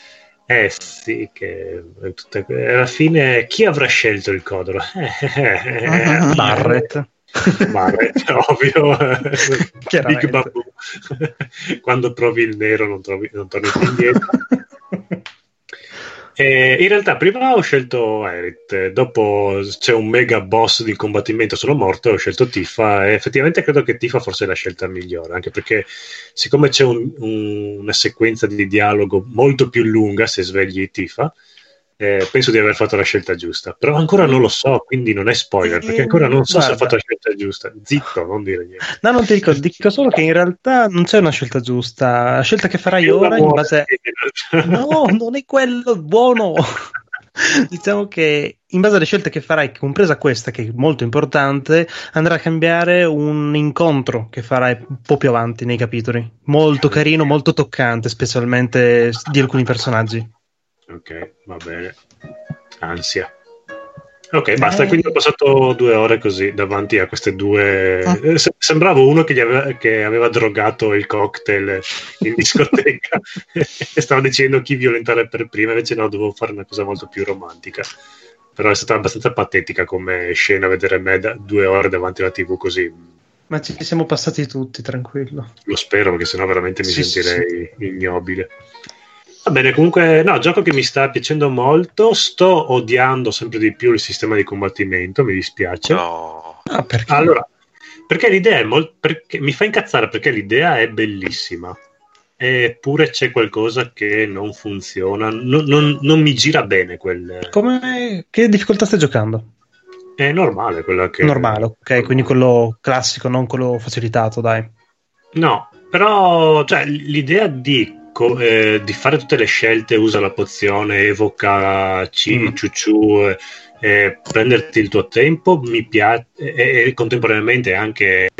Sì, che alla fine chi avrà scelto il Codolo? Barrett, ovvio. Big Babu. Quando trovi il nero non torni più indietro. In realtà prima ho scelto Aerith, dopo c'è un mega boss di combattimento, sono morto e ho scelto Tifa, e effettivamente credo che Tifa forse è la scelta migliore, anche perché siccome c'è una sequenza di dialogo molto più lunga se svegli Tifa, penso di aver fatto la scelta giusta, però ancora non lo so, quindi non è spoiler, perché ancora non so se ho fatto la scelta giusta. Zitto, non dire niente. No, non ti dico solo che in realtà non c'è una scelta giusta, la scelta che farai ora in base... No, non è quello buono. Diciamo che in base alle scelte che farai, compresa questa che è molto importante, andrà a cambiare un incontro che farai un po' più avanti nei capitoli, molto carino, molto toccante, specialmente di alcuni personaggi. Ok, va bene. Ansia. Ok, basta. Quindi ho passato 2 ore così davanti a queste due. Sembravo uno che aveva drogato il cocktail in discoteca e stava decidendo chi violentare per prima. Invece no, dovevo fare una cosa molto più romantica. Però è stata abbastanza patetica come scena vedere me 2 ore davanti alla TV così. Ma ci siamo passati tutti, tranquillo. Lo spero, perché sennò veramente mi sentirei ignobile. Va bene, comunque, no, gioco che mi sta piacendo molto. Sto odiando sempre di più il sistema di combattimento, mi dispiace. No. Perché? Allora, perché l'idea perché mi fa incazzare, perché l'idea è bellissima, eppure c'è qualcosa che non funziona, non mi gira bene Che difficoltà stai giocando? È normale quella che... Normale, ok, quindi quello classico, non quello facilitato, dai. No, però cioè, l'idea di fare tutte le scelte, usa la pozione, evoca ciuciù, prenderti il tuo tempo, mi piace, e contemporaneamente anche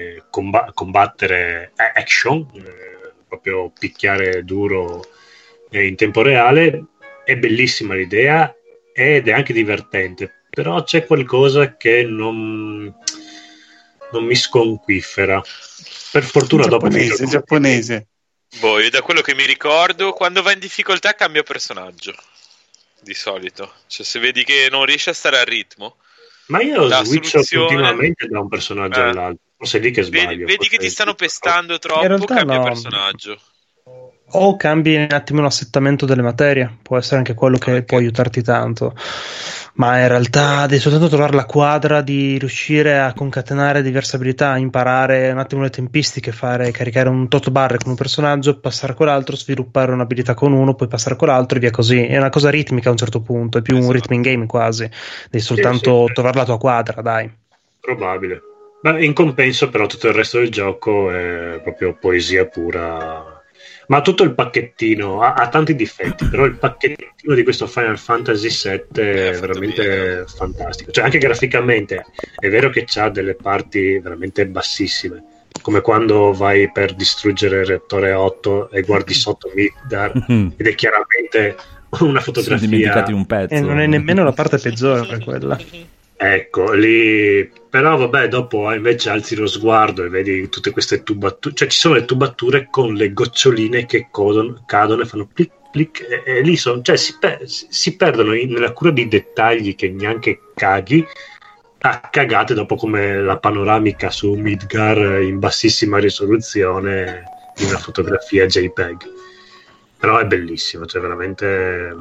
combattere action, proprio picchiare duro in tempo reale. È bellissima l'idea ed è anche divertente, però c'è qualcosa che non mi sconquiffera. Per fortuna giapponese. Boh, io da quello che mi ricordo, quando va in difficoltà cambia personaggio, di solito. Cioè, se vedi che non riesci a stare al ritmo. Ma io switcho continuamente da un personaggio all'altro. Forse è lì che sbaglio. Vedi che ti stanno pestando troppo, cambia personaggio. O cambi un attimo l'assettamento delle materie, può essere anche quello che può aiutarti tanto, ma in realtà devi soltanto trovare la quadra di riuscire a concatenare diverse abilità, imparare un attimo le tempistiche, caricare un tot barre con un personaggio, passare con l'altro, sviluppare un'abilità con uno, poi passare con l'altro e via così. È una cosa ritmica a un certo punto, è più un rhythm game quasi, devi soltanto trovare la tua quadra, dai. Probabile. Ma in compenso però tutto il resto del gioco è proprio poesia pura. Ma tutto il pacchettino ha tanti difetti, però il pacchettino di questo Final Fantasy VII è veramente fantastico. Cioè, anche graficamente è vero che c'ha delle parti veramente bassissime, come quando vai per distruggere il reattore 8 e guardi sotto Midgar ed è chiaramente una fotografia. Sono dimenticati un pezzo. E non è nemmeno la parte peggiore per quella. Ecco, lì però vabbè, dopo invece alzi lo sguardo e vedi tutte queste tubature, cioè ci sono le tubature con le goccioline che cadono e fanno plic plic e lì cioè si perdono nella cura di dettagli che neanche caghi a cagate, dopo come la panoramica su Midgar in bassissima risoluzione di una fotografia JPEG. Però è bellissimo, cioè veramente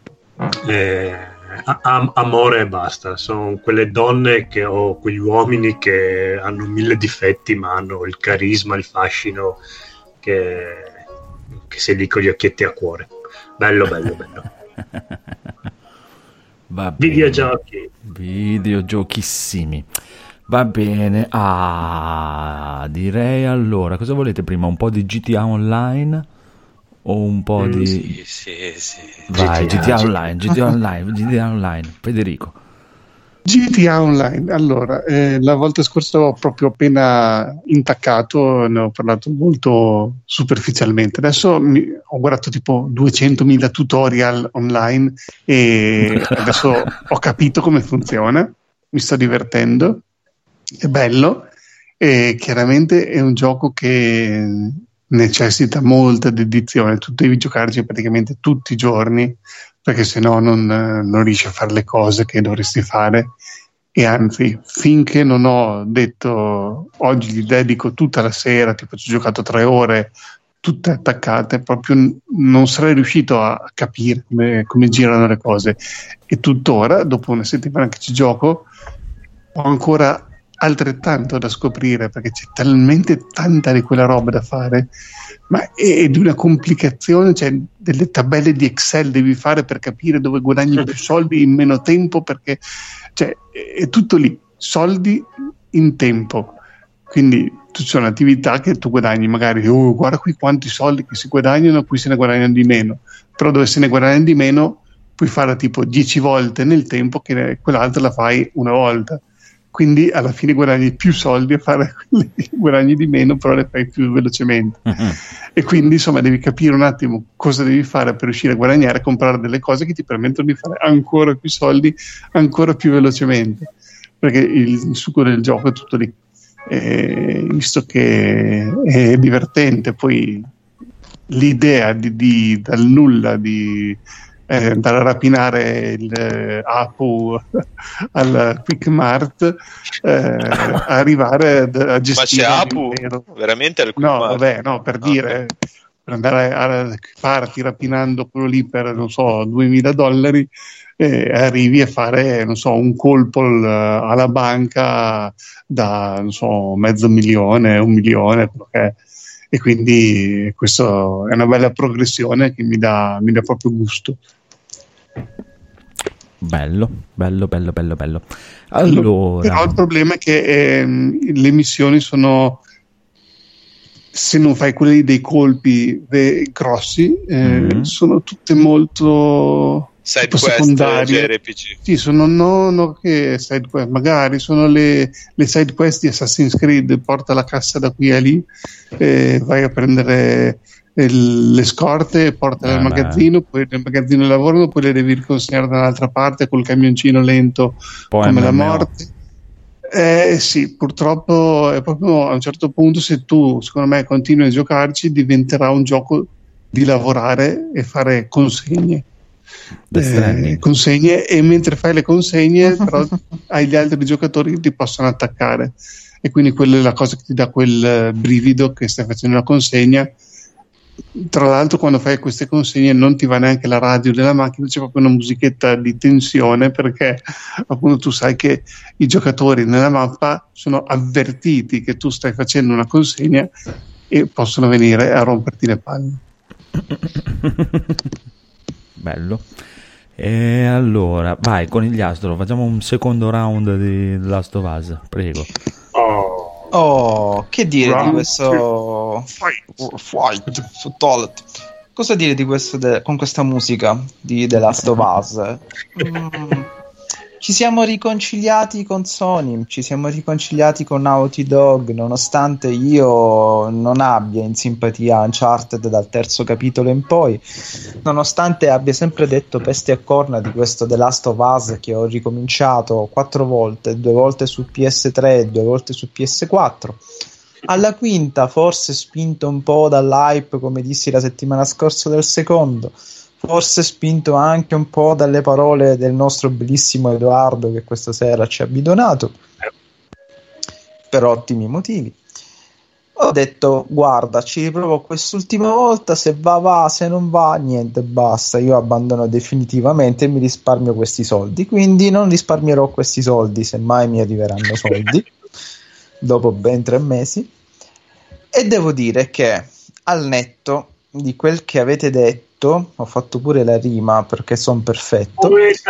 amore e basta. Sono quelle donne o quegli uomini che hanno 1000 difetti ma hanno il carisma, il fascino che sei lì con gli occhietti a cuore. Bello. Va bene. Videogiochissimi. Va bene. Direi allora, cosa volete prima? Un po' di GTA Online o un po' di... Sì. Vai, GTA Online. Federico. GTA Online, allora, la volta scorsa ho proprio appena intaccato, ne ho parlato molto superficialmente. Adesso ho guardato tipo 200.000 tutorial online e adesso ho capito come funziona, mi sto divertendo, è bello e chiaramente è un gioco che necessita molta dedizione, tu devi giocarci praticamente tutti i giorni perché sennò non riesci a fare le cose che dovresti fare, e anzi finché non ho detto oggi gli dedico tutta la sera, tipo ci ho giocato 3 ore tutte attaccate, proprio non sarei riuscito a capire come girano le cose, e tuttora dopo una settimana che ci gioco ho ancora altrettanto da scoprire perché c'è talmente tanta di quella roba da fare, ma è di una complicazione, cioè delle tabelle di Excel devi fare per capire dove guadagni più soldi in meno tempo, perché cioè, è tutto lì, soldi in tempo, quindi ci sono attività che tu guadagni magari, guarda qui quanti soldi che si guadagnano, qui se ne guadagnano di meno, però dove se ne guadagnano di meno puoi fare tipo 10 volte nel tempo che quell'altra la fai una volta. Quindi alla fine guadagni più soldi a fare quelle che guadagni di meno, però le fai più velocemente. E quindi insomma devi capire un attimo cosa devi fare per riuscire a guadagnare e comprare delle cose che ti permettono di fare ancora più soldi ancora più velocemente, perché il succo del gioco è tutto lì, visto che è divertente. Poi l'idea di dal nulla di andare a rapinare il Apu al Quick Mart, arrivare a gestire. Ma c'è Apu? Veramente al Quick Mart? Vabbè, no, per dire, per andare a parti rapinando quello lì per, non so, $2.000, arrivi a fare, non so, un colpo alla banca da, non so, $500,000, $1 milione, quello che è. E quindi questo è una bella progressione che mi dà proprio gusto. Bello. Allora, però il problema è che le missioni sono, se non fai quelli dei colpi grossi, sono tutte molto side quest secondarie. JRPG. Sì, sono no che side quest, magari sono le side quest di Assassin's Creed. Porta la cassa da qui a lì, vai a prendere le scorte, portale al magazzino, poi nel magazzino lavorano, poi le devi riconsegnare dall'altra parte col camioncino lento, poi come la morte. Sì, purtroppo è proprio a un certo punto, se tu secondo me continui a giocarci, diventerà un gioco di lavorare e fare consegne. Consegne, e mentre fai le consegne però hai gli altri giocatori che ti possono attaccare, e quindi quella è la cosa che ti dà quel brivido che stai facendo una consegna. Tra l'altro quando fai queste consegne non ti va neanche la radio della macchina, c'è proprio una musichetta di tensione, perché appunto tu sai che i giocatori nella mappa sono avvertiti che tu stai facendo una consegna e possono venire a romperti le palle. Bello. E allora vai Conigliastro, facciamo un secondo round di Last of Us, prego. Che dire di questo fight fatality? Cosa dire di questo con questa musica di The Last of Us? Ci siamo riconciliati con Sony, ci siamo riconciliati con Naughty Dog, nonostante io non abbia in simpatia Uncharted dal terzo capitolo in poi, nonostante abbia sempre detto peste e corna di questo The Last of Us, che ho ricominciato 4 volte, 2 volte su PS3 e 2 volte su PS4. Alla quinta, forse spinto un po' dall'hype, come dissi la settimana scorsa del secondo, forse spinto anche un po' dalle parole del nostro bellissimo Edoardo, che questa sera ci ha bidonato per ottimi motivi, ho detto guarda, ci riprovo quest'ultima volta, se va, se non va niente, basta, io abbandono definitivamente e mi risparmio questi soldi. Quindi non risparmierò questi soldi, semmai mi arriveranno soldi dopo ben 3 mesi. E devo dire che al netto di quel che avete detto, ho fatto pure la rima perché sono perfetto,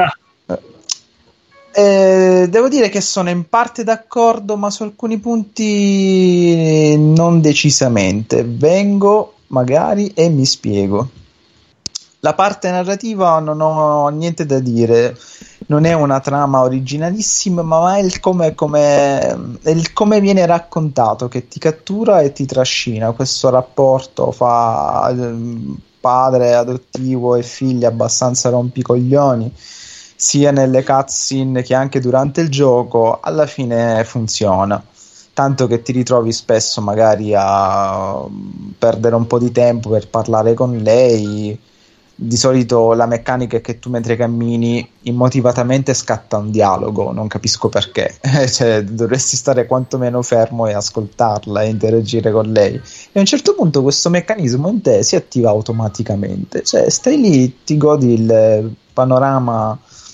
devo dire che sono in parte d'accordo, ma su alcuni punti non decisamente. Vengo magari e mi spiego. La parte narrativa non ho niente da dire, non è una trama originalissima, ma è il come viene raccontato che ti cattura e ti trascina. Questo rapporto fa padre adottivo e figlia abbastanza rompicoglioni, sia nelle cutscene che anche durante il gioco, alla fine funziona, tanto che ti ritrovi spesso magari a perdere un po' di tempo per parlare con lei. Di solito la meccanica è che tu mentre cammini immotivatamente scatta un dialogo, non capisco perché, cioè dovresti stare quantomeno fermo e ascoltarla e interagire con lei, e a un certo punto questo meccanismo in te si attiva automaticamente, cioè stai lì, ti godi il panorama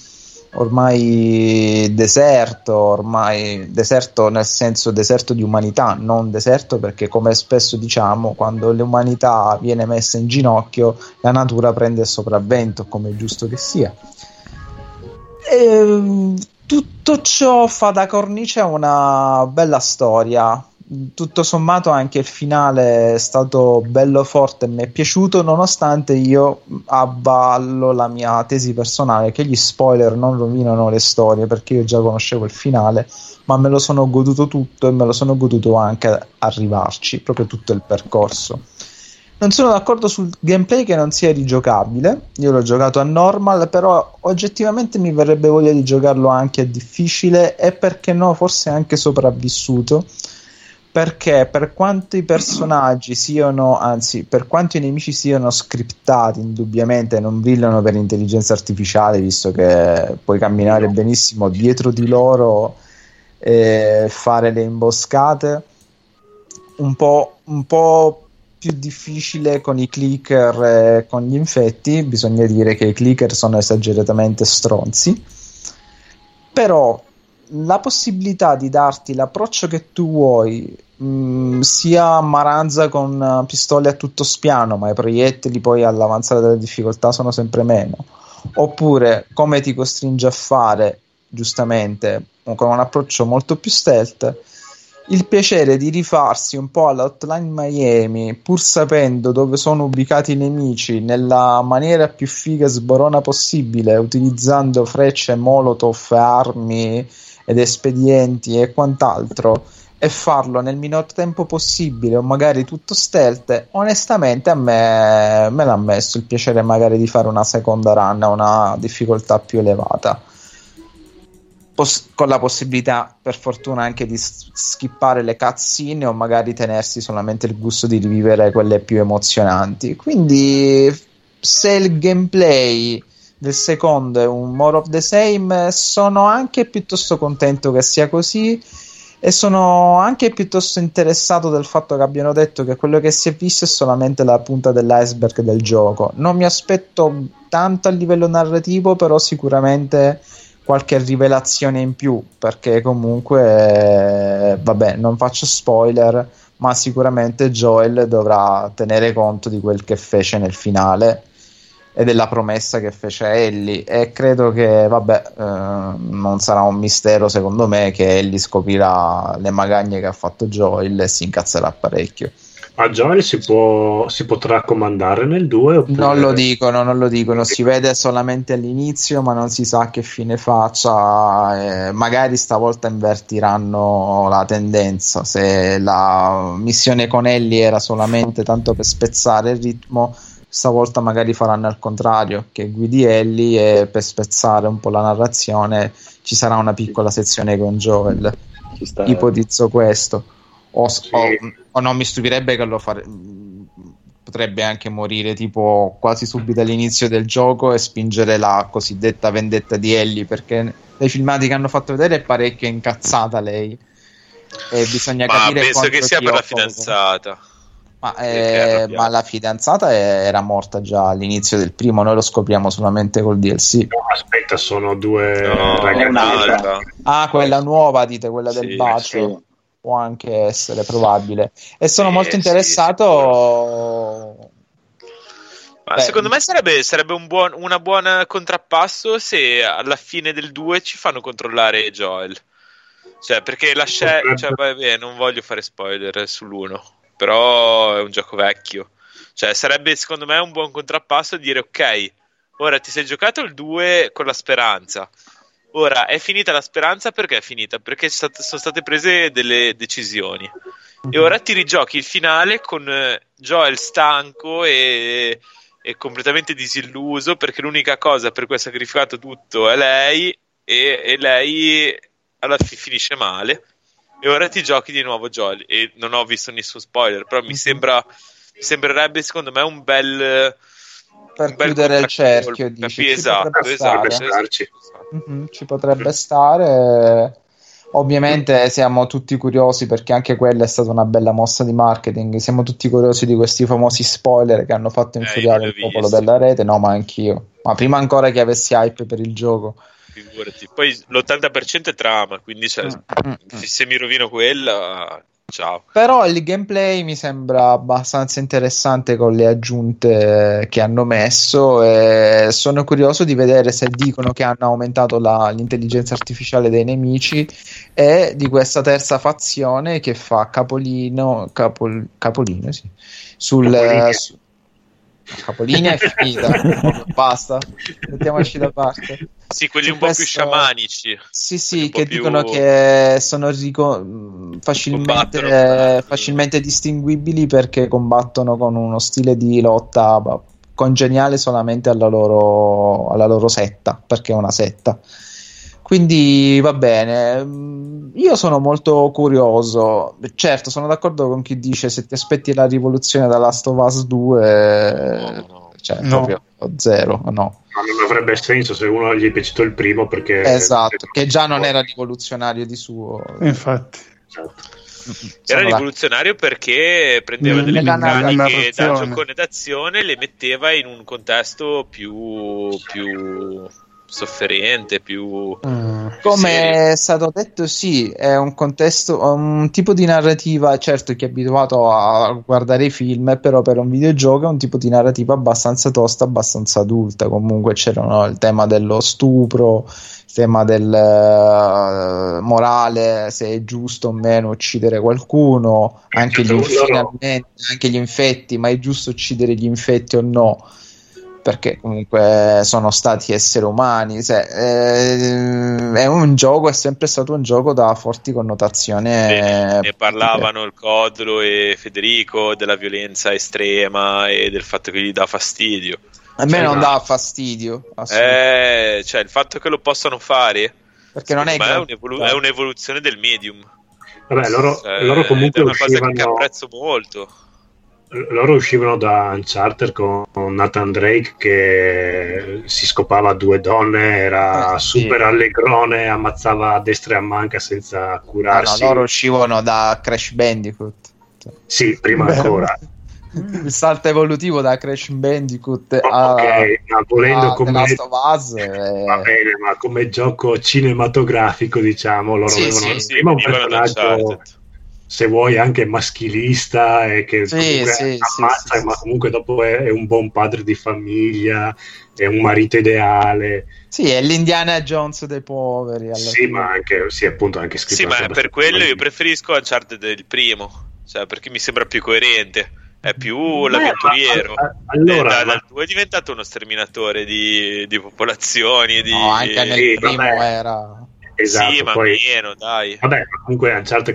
ormai deserto nel senso deserto di umanità, non deserto perché, come spesso diciamo, quando l'umanità viene messa in ginocchio la natura prende il sopravvento, come è giusto che sia. E tutto ciò fa da cornice a una bella storia. Tutto sommato anche il finale è stato bello forte e mi è piaciuto, nonostante io avvallo la mia tesi personale che gli spoiler non rovinano le storie, perché io già conoscevo il finale, ma me lo sono goduto tutto e me lo sono goduto anche arrivarci, proprio tutto il percorso. Non sono d'accordo sul gameplay, che non sia rigiocabile. Io l'ho giocato a normal, però oggettivamente mi verrebbe voglia di giocarlo anche a difficile, e perché no, forse anche sopravvissuto, perché per quanto i personaggi siano, anzi per quanto i nemici siano scriptati, indubbiamente non brillano per intelligenza artificiale, visto che puoi camminare benissimo dietro di loro e fare le imboscate, un po' più difficile con i clicker e con gli infetti. Bisogna dire che i clicker sono esageratamente stronzi, però la possibilità di darti l'approccio che tu vuoi, sia Maranza con pistole a tutto spiano, ma i proiettili poi all'avanzare della difficoltà sono sempre meno, oppure come ti costringe a fare giustamente con un approccio molto più stealth, il piacere di rifarsi un po' alla Hotline Miami, pur sapendo dove sono ubicati i nemici, nella maniera più figa e sborona possibile, utilizzando frecce, molotov, armi ed espedienti e quant'altro, e farlo nel minor tempo possibile o magari tutto stealth. Onestamente a me l'ha messo il piacere magari di fare una seconda run a una difficoltà più elevata, con la possibilità per fortuna anche di skippare le cutscene o magari tenersi solamente il gusto di rivivere quelle più emozionanti. Quindi se il gameplay del secondo è un more of the same, sono anche piuttosto contento che sia così, e sono anche piuttosto interessato del fatto che abbiano detto che quello che si è visto è solamente la punta dell'iceberg del gioco. Non mi aspetto tanto a livello narrativo, però sicuramente qualche rivelazione in più, perché comunque vabbè, non faccio spoiler, ma sicuramente Joel dovrà tenere conto di quel che fece nel finale e della promessa che fece a Ellie, e credo che vabbè, non sarà un mistero secondo me che Ellie scoprirà le magagne che ha fatto Joel e si incazzerà parecchio. Ma Joel si potrà comandare nel 2? Oppure... Non lo dicono, si vede solamente all'inizio, ma non si sa che fine faccia. Magari stavolta invertiranno la tendenza. Se la missione con Ellie era solamente tanto per spezzare il ritmo, stavolta magari faranno al contrario, che guidi Ellie e per spezzare un po' la narrazione ci sarà una piccola sezione con Joel. Ipotizzo questo. O non mi stupirebbe che lo potrebbe anche morire tipo quasi subito all'inizio del gioco e spingere la cosiddetta vendetta di Ellie, perché nei filmati che hanno fatto vedere è parecchio incazzata lei, e bisogna capire penso che sia per la fidanzata. Ma la fidanzata era morta già all'inizio del primo, noi lo scopriamo solamente col DLC. No, aspetta, sono due ragazze. Quella nuova, dite, quella del bacio. Sì. Può anche essere probabile, e sono molto interessato. Ma secondo me sarebbe una buona contrappasso se alla fine del 2 ci fanno controllare Joel, cioè perché la non voglio fare spoiler sull'1, però è un gioco vecchio, cioè sarebbe secondo me un buon contrappasso dire ok, ora ti sei giocato il 2 con la speranza. Ora è finita la speranza, perché è finita? Perché sono state prese delle decisioni, e ora ti rigiochi il finale con Joel stanco e completamente disilluso, perché l'unica cosa per cui ha sacrificato tutto è lei, e lei alla fine finisce male, e ora ti giochi di nuovo Joel. E non ho visto nessun spoiler, però mi sembrerebbe secondo me un bel chiudere il cerchio, dici. Esatto. Ci potrebbe stare. Ovviamente siamo tutti curiosi, perché anche quella è stata una bella mossa di marketing. Siamo tutti curiosi di questi famosi spoiler che hanno fatto infuriare il popolo della rete. No, ma anch'io. Ma prima ancora che avessi hype per il gioco. Figurati. Poi l'80% è trama, quindi se mi rovino quella, ciao. Però il gameplay mi sembra abbastanza interessante con le aggiunte che hanno messo, e sono curioso di vedere se dicono che hanno aumentato l'intelligenza artificiale dei nemici, e di questa terza fazione che fa capolino sì, Capolini è finita. Basta, mettiamoci da parte. Sì, quelli un po' più sciamanici. Sì, che dicono che sono facilmente distinguibili, perché combattono con uno stile di lotta congeniale solamente alla loro setta, perché è una setta. Quindi va bene, io sono molto curioso. Certo, sono d'accordo con chi dice se ti aspetti la rivoluzione da Last of Us 2, proprio zero, no. Ma non avrebbe senso se uno gli è piaciuto il primo, perché esatto, che già non era rivoluzionario di suo. Infatti. Esatto. Era rivoluzionario perché prendeva delle meccaniche da giocone d'azione e le metteva in un contesto più sofferente, più come è stato detto, sì, è un contesto, un tipo di narrativa. Certo, chi è abituato a guardare i film, però per un videogioco è un tipo di narrativa abbastanza tosta, abbastanza adulta. Comunque c'era il tema dello stupro, il tema del morale, se è giusto o meno uccidere qualcuno, anche anche gli infetti, ma è giusto uccidere gli infetti o no? Perché comunque sono stati esseri umani. È un gioco, è sempre stato un gioco da forti connotazioni. Ne parlavano il Codro e Federico della violenza estrema e del fatto che gli dà fastidio. A me non dà fastidio, cioè il fatto che lo possano fare, perché non è un'evoluzione del medium. Vabbè, loro comunque è una cosa che apprezzo molto. Loro uscivano da Uncharted con Nathan Drake che si scopava 2 donne, era super allegrone, ammazzava a destra e a manca senza curarsi. Loro uscivano da Crash Bandicoot. Sì, prima ancora. Il salto evolutivo da Crash Bandicoot ma volendo come Last of Us va bene, ma come gioco cinematografico, diciamo, loro avevano prima un personaggio, se vuoi, anche maschilista e che ammazza, ma comunque dopo è un buon padre di famiglia, è un marito ideale. Sì, è l'Indiana Jones dei poveri. Ma anche appunto anche scritto. Sì, ma per quello io preferisco Uncharted del primo, cioè perché mi sembra più coerente. È più l'avventuriero. Allora, dal 2 è diventato uno sterminatore di popolazioni. Anche nel primo era. Esatto, sì, ma poi, meno, dai. Vabbè, comunque Uncharted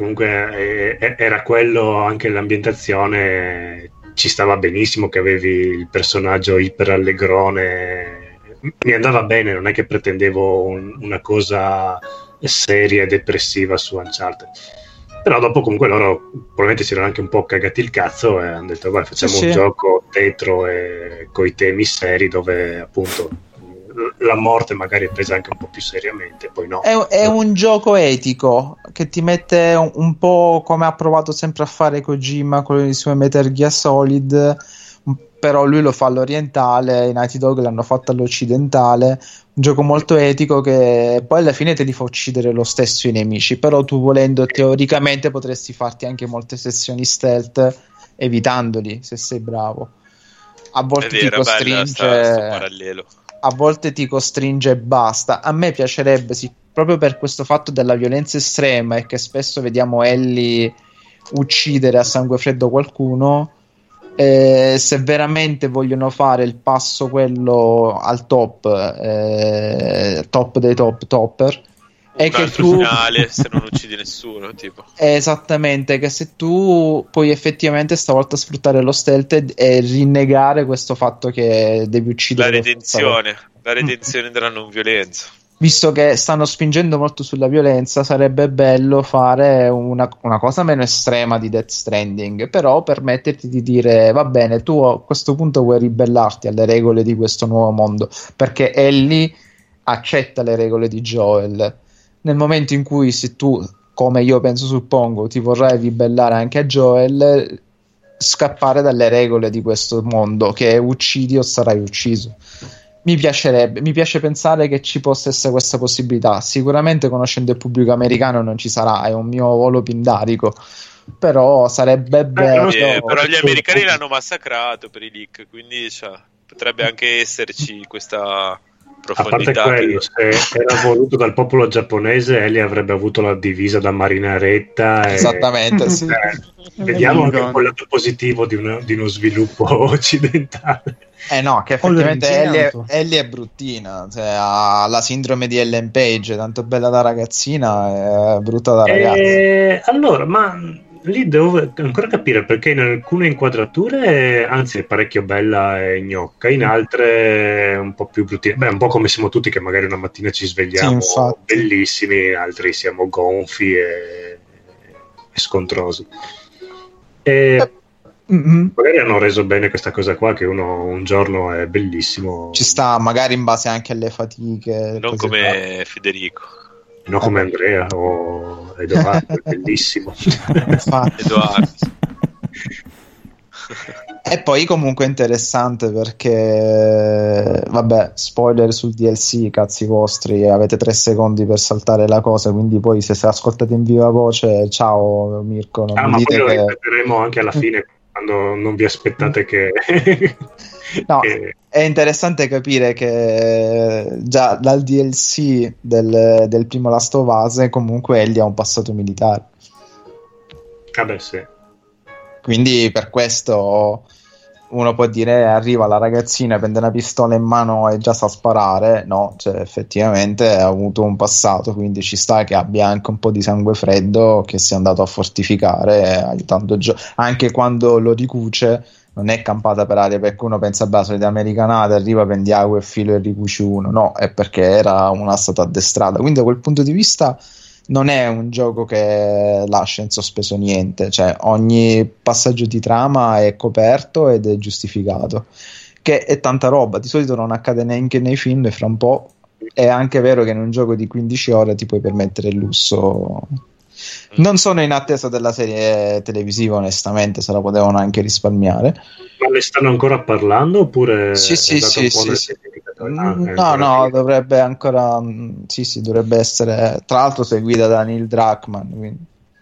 era quello, anche l'ambientazione ci stava benissimo, che avevi il personaggio iperallegrone, mi andava bene, non è che pretendevo una cosa seria e depressiva su Uncharted. Però dopo comunque loro probabilmente si erano anche un po' cagati il cazzo e hanno detto vai, facciamo un gioco tetro e coi temi seri, dove appunto la morte magari è presa anche un po' più seriamente, poi no. È un gioco etico che ti mette un po' come ha provato sempre a fare Kojima con i suoi Metal Gear Solid, però lui lo fa all'orientale, i Naughty Dog l'hanno fatto all'occidentale. Un gioco molto etico che poi alla fine te li fa uccidere lo stesso i nemici, però tu volendo teoricamente potresti farti anche molte sessioni stealth evitandoli, se sei bravo. A volte ti costringe parallelo. A volte ti costringe e basta. A me piacerebbe, proprio per questo fatto della violenza estrema e che spesso vediamo Ellie uccidere a sangue freddo qualcuno, se veramente vogliono fare il passo quello al top dei topper, è che tu finale, se non uccidi nessuno, tipo. Esattamente, che se tu puoi effettivamente stavolta sfruttare lo stealth e rinnegare questo fatto che devi uccidere la redenzione della non violenza. Visto che stanno spingendo molto sulla violenza, sarebbe bello fare una cosa meno estrema di Death Stranding, però permetterti di dire va bene, tu a questo punto vuoi ribellarti alle regole di questo nuovo mondo, perché Ellie accetta le regole di Joel. Nel momento in cui, se tu, come io suppongo, ti vorrai ribellare anche a Joel, scappare dalle regole di questo mondo, che uccidi o sarai ucciso. Mi piace pensare che ci possa essere questa possibilità. Sicuramente, conoscendo il pubblico americano, non ci sarà, è un mio volo pindarico, però sarebbe bello. Però gli americani l'hanno massacrato per i leak, quindi potrebbe anche esserci questa profondità. A parte quello, se era voluto dal popolo giapponese, Ellie avrebbe avuto la divisa da marinaretta. Esattamente, sì. Vediamo anche un lato positivo di uno sviluppo occidentale. No, che effettivamente Ellie è bruttina, cioè, ha la sindrome di Ellen Page, tanto bella da ragazzina, è brutta da ragazza. Allora, ma lì devo ancora capire, perché in alcune inquadrature anzi è parecchio bella e gnocca, in altre un po' più bruttina. Beh, un po' come siamo tutti, che magari una mattina ci svegliamo bellissimi, altri siamo gonfi e scontrosi. Magari hanno reso bene questa cosa qua, che uno un giorno è bellissimo, ci sta, magari in base anche alle fatiche, non come Federico, non come Andrea o Edoardo è bellissimo. Edoardo. E poi comunque è interessante perché vabbè, spoiler sul DLC, cazzi vostri, avete 3 secondi per saltare la cosa, quindi poi se ascoltate in viva voce, ciao Mirko, non mi ma dite poi lo che... ripeteremo anche alla fine quando non vi aspettate che no, è interessante capire che già dal DLC del primo Last of Us comunque Ellie ha un passato militare. Vabbè, sì. Quindi per questo uno può dire arriva la ragazzina, prende una pistola in mano e già sa sparare. No, cioè effettivamente ha avuto un passato, quindi ci sta che abbia anche un po' di sangue freddo, che sia andato a fortificare aiutando anche quando lo ricuce. Non è campata per aria perché uno pensa beh, solita americanata, arriva, prendi acqua e filo e ricuci uno. No, è perché era una stata addestrata. Quindi da quel punto di vista non è un gioco che lascia in sospeso niente, cioè ogni passaggio di trama è coperto ed è giustificato, che è tanta roba, di solito non accade neanche nei film e fra un po' è anche vero che in un gioco di 15 ore ti puoi permettere il lusso. Non sono in attesa della serie televisiva, onestamente, se la potevano anche risparmiare. Ma ne stanno ancora parlando oppure sì. No, dovrebbe ancora sì, dovrebbe essere, tra l'altro seguita da Neil Druckmann,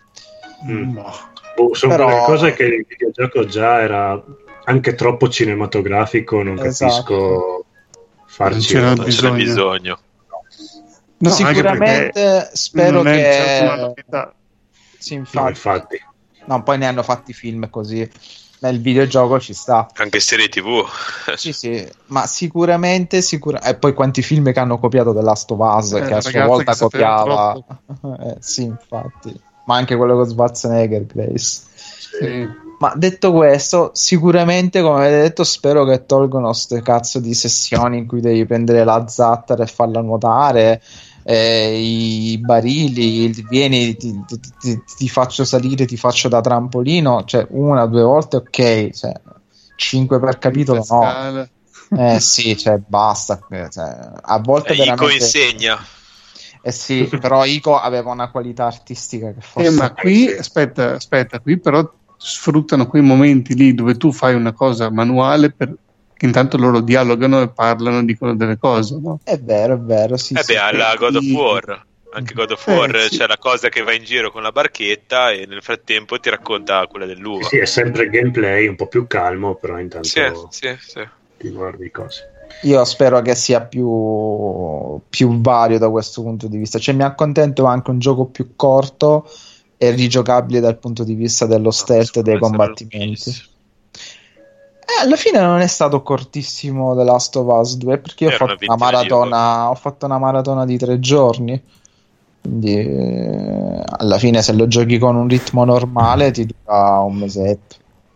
sono quelle cose che il videogioco già era anche troppo cinematografico, non capisco farci, non c'era bisogno. No, sicuramente spero che sì, infatti. No, poi ne hanno fatti film così. Nel videogioco ci sta anche serie TV. sì, ma sicuramente e poi quanti film che hanno copiato The Last of Us, che a sua volta copiava sì, infatti, ma anche quello con Schwarzenegger, Grace. Sì. Ma detto questo, sicuramente, come avete detto, spero che tolgono ste cazzo di sessioni in cui devi prendere la zattera e farla nuotare, i barili, vieni, ti faccio salire, ti faccio da trampolino, cioè 1 o 2 volte ok, cioè 5 per capitolo no. Sì, cioè basta, cioè, a volte veramente... Ico insegna. Sì, però Ico aveva una qualità artistica che forse... ma qui, aspetta, qui però sfruttano quei momenti lì dove tu fai una cosa manuale per che intanto loro dialogano e parlano, dicono delle cose, no? È vero, sì. Alla God of War, anche God of War c'è la cosa che va in giro con la barchetta e nel frattempo ti racconta quella dell'uva. Sì, è sempre gameplay un po' più calmo, però intanto sì. ti guardi cose. Io spero che sia più vario da questo punto di vista, cioè mi accontento anche un gioco più corto e rigiocabile dal punto di vista dello stealth e dei combattimenti. Alla fine non è stato cortissimo The Last of Us 2 perché io ho fatto una maratona di 3 giorni, quindi alla fine se lo giochi con un ritmo normale ti dura un mesetto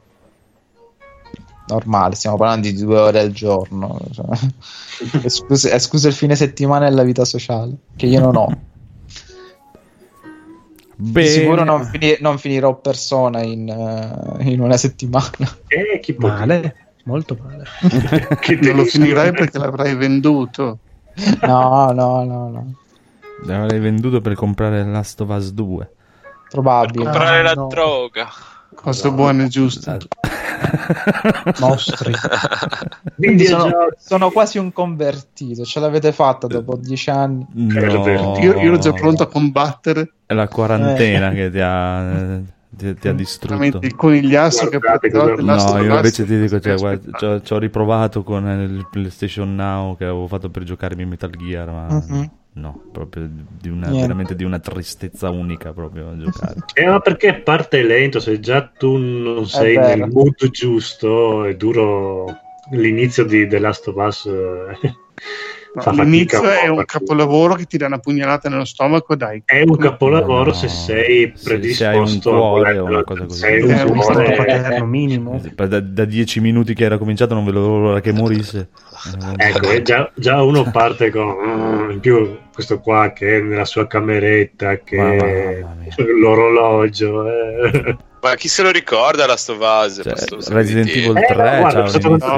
normale, stiamo parlando di 2 ore al giorno, cioè, escluso il fine settimana e la vita sociale che io non ho. Di sicuro non finirò Persona in una settimana. Chi male? Molto male. Non lo finirai perché l'avrai venduto. No. L'avrei venduto per comprare Last of Us 2. Probabile. Comprare la droga. Cose buone e giuste. Mostri. Quindi sono quasi un convertito. Ce l'avete fatta dopo 10 anni? No. Io ero già pronto a combattere. È la quarantena che ti ha distrutto. Il conigliasso che no, io invece ti dico, cioè, guarda, ci ho riprovato con il PlayStation Now che avevo fatto per giocarmi Metal Gear, ma no, proprio veramente di una tristezza unica proprio a giocare. Ma perché parte lento, se già tu non sei nel mood giusto, è duro l'inizio di The Last of Us. L'inizio è un capolavoro che ti dà una pugnalata nello stomaco, dai. È un capolavoro se sei predisposto, se hai un cuore o una cosa così. Sei un cuore paterno minimo. Da 10 minuti che era cominciato non vedo l'ora che morisse. Ecco, già uno parte con in più questo qua che è nella sua cameretta, che l'orologio. Ma chi se lo ricorda Last of Us? Resident Evil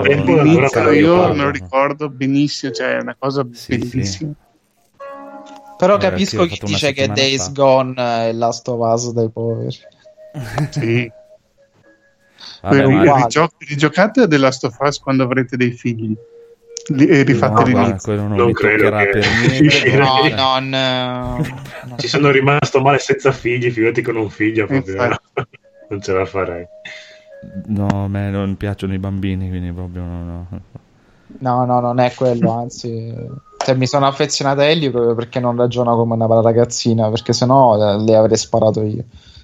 3 io me lo ricordo benissimo, cioè è una cosa bellissima. Però capisco chi dice che Days Gone è Last of Us dei poveri. Sì. Vabbè, rigiocate a The Last of Us quando avrete dei figli e rifate l'inizio. Quello non mi toccherà che per niente. No. Ci sono rimasto male senza figli, figurati con un figlio proprio. Non ce la farei. No, a me non piacciono i bambini, quindi proprio no. No, non è quello, anzi, mi sono affezionato a Ellie proprio perché non ragiona come una ragazzina, perché sennò le avrei sparato io.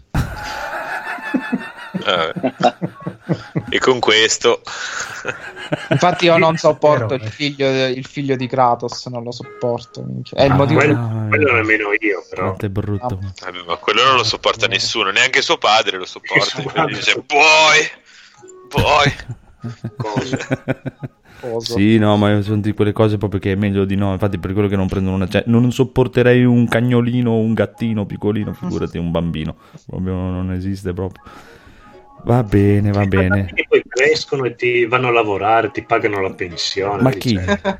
E con questo infatti io non sopporto il figlio di Kratos, non lo sopporto, è il motivo quello nemmeno io, però è brutto. Vabbè, ma quello non lo sopporta nessuno, neanche suo padre lo sopporta. Dice poi sì, no, ma sono di quelle cose proprio che è meglio di no. Infatti per quello che non prendono cioè, non sopporterei un cagnolino o un gattino piccolino, figurati un bambino, proprio non esiste proprio. Va bene. E poi crescono e ti vanno a lavorare, ti pagano la pensione. Ma chi?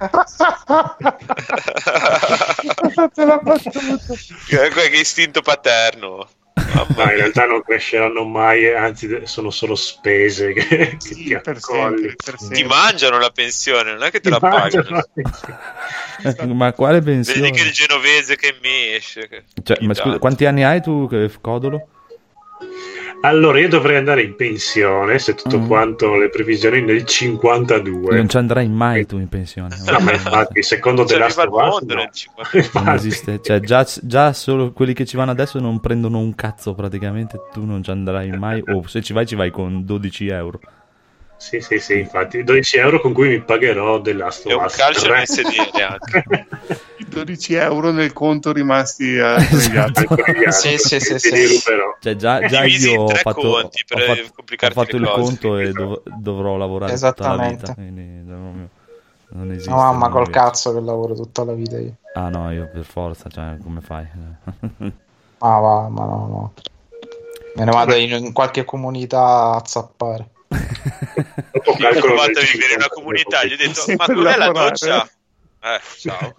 Qualche istinto paterno. Ma in realtà non cresceranno mai, anzi sono solo spese che ti accogli. Ti mangiano la pensione, non è che te la pagano. Ma quale pensione? Vedi che il genovese che mi esce. Cioè, ma scusa, quanti anni hai tu, Codolo? Allora, io dovrei andare in pensione, se tutto quanto le previsioni, nel 52. Non ci andrai mai tu in pensione. No, ma infatti, secondo The Last of Us, non esiste. Cioè, già solo quelli che ci vanno adesso non prendono un cazzo praticamente, tu non ci andrai mai, o se ci vai con 12 euro. Sì, infatti, 12 euro con cui mi pagherò The Last of Us. E un calcio nel sedere anche. 12 euro nel conto rimasti sì. Cioè, già io ho fatto il conto e dovrò lavorare tutta la vita. Quindi non esiste. No, mamma, col cazzo che lavoro tutta la vita io. Ah no, io per forza, cioè, come fai? Ma no. Me ne vado in qualche comunità a zappare. Ho provato a vivere in una comunità, gli ho detto ma com'è la doccia? Ciao.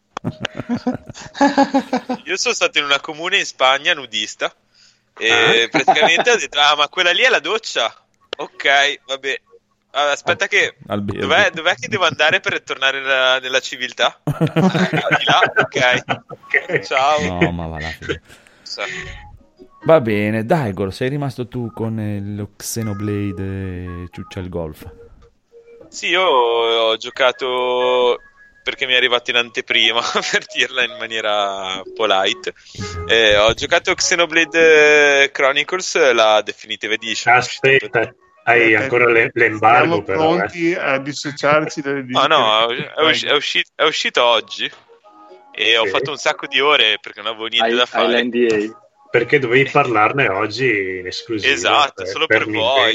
Io sono stato in una comune in Spagna nudista e praticamente ho detto ma quella lì è la doccia? Ok, vabbè, aspetta che dov'è che devo andare per tornare nella civiltà? Di là, ok. Ciao. No, ma va là. Va bene, Daigor, sei rimasto tu con lo Xenoblade e Ciuccia il golf. Sì, io ho giocato perché mi è arrivato in anteprima, per dirla in maniera polite. Ho giocato Xenoblade Chronicles, la Definitive Edition. Aspetta, hai ancora l'embargo, però. Siamo pronti a dissociarci dalle no, è uscito oggi e ho fatto un sacco di ore perché non avevo niente da fare. NDA. Perché dovevi parlarne oggi in esclusiva. Esatto, solo per voi.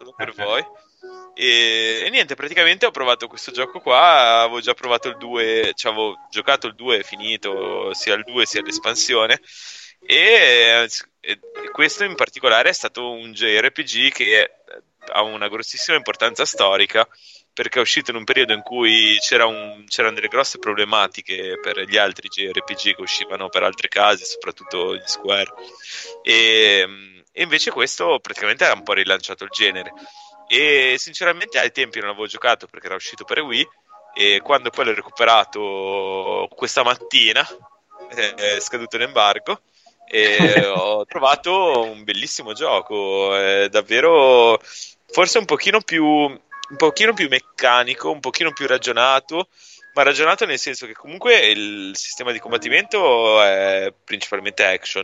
E niente, praticamente ho provato questo gioco qua, avevo già provato il 2, cioè avevo giocato il 2 finito, sia il 2 sia l'espansione, e questo in particolare è stato un JRPG che ha una grossissima importanza storica, perché è uscito in un periodo in cui c'erano delle grosse problematiche per gli altri JRPG che uscivano per altre case, soprattutto gli Square, e invece questo praticamente ha un po' rilanciato il genere. E sinceramente ai tempi non avevo giocato perché era uscito per Wii, e quando poi l'ho recuperato questa mattina, è scaduto l'embargo, e ho trovato un bellissimo gioco, davvero forse un pochino più meccanico, un pochino più ragionato, ma ragionato nel senso che comunque il sistema di combattimento è principalmente action.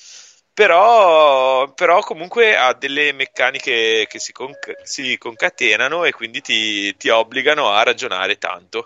Però comunque ha delle meccaniche che si concatenano e quindi ti obbligano a ragionare tanto.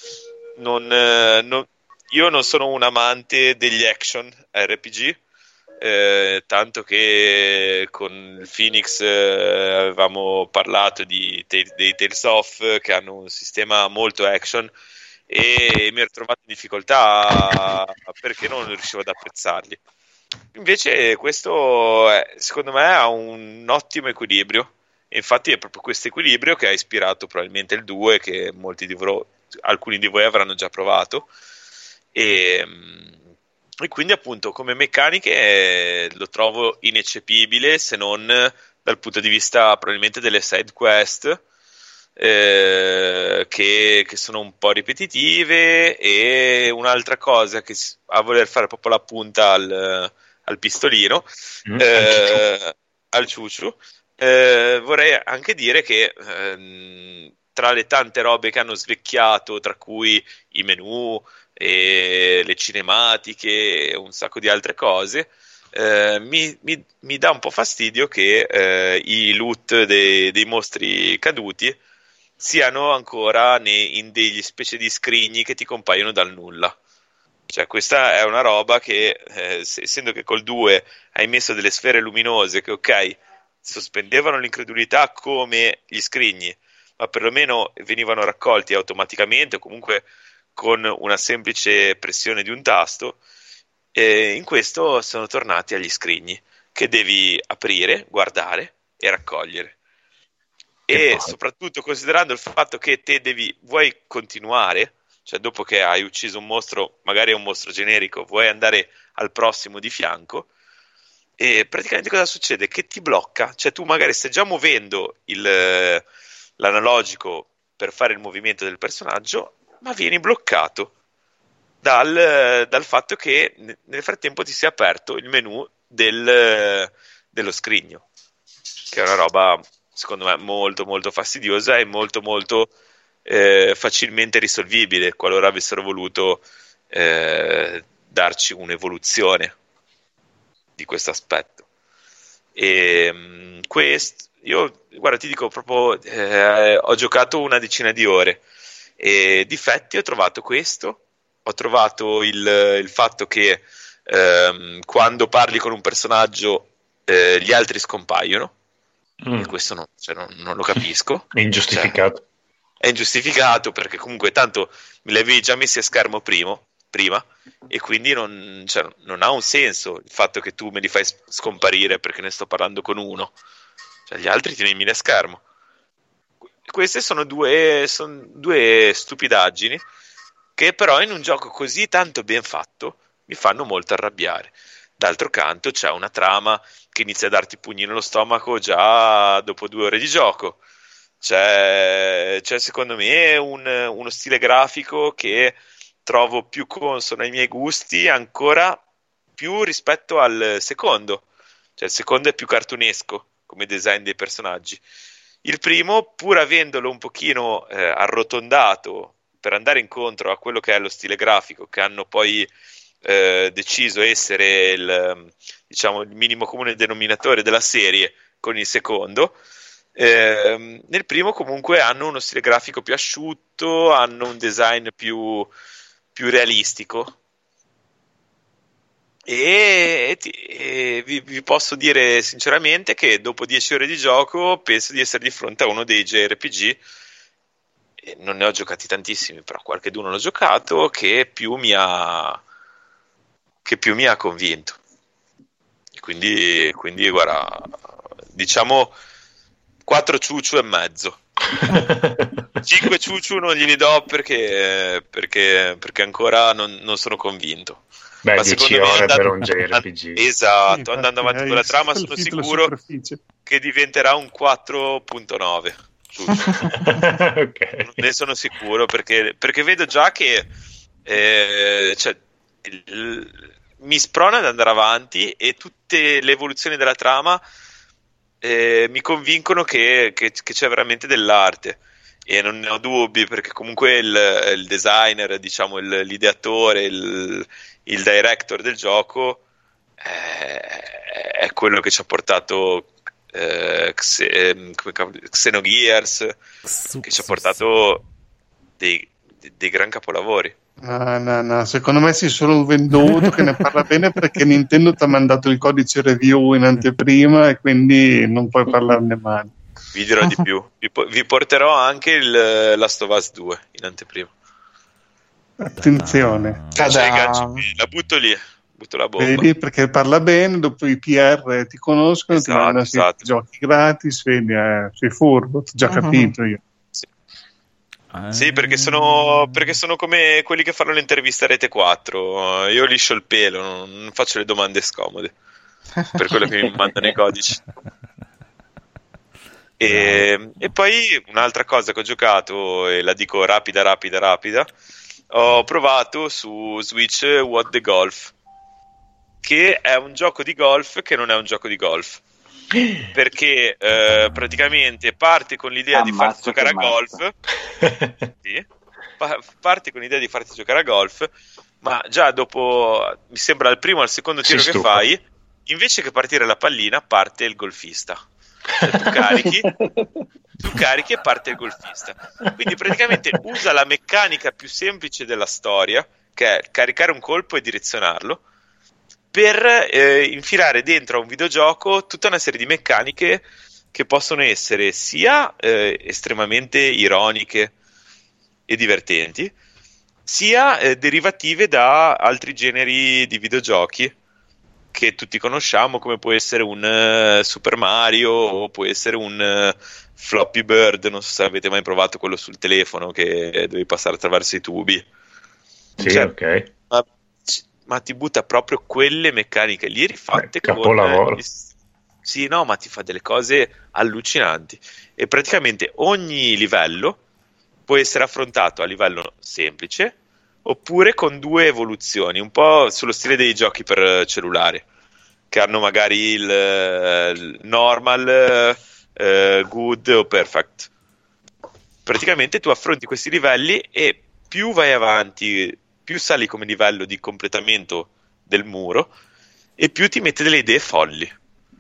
Io non sono un amante degli action RPG, tanto che con il Phoenix avevamo parlato dei Tales of, che hanno un sistema molto action, e mi ero trovato in difficoltà perché non riuscivo ad apprezzarli. Invece questo secondo me ha un ottimo equilibrio, e infatti è proprio questo equilibrio che ha ispirato probabilmente il 2, che alcuni di voi avranno già provato, e E quindi appunto come meccaniche lo trovo ineccepibile, se non dal punto di vista probabilmente delle side quest, che sono un po' ripetitive, e un'altra cosa che a voler fare proprio la punta al pistolino, al ciuciu, vorrei anche dire che tra le tante robe che hanno svecchiato, tra cui i menu e le cinematiche e un sacco di altre cose, mi dà un po' fastidio che i loot dei mostri caduti siano ancora in degli specie di scrigni che ti compaiono dal nulla. Cioè, questa è una roba che, essendo che col 2 hai messo delle sfere luminose che, ok, sospendevano l'incredulità come gli scrigni, ma perlomeno venivano raccolti automaticamente o comunque con una semplice pressione di un tasto, in questo sono tornati agli scrigni che devi aprire, guardare e raccogliere. E soprattutto considerando il fatto che te vuoi continuare, cioè dopo che hai ucciso un mostro, magari è un mostro generico, vuoi andare al prossimo di fianco, e praticamente cosa succede? Che ti blocca, cioè tu magari stai già muovendo l'analogico per fare il movimento del personaggio, ma vieni bloccato dal fatto che nel frattempo ti sia aperto il menu dello scrigno, che è una roba secondo me molto molto fastidiosa e molto molto facilmente risolvibile qualora avessero voluto darci un'evoluzione di questo aspetto. E io guarda, ti dico proprio, ho giocato una decina di ore e difetti ho trovato questo. Ho trovato il fatto che quando parli con un personaggio gli altri scompaiono, e questo non lo capisco. È ingiustificato. Cioè, è ingiustificato perché comunque tanto me li avevi già messi a schermo prima, e quindi non ha un senso il fatto che tu me li fai scomparire perché ne sto parlando con uno, cioè gli altri tienimi a schermo. Queste sono due stupidaggini che però in un gioco così tanto ben fatto mi fanno molto arrabbiare. D'altro canto c'è una trama che inizia a darti pugni nello stomaco già dopo 2 ore di gioco. C'è secondo me uno stile grafico che trovo più consono ai miei gusti, ancora più rispetto al secondo. Cioè il secondo è più cartunesco come design dei personaggi. Il primo, pur avendolo un pochino arrotondato per andare incontro a quello che è lo stile grafico che hanno poi deciso essere il minimo comune denominatore della serie con il secondo, nel primo comunque hanno uno stile grafico più asciutto, hanno un design più realistico, e vi posso dire sinceramente che dopo 10 ore di gioco penso di essere di fronte a uno dei JRPG, e non ne ho giocati tantissimi, però qualcheduno l'ho giocato, che più mi ha convinto. Quindi guarda, diciamo 4 ciuciu e mezzo. 5 ciuciu non glieli do perché ancora non sono convinto. Beh, ma 10 ore per un JRPG. Esatto, andando avanti con la trama sono sicuro che diventerà un 4.9. Okay. Ne sono sicuro perché vedo già che mi sprona ad andare avanti, e tutte le evoluzioni della trama mi convincono che c'è veramente dell'arte, e non ne ho dubbi, perché comunque il designer, diciamo l'ideatore, il director del gioco è quello che ci ha portato Xenogears, che ci ha portato dei gran capolavori. No, secondo me sei solo un venduto che ne parla bene perché Nintendo ti ha mandato il codice review in anteprima e quindi non puoi parlarne male. Vi dirò di più, vi porterò anche il Last of Us 2 in anteprima. Attenzione, la butto lì, butto la bomba. Vedi, perché parla bene, dopo i PR ti conoscono, ti mandano giochi gratis, vedi, sei furbo, ti ho già capito io. Sì. Sì, perché sono come quelli che fanno le interviste a Rete 4. Io liscio il pelo, non faccio le domande scomode. Per quello che mi mandano i codici. E poi un'altra cosa che ho giocato, e la dico rapida, ho provato su Switch What the Golf, che è un gioco di golf che non è un gioco di golf. Perché praticamente parte con l'idea di farti giocare a golf. Sì, parti con l'idea di farti giocare a golf, ma già dopo, mi sembra al primo o al secondo tiro che fai, invece che partire la pallina, parte il golfista. Cioè, tu carichi e parte il golfista. Quindi praticamente usa la meccanica più semplice della storia, che è caricare un colpo e direzionarlo, per infilare dentro a un videogioco tutta una serie di meccaniche che possono essere sia estremamente ironiche e divertenti, sia derivative da altri generi di videogiochi che tutti conosciamo, come può essere un Super Mario o può essere un Flappy Bird. Non so se avete mai provato quello sul telefono che devi passare attraverso i tubi. Sì, cioè, ok. Ma ti butta proprio quelle meccaniche lì rifatte capolavoro. Sì, no, ma ti fa delle cose allucinanti. E praticamente ogni livello può essere affrontato a livello semplice oppure con 2 evoluzioni, un po' sullo stile dei giochi per cellulare, che hanno magari il normal, good o perfect. Praticamente tu affronti questi livelli e più vai avanti, più sali come livello di completamento del muro e più ti mette delle idee folli.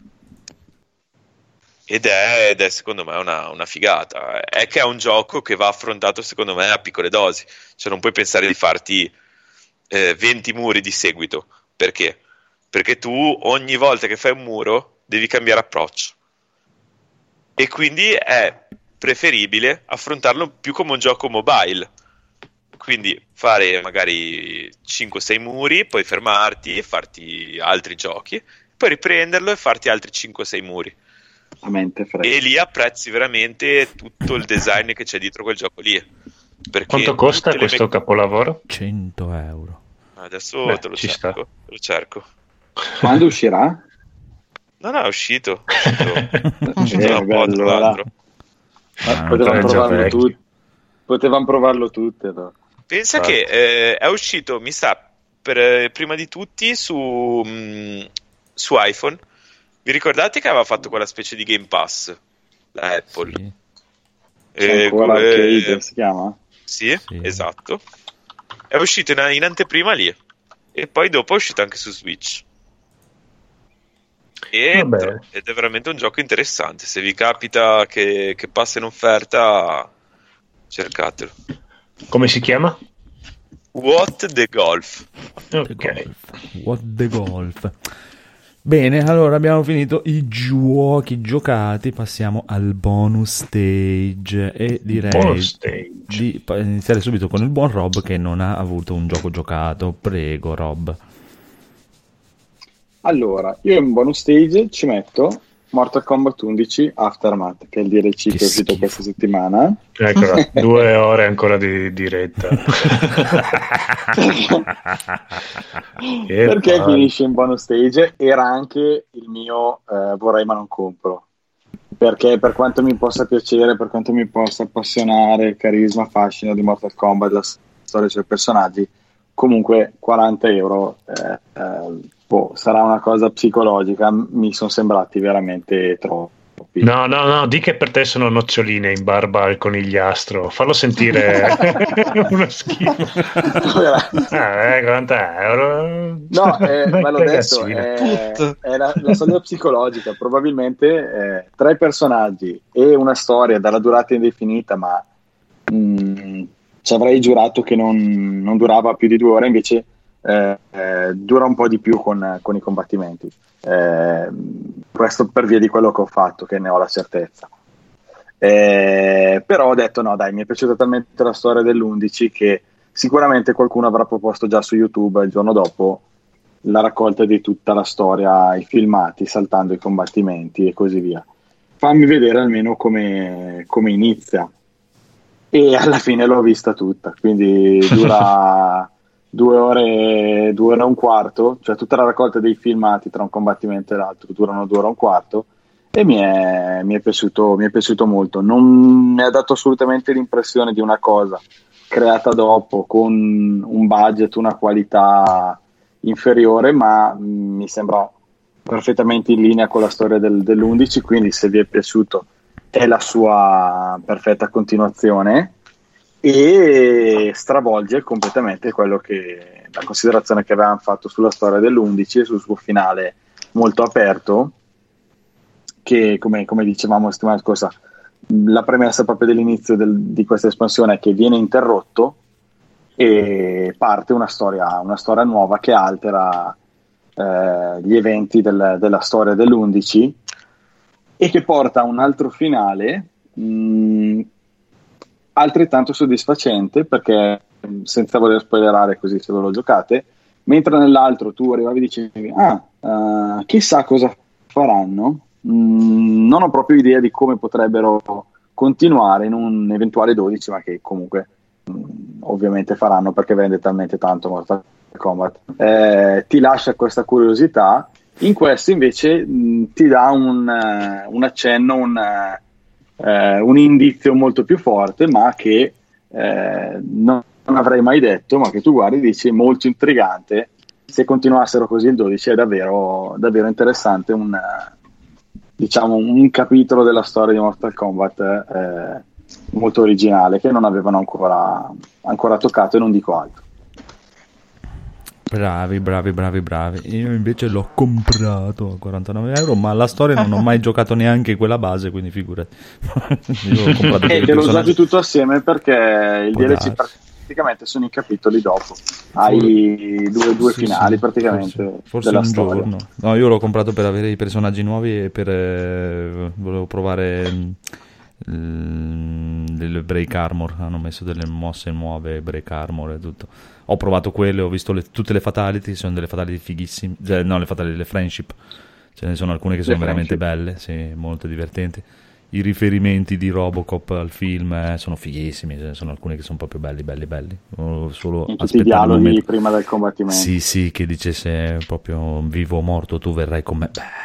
Ed è secondo me una figata. È che è un gioco che va affrontato secondo me a piccole dosi. Cioè non puoi pensare di farti 20 muri di seguito. Perché? Perché tu ogni volta che fai un muro devi cambiare approccio. E quindi è preferibile affrontarlo più come un gioco mobile. Quindi fare magari 5-6 muri, poi fermarti e farti altri giochi, poi riprenderlo e farti altri 5-6 muri. E lì apprezzi veramente tutto il design che c'è dietro quel gioco lì. Quanto costa questo capolavoro? 100 euro. Adesso te lo cerco. Quando uscirà? No, è uscito. Potevamo provarlo tutte. No? Pensa che è uscito, mi sa, prima di tutti su iPhone. Vi ricordate che aveva fatto quella specie di Game Pass? La Apple. Sì. Arcade si chiama? Sì, esatto. È uscito in anteprima lì. E poi dopo è uscito anche su Switch. Ed è veramente un gioco interessante. Se vi capita che passa in offerta, cercatelo. Come si chiama? What the Golf. Ok. What the Golf. Bene, allora abbiamo finito i giochi giocati, passiamo al bonus stage e direi di iniziare subito con il buon Rob che non ha avuto un gioco giocato. Prego Rob. Allora, io in bonus stage ci metto Mortal Kombat 11 Aftermath, che è il DLC che è uscito questa settimana. Eccola, 2 ore ancora di diretta. Perché finisce in bonus stage? Era anche il mio vorrei ma non compro. Perché per quanto mi possa piacere, per quanto mi possa appassionare il carisma, fascino di Mortal Kombat, la storia dei suoi personaggi, comunque 40 euro sarà una cosa psicologica, mi sono sembrati veramente troppi. No, di che per te sono noccioline in barba al conigliastro, fallo sentire uno schifo. 40 euro. No, ma l'ho detto, è la soglia psicologica, probabilmente 3 personaggi e una storia dalla durata indefinita, ma ci avrei giurato che non durava più di 2 ore, invece dura un po' di più con i combattimenti, questo per via di quello che ho fatto, che ne ho la certezza, però ho detto no dai, mi è piaciuta talmente la storia dell'11 che sicuramente qualcuno avrà proposto già su YouTube il giorno dopo la raccolta di tutta la storia, i filmati saltando i combattimenti e così via. Fammi vedere almeno come inizia. e alla fine l'ho vista tutta, quindi dura 2 ore e un quarto, cioè tutta la raccolta dei filmati tra un combattimento e l'altro durano 2 ore e un quarto, e mi è piaciuto molto. Non mi ha dato assolutamente l'impressione di una cosa creata dopo con un budget, una qualità inferiore, ma mi sembra perfettamente in linea con la storia dell'11, quindi se vi è piaciuto è la sua perfetta continuazione e stravolge completamente quello che la considerazione che avevamo fatto sulla storia dell'11 e sul suo finale molto aperto, che come dicevamo la settimana scorsa, la premessa proprio dell'inizio di questa espansione è che viene interrotto e parte una storia nuova che altera gli eventi della storia dell'11 e che porta a un altro finale altrettanto soddisfacente, perché senza voler spoilerare così se ve lo giocate, mentre nell'altro tu arrivavi e dicevi chissà cosa faranno, non ho proprio idea di come potrebbero continuare in un eventuale 12, ma che comunque ovviamente faranno perché vende talmente tanto Mortal Kombat, ti lascia questa curiosità. In questo invece ti dà un accenno, un indizio molto più forte, ma che non avrei mai detto, ma che tu guardi e dici molto intrigante. Se continuassero così il 12 è davvero, davvero interessante, un capitolo della storia di Mortal Kombat molto originale che non avevano ancora toccato, e non dico altro. Bravi. Io invece l'ho comprato a €49, ma la storia non ho mai giocato neanche quella base, quindi figurati. Io l'ho comprato per te l'ho usato tutto assieme perché il DLC praticamente sono i capitoli dopo. Hai due finali praticamente. Forse della un storia. giorno. No, io l'ho comprato per avere i personaggi nuovi e per volevo provare del Break Armor. Hanno messo delle mosse nuove, Break Armor e tutto. Ho provato quelle, ho visto tutte le fatality, sono delle fatality fighissime, no, le fatality, le friendship, ce ne sono alcune che sono veramente belle, sì, molto divertenti. I riferimenti di Robocop al film sono fighissimi, ce ne sono alcune che sono proprio belli. Solo in tutti i dialoghi prima del combattimento. Sì, che dicesse proprio vivo o morto tu verrai con me.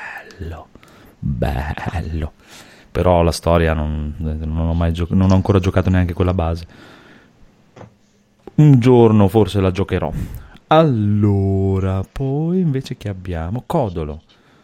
Bello. Però la storia non ho ancora giocato neanche quella base. Un giorno forse la giocherò. Allora, poi invece che abbiamo? Codolo.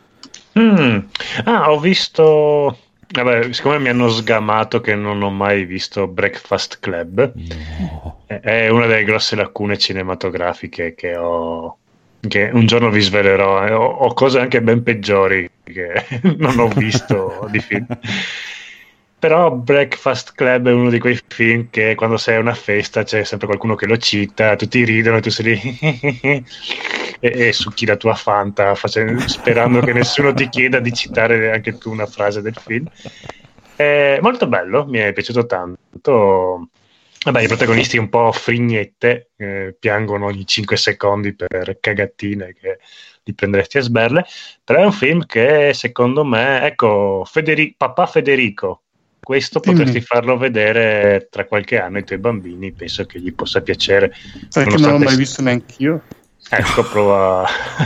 Ho visto... Vabbè, siccome mi hanno sgamato che non ho mai visto Breakfast Club, no. È una delle grosse lacune cinematografiche che un giorno vi svelerò. Ho cose anche ben peggiori che non ho visto di film. Però Breakfast Club è uno di quei film che quando sei a una festa c'è sempre qualcuno che lo cita, tutti ridono e tu sei lì e succhi la tua Fanta sperando che nessuno ti chieda di citare anche tu una frase del film. È molto bello, mi è piaciuto tanto. Vabbè, i protagonisti un po' frignette, piangono ogni 5 secondi per cagatine che li prenderesti a sberle, però è un film che secondo me, ecco, Papà Federico, questo potresti farlo vedere tra qualche anno ai tuoi bambini, penso che gli possa piacere. Sai che non l'ho mai visto neanch'io. Ecco, prova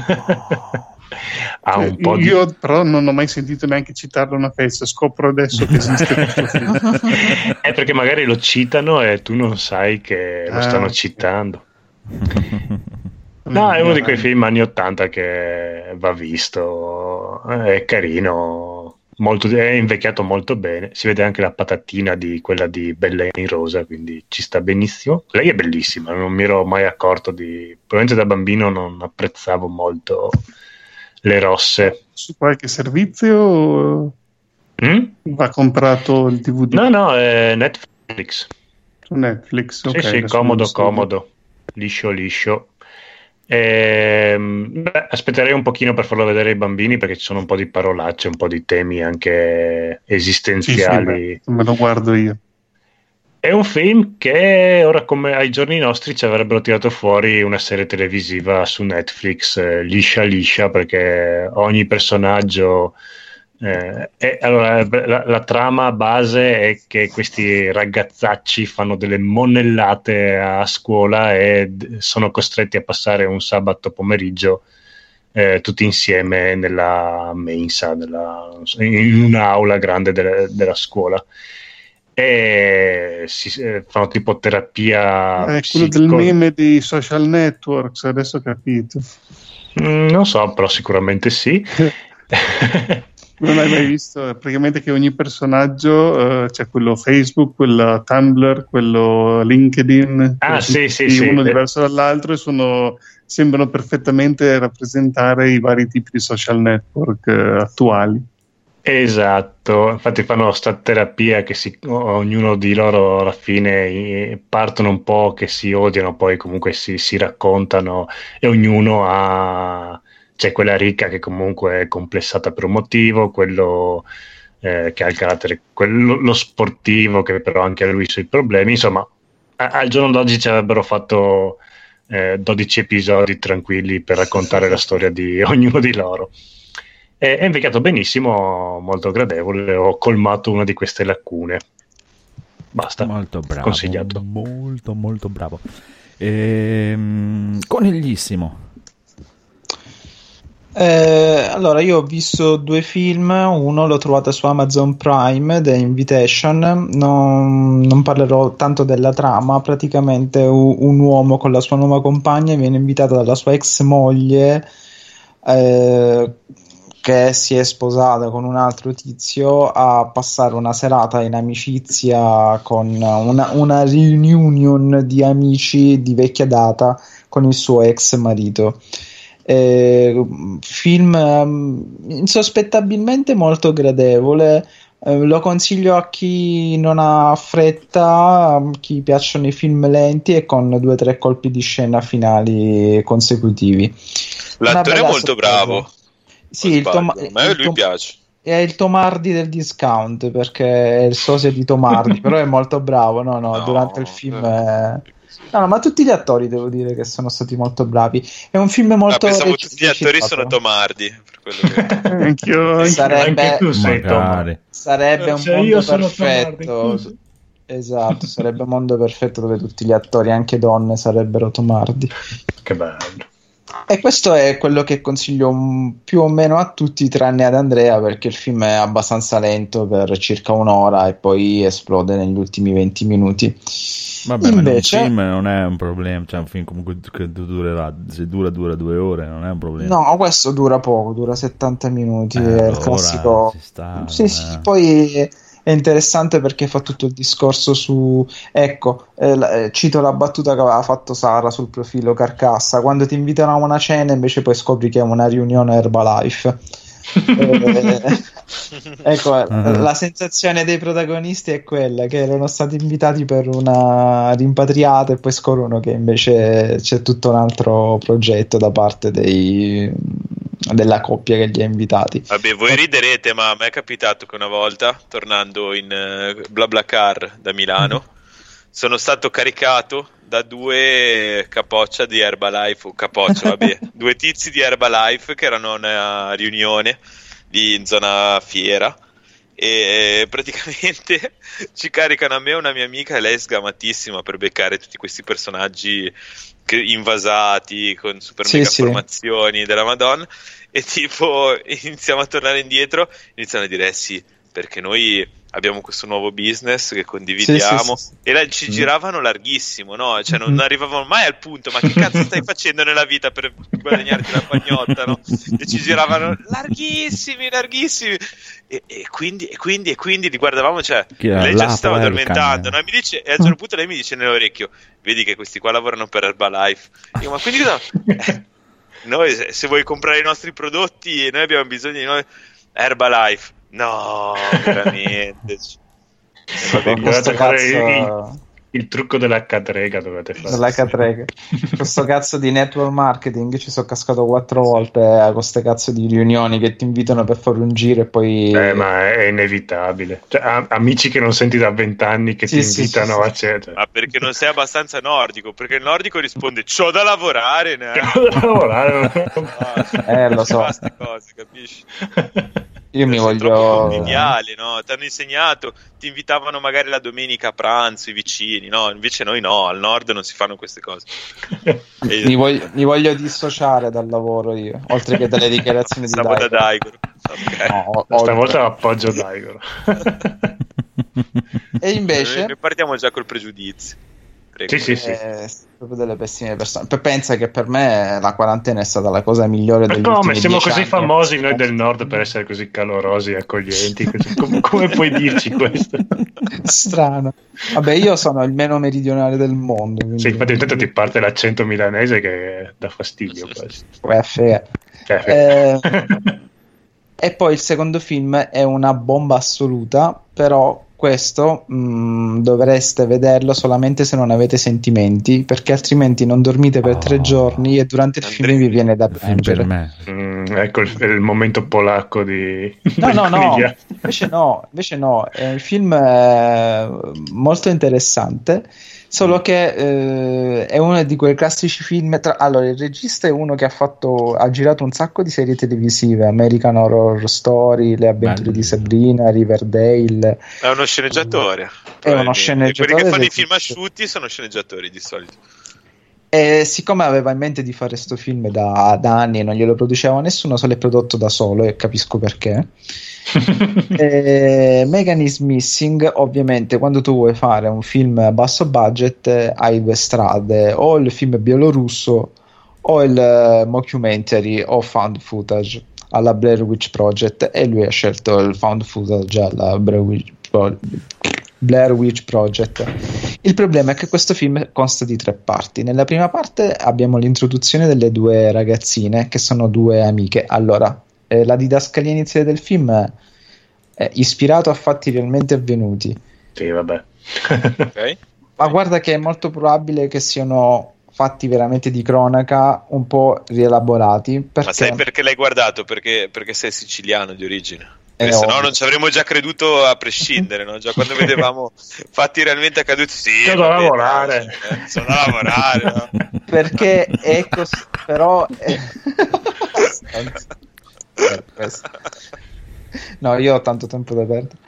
a un po' io però non ho mai sentito neanche citarlo a una festa, scopro adesso che esiste questo film. È perché magari lo citano e tu non sai che lo stanno citando. No, è uno di quei film anni 80 che va visto, è carino, è invecchiato molto bene, si vede anche la patatina di quella di Bella in rosa, quindi ci sta benissimo. Lei è bellissima, non mi ero mai accorto probabilmente da bambino non apprezzavo molto le rosse. Su qualche servizio va comprato il DVD? No, è Netflix. Su Netflix, ok. Sì, comodo, liscio. Aspetterei un pochino per farlo vedere ai bambini perché ci sono un po' di parolacce, un po' di temi anche esistenziali. Sì, me lo guardo io. È un film che ora, come ai giorni nostri, ci avrebbero tirato fuori una serie televisiva su Netflix liscia, perché ogni personaggio Allora, la trama base è che questi ragazzacci fanno delle monnellate a scuola e sono costretti a passare un sabato pomeriggio tutti insieme nella mensa, in un'aula grande della scuola. E fanno tipo terapia quello del meme di social networks, adesso ho capito. Non so, però sicuramente sì. Non hai mai visto praticamente che ogni personaggio c'è quello Facebook, quello Tumblr, quello LinkedIn, uno diverso dall'altro, e sembrano perfettamente rappresentare i vari tipi di social network attuali. Esatto, infatti fanno sta terapia che ognuno di loro alla fine partono un po' che si odiano, poi comunque si raccontano, e ognuno c'è quella ricca che comunque è complessata per un motivo, quello che ha il carattere, lo sportivo che però anche lui ha i suoi problemi. Insomma, al giorno d'oggi ci avrebbero fatto 12 episodi tranquilli per raccontare la storia di ognuno di loro. È invecchiato benissimo, molto gradevole, ho colmato una di queste lacune. Basta, molto bravo, consigliato. Molto molto bravo. Coniglissimo. Allora, io ho visto 2 film, uno l'ho trovato su Amazon Prime, The Invitation. Non parlerò tanto della trama. Praticamente un uomo con la sua nuova compagna viene invitato dalla sua ex moglie, che si è sposata con un altro tizio, a passare una serata in amicizia con una reunion di amici di vecchia data con il suo ex marito. Film insospettabilmente molto gradevole, lo consiglio a chi non ha fretta, a chi piacciono i film lenti e con 2 o 3 colpi di scena finali consecutivi. L'attore è molto bravo. Sì, a me lui piace. È il Tom Hardy del discount, perché è il sosia di Tom Hardy, però è molto bravo. No, durante il film No, ma tutti gli attori devo dire che sono stati molto bravi. È un film molto... pensavo tutti gli attori sono Tom Hardy, per quello che... Anche tu sei Tom. Sarebbe un mondo perfetto. Esatto, sarebbe un mondo perfetto dove tutti gli attori, anche donne, sarebbero Tom Hardy. Che bello. E questo è quello che consiglio più o meno a tutti, tranne ad Andrea, perché il film è abbastanza lento per circa un'ora e poi esplode negli ultimi 20 minuti. Vabbè, invece, ma un film non è un problema, cioè un film comunque che durerà, se dura 2 ore, non è un problema. No, questo dura poco, dura 70 minuti, è il classico. Sì, poi è interessante perché fa tutto il discorso su, ecco, cito la battuta che aveva fatto Sara sul profilo Carcassa: quando ti invitano a una cena invece poi scopri che è una riunione Herbalife. Ecco, la sensazione dei protagonisti è quella che erano stati invitati per una rimpatriata e poi scoprono che invece c'è tutto un altro progetto da parte della coppia che li ha invitati. Vabbè, voi riderete, ma a me è capitato che una volta, tornando in BlaBlaCar da Milano, sono stato caricato da 2 capoccia di Herbalife, due tizi di Herbalife che erano a una riunione lì in zona fiera, e praticamente ci caricano a me una mia amica, e lei è sgamatissima per beccare tutti questi personaggi invasati con super mega formazioni della Madonna, e tipo iniziamo a tornare indietro, iniziano a dire sì, perché noi abbiamo questo nuovo business che condividiamo, e là ci giravano larghissimo, no? Cioè non arrivavano mai al punto, ma che cazzo stai facendo nella vita per guadagnarti la pagnotta, no? E ci giravano larghissimi e quindi li guardavamo, cioè lei già si stava addormentando, no? E mi dice, e a un certo punto lei mi dice nell'orecchio: vedi che questi qua lavorano per Herbalife. Io, ma quindi cosa? Noi se vuoi comprare i nostri prodotti, noi abbiamo bisogno di noi Herbalife. No, veramente. Dovete fare il trucco dell'H-Trega, dovete fare. Dell'H-Trega. Questo cazzo di network marketing ci sono cascato 4 volte a queste cazzo di riunioni che ti invitano per fare un giro e poi... ma è inevitabile. Cioè, amici che non senti da 20 anni che ti invitano a cena. Ma perché non sei abbastanza nordico? Perché il nordico risponde: c'ho da lavorare, lo so. Queste cose, capisci? Io mi voglio... troppo conviviali, no? Ti hanno insegnato, ti invitavano magari la domenica a pranzo i vicini, no? Invece noi no, al nord non si fanno queste cose. mi voglio dissociare dal lavoro io, oltre che dalle dichiarazioni di Daigoro. Da Daigoro. Okay. No, stavolta appoggio Daigoro. E invece... Noi partiamo già col pregiudizio. Sì. Proprio delle pessime persone. Pensa che per me la quarantena è stata la cosa migliore degli ultimi 10 siamo anni. così famosi noi del nord per essere così calorosi e accoglienti, come puoi dirci questo? Strano. Vabbè, io sono il meno meridionale del mondo, quindi... Sì, infatti intanto ti parte l'accento milanese che dà fastidio quasi. E poi il secondo film è una bomba assoluta, però questo dovreste vederlo solamente se non avete sentimenti, perché altrimenti non dormite per 3 giorni e durante il film vi viene da piangere. Per me. Ecco il momento polacco di... No, invece no, è un film molto interessante, solo che è uno di quei classici film. Allora, il regista è uno che ha girato un sacco di serie televisive, American Horror Story, Le avventure di Sabrina, Riverdale. È uno sceneggiatore. Quelli che fanno i film asciutti sono sceneggiatori di solito. E siccome aveva in mente di fare questo film da anni e non glielo produceva nessuno, se l'è prodotto da solo, e capisco perché. Megan is Missing, ovviamente quando tu vuoi fare un film a basso budget hai 2 strade: o il film bielorusso o il mockumentary o found footage alla Blair Witch Project, e lui ha scelto il found footage alla Blair Witch Project. Il problema è che questo film consta di 3 parti. Nella prima parte abbiamo l'introduzione delle 2 ragazzine che sono 2 amiche. Allora, la didascalia iniziale del film è ispirato a fatti realmente avvenuti. Sì, vabbè. Okay. Ma guarda che è molto probabile che siano fatti veramente di cronaca, un po' rielaborati. Perché... Ma sai perché l'hai guardato? Perché sei siciliano di origine. Se no non ci avremmo già creduto a prescindere, no? Già quando vedevamo fatti realmente accaduti, sono da lavorare, no? Perché è così, però no, io ho tanto tempo da perdere.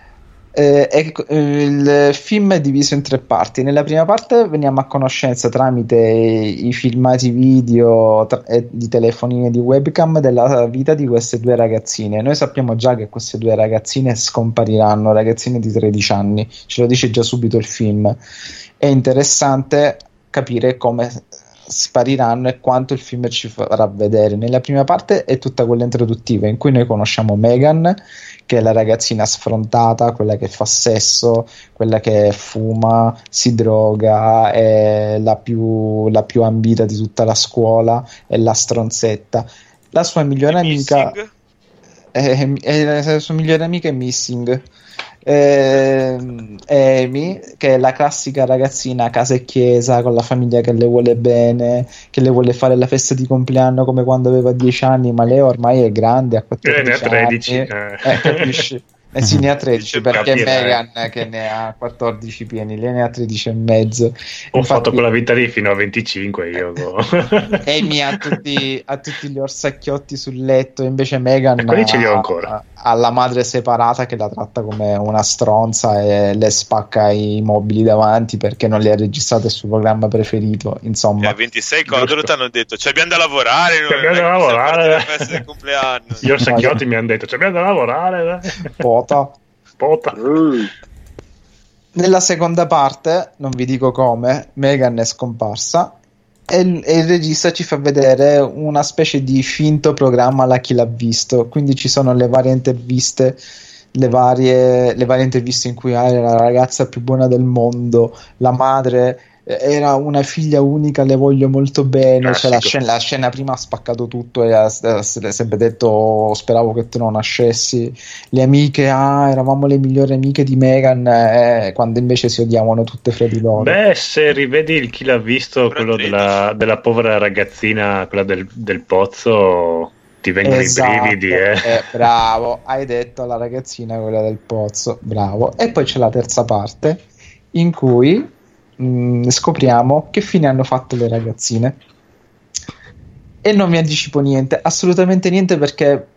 Il film è diviso in 3 parti. Nella prima parte veniamo a conoscenza tramite i filmati video di telefonine di webcam della vita di queste 2 ragazzine. Noi sappiamo già che queste 2 ragazzine scompariranno, ragazzine di 13 anni, ce lo dice già subito il film. È interessante capire come spariranno e quanto il film ci farà vedere. Nella prima parte è tutta quella introduttiva in cui noi conosciamo Megan, che è la ragazzina sfrontata, quella che fa sesso, quella che fuma, si droga, è la più ambita di tutta la scuola, è la stronzetta. La sua migliore amica la sua migliore amica è Missing. Amy, che è la classica ragazzina a casa e chiesa, con la famiglia che le vuole bene, che le vuole fare la festa di compleanno come quando aveva 10 anni, ma lei ormai è grande, ha 14 13 capisci? Sì, ne ha 13 perché Megan che ne ha 14 pieni, lei ne ha 13 e mezzo. Ho fatto quella vita lì fino a 25 io. Amy ha tutti gli orsacchiotti sul letto, invece Megan quelli ce li ho ancora. Ha la madre separata che la tratta come una stronza e le spacca i mobili davanti perché non le ha registrate sul programma preferito. Insomma, a 26 quando ti hanno detto ci abbiamo da lavorare, la festa del compleanno. Gli orsacchiotti mi hanno detto ci abbiamo da lavorare. Pota. Nella seconda parte, non vi dico come, Megan è scomparsa e il regista ci fa vedere una specie di finto programma alla Chi l'ha visto, quindi ci sono le varie interviste, le varie interviste in cui era la ragazza più buona del mondo, la madre era una figlia unica, le voglio molto bene, cioè la scena prima ha spaccato tutto e ha sempre detto speravo che tu non nascessi, le amiche eravamo le migliori amiche di Megan, quando invece si odiavano tutte fra di loro. Beh, se rivedi il Chi l'ha visto, quello della povera ragazzina, quella del pozzo, ti vengono i brividi. Bravo, hai detto la ragazzina quella del pozzo, bravo. E poi c'è la terza parte in cui scopriamo che fine hanno fatto le ragazzine e non vi anticipo niente, assolutamente niente, perché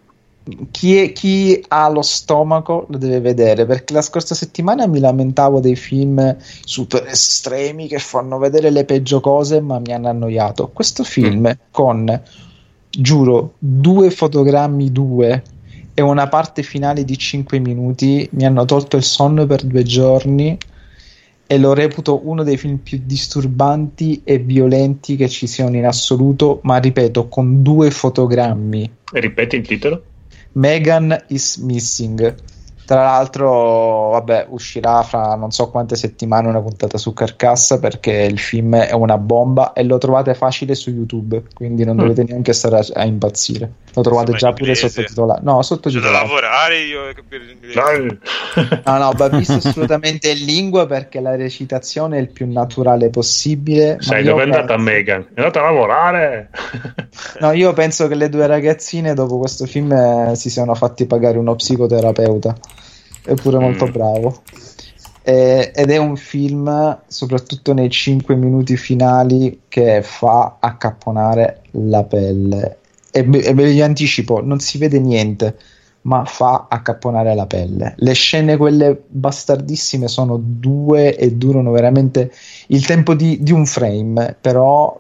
chi ha lo stomaco lo deve vedere, perché la scorsa settimana mi lamentavo dei film super estremi che fanno vedere le peggio cose, ma mi hanno annoiato. Questo film con, giuro, 2 fotogrammi e una parte finale di 5 minuti mi hanno tolto il sonno per 2 giorni e lo reputo uno dei film più disturbanti e violenti che ci siano in assoluto, ma ripeto, con 2 fotogrammi. E ripeti il titolo? Megan is Missing. Tra l'altro, vabbè, uscirà fra non so quante settimane una puntata su Carcassa, perché il film è una bomba e lo trovate facile su YouTube, quindi non dovete neanche stare a impazzire. Lo trovate già pure sottotitolato. No, sottotitolato. C'è da lavorare io per l'inglese. No, va visto assolutamente in lingua, perché la recitazione è il più naturale possibile. Sai dove è andata Megan? È andata a lavorare. No, io penso che le 2 ragazzine dopo questo film si siano fatti pagare uno psicoterapeuta. È pure molto bravo. Ed è un film, soprattutto nei 5 minuti finali, che fa accapponare la pelle. E ve vi anticipo, non si vede niente, ma fa accapponare la pelle. Le scene, quelle bastardissime, sono 2 e durano veramente il tempo di un frame, però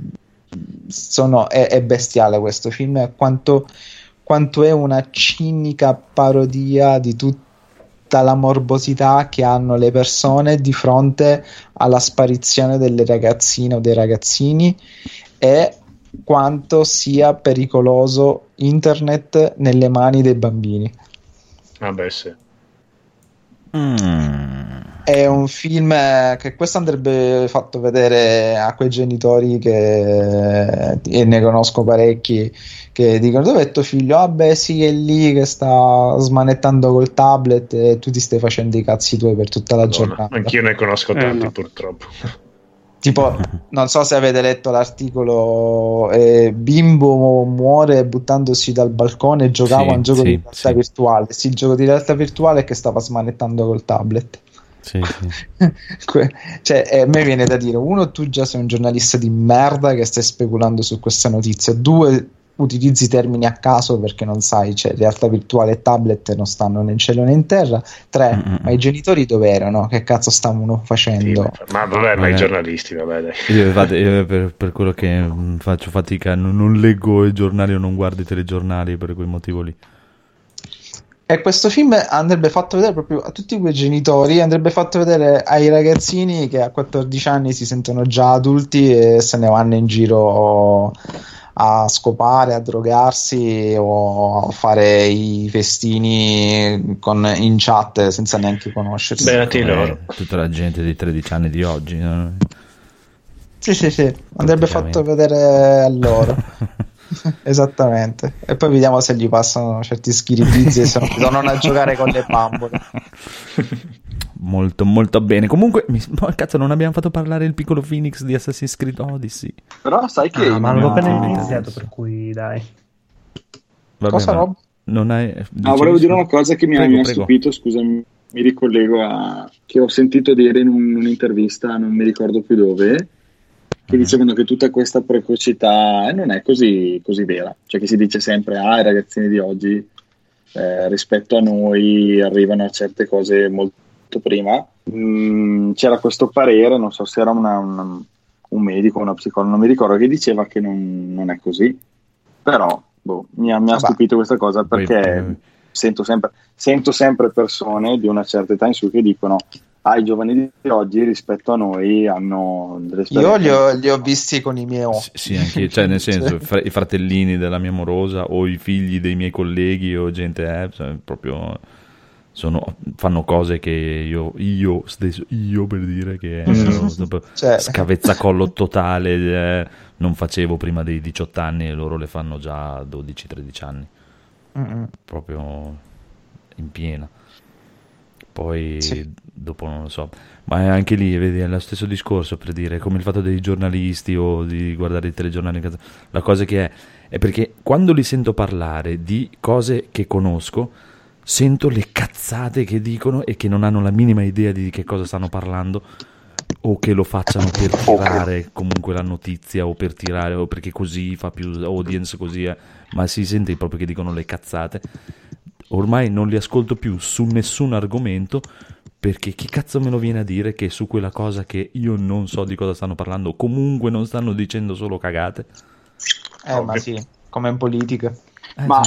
è bestiale questo film, quanto è una cinica parodia di tutta la morbosità che hanno le persone di fronte alla sparizione delle ragazzine o dei ragazzini, e quanto sia pericoloso internet nelle mani dei bambini. Vabbè, sì. È un film che questo andrebbe fatto vedere a quei genitori e ne conosco parecchi, che dicono: dove è tuo figlio? Ah beh sì, è lì che sta smanettando col tablet e tu ti stai facendo i cazzi tuoi per tutta la giornata. Anch'io ne conosco tanti, purtroppo. Tipo, non so se avete letto l'articolo, bimbo muore buttandosi dal balcone e giocava a un gioco di realtà virtuale. Sì, il gioco di realtà virtuale è che stava smanettando col tablet. Cioè, a me viene da dire: 1, tu già sei un giornalista di merda che stai speculando su questa notizia; 2, utilizzi termini a caso perché non sai, cioè realtà virtuale e tablet non stanno né in cielo né in terra. 3, ma i genitori dove erano? Che cazzo stavano facendo? Sì, ma vabbè, ma i giornalisti, vabbè, dai. Io per quello che faccio fatica, non leggo i giornali o non guardo i telegiornali per quel motivo lì. E questo film andrebbe fatto vedere proprio a tutti quei genitori, andrebbe fatto vedere ai ragazzini che a 14 anni si sentono già adulti e se ne vanno in giro a scopare, a drogarsi o a fare i festini in chat senza neanche conoscersi. Beati loro. Tutta la gente di 13 anni di oggi, no? Sì, andrebbe fatto vedere a loro. Esattamente. E poi vediamo se gli passano certi schiribizi e se non tornano a giocare con le bambole. Molto molto bene. Comunque cazzo, non abbiamo fatto parlare il piccolo Phoenix di Assassin's Creed Odyssey. Però sai che ma l'avevo appena iniziato, per cui dai. Vabbè, cosa Rob? Non hai volevo dire una cosa che mi ha stupito, scusami, mi ricollego a che ho sentito dire in un'intervista, non mi ricordo più dove, che dicevano che tutta questa precocità non è così vera, cioè che si dice sempre i ragazzini di oggi rispetto a noi arrivano a certe cose molto prima. C'era questo parere, non so se era un medico o una psicologa, non mi ricordo, che diceva che non è così, però mi ha stupito questa cosa, perché sento sempre persone di una certa età in su che dicono i giovani di oggi rispetto a noi hanno delle esperienze. Io li ho visti con i miei occhi. Sì, anche, cioè nel senso i fratellini della mia morosa o i figli dei miei colleghi o gente proprio fanno cose che io stesso per dire che cioè, scavezzacollo totale non facevo prima dei 18 anni e loro le fanno già a 12-13 anni. Proprio in piena. Poi dopo non lo so, ma è anche lì, vedi, è lo stesso discorso, per dire, come il fatto dei giornalisti o di guardare i telegiornali. La cosa che è perché quando li sento parlare di cose che conosco, sento le cazzate che dicono e che non hanno la minima idea di che cosa stanno parlando, o che lo facciano per tirare comunque la notizia, o per tirare, o perché così fa più audience, così ma si sente proprio che dicono le cazzate. Ormai non li ascolto più su nessun argomento, perché chi cazzo me lo viene a dire che su quella cosa che io non so di cosa stanno parlando, comunque non stanno dicendo solo cagate? Ma sì, come in politica. Ma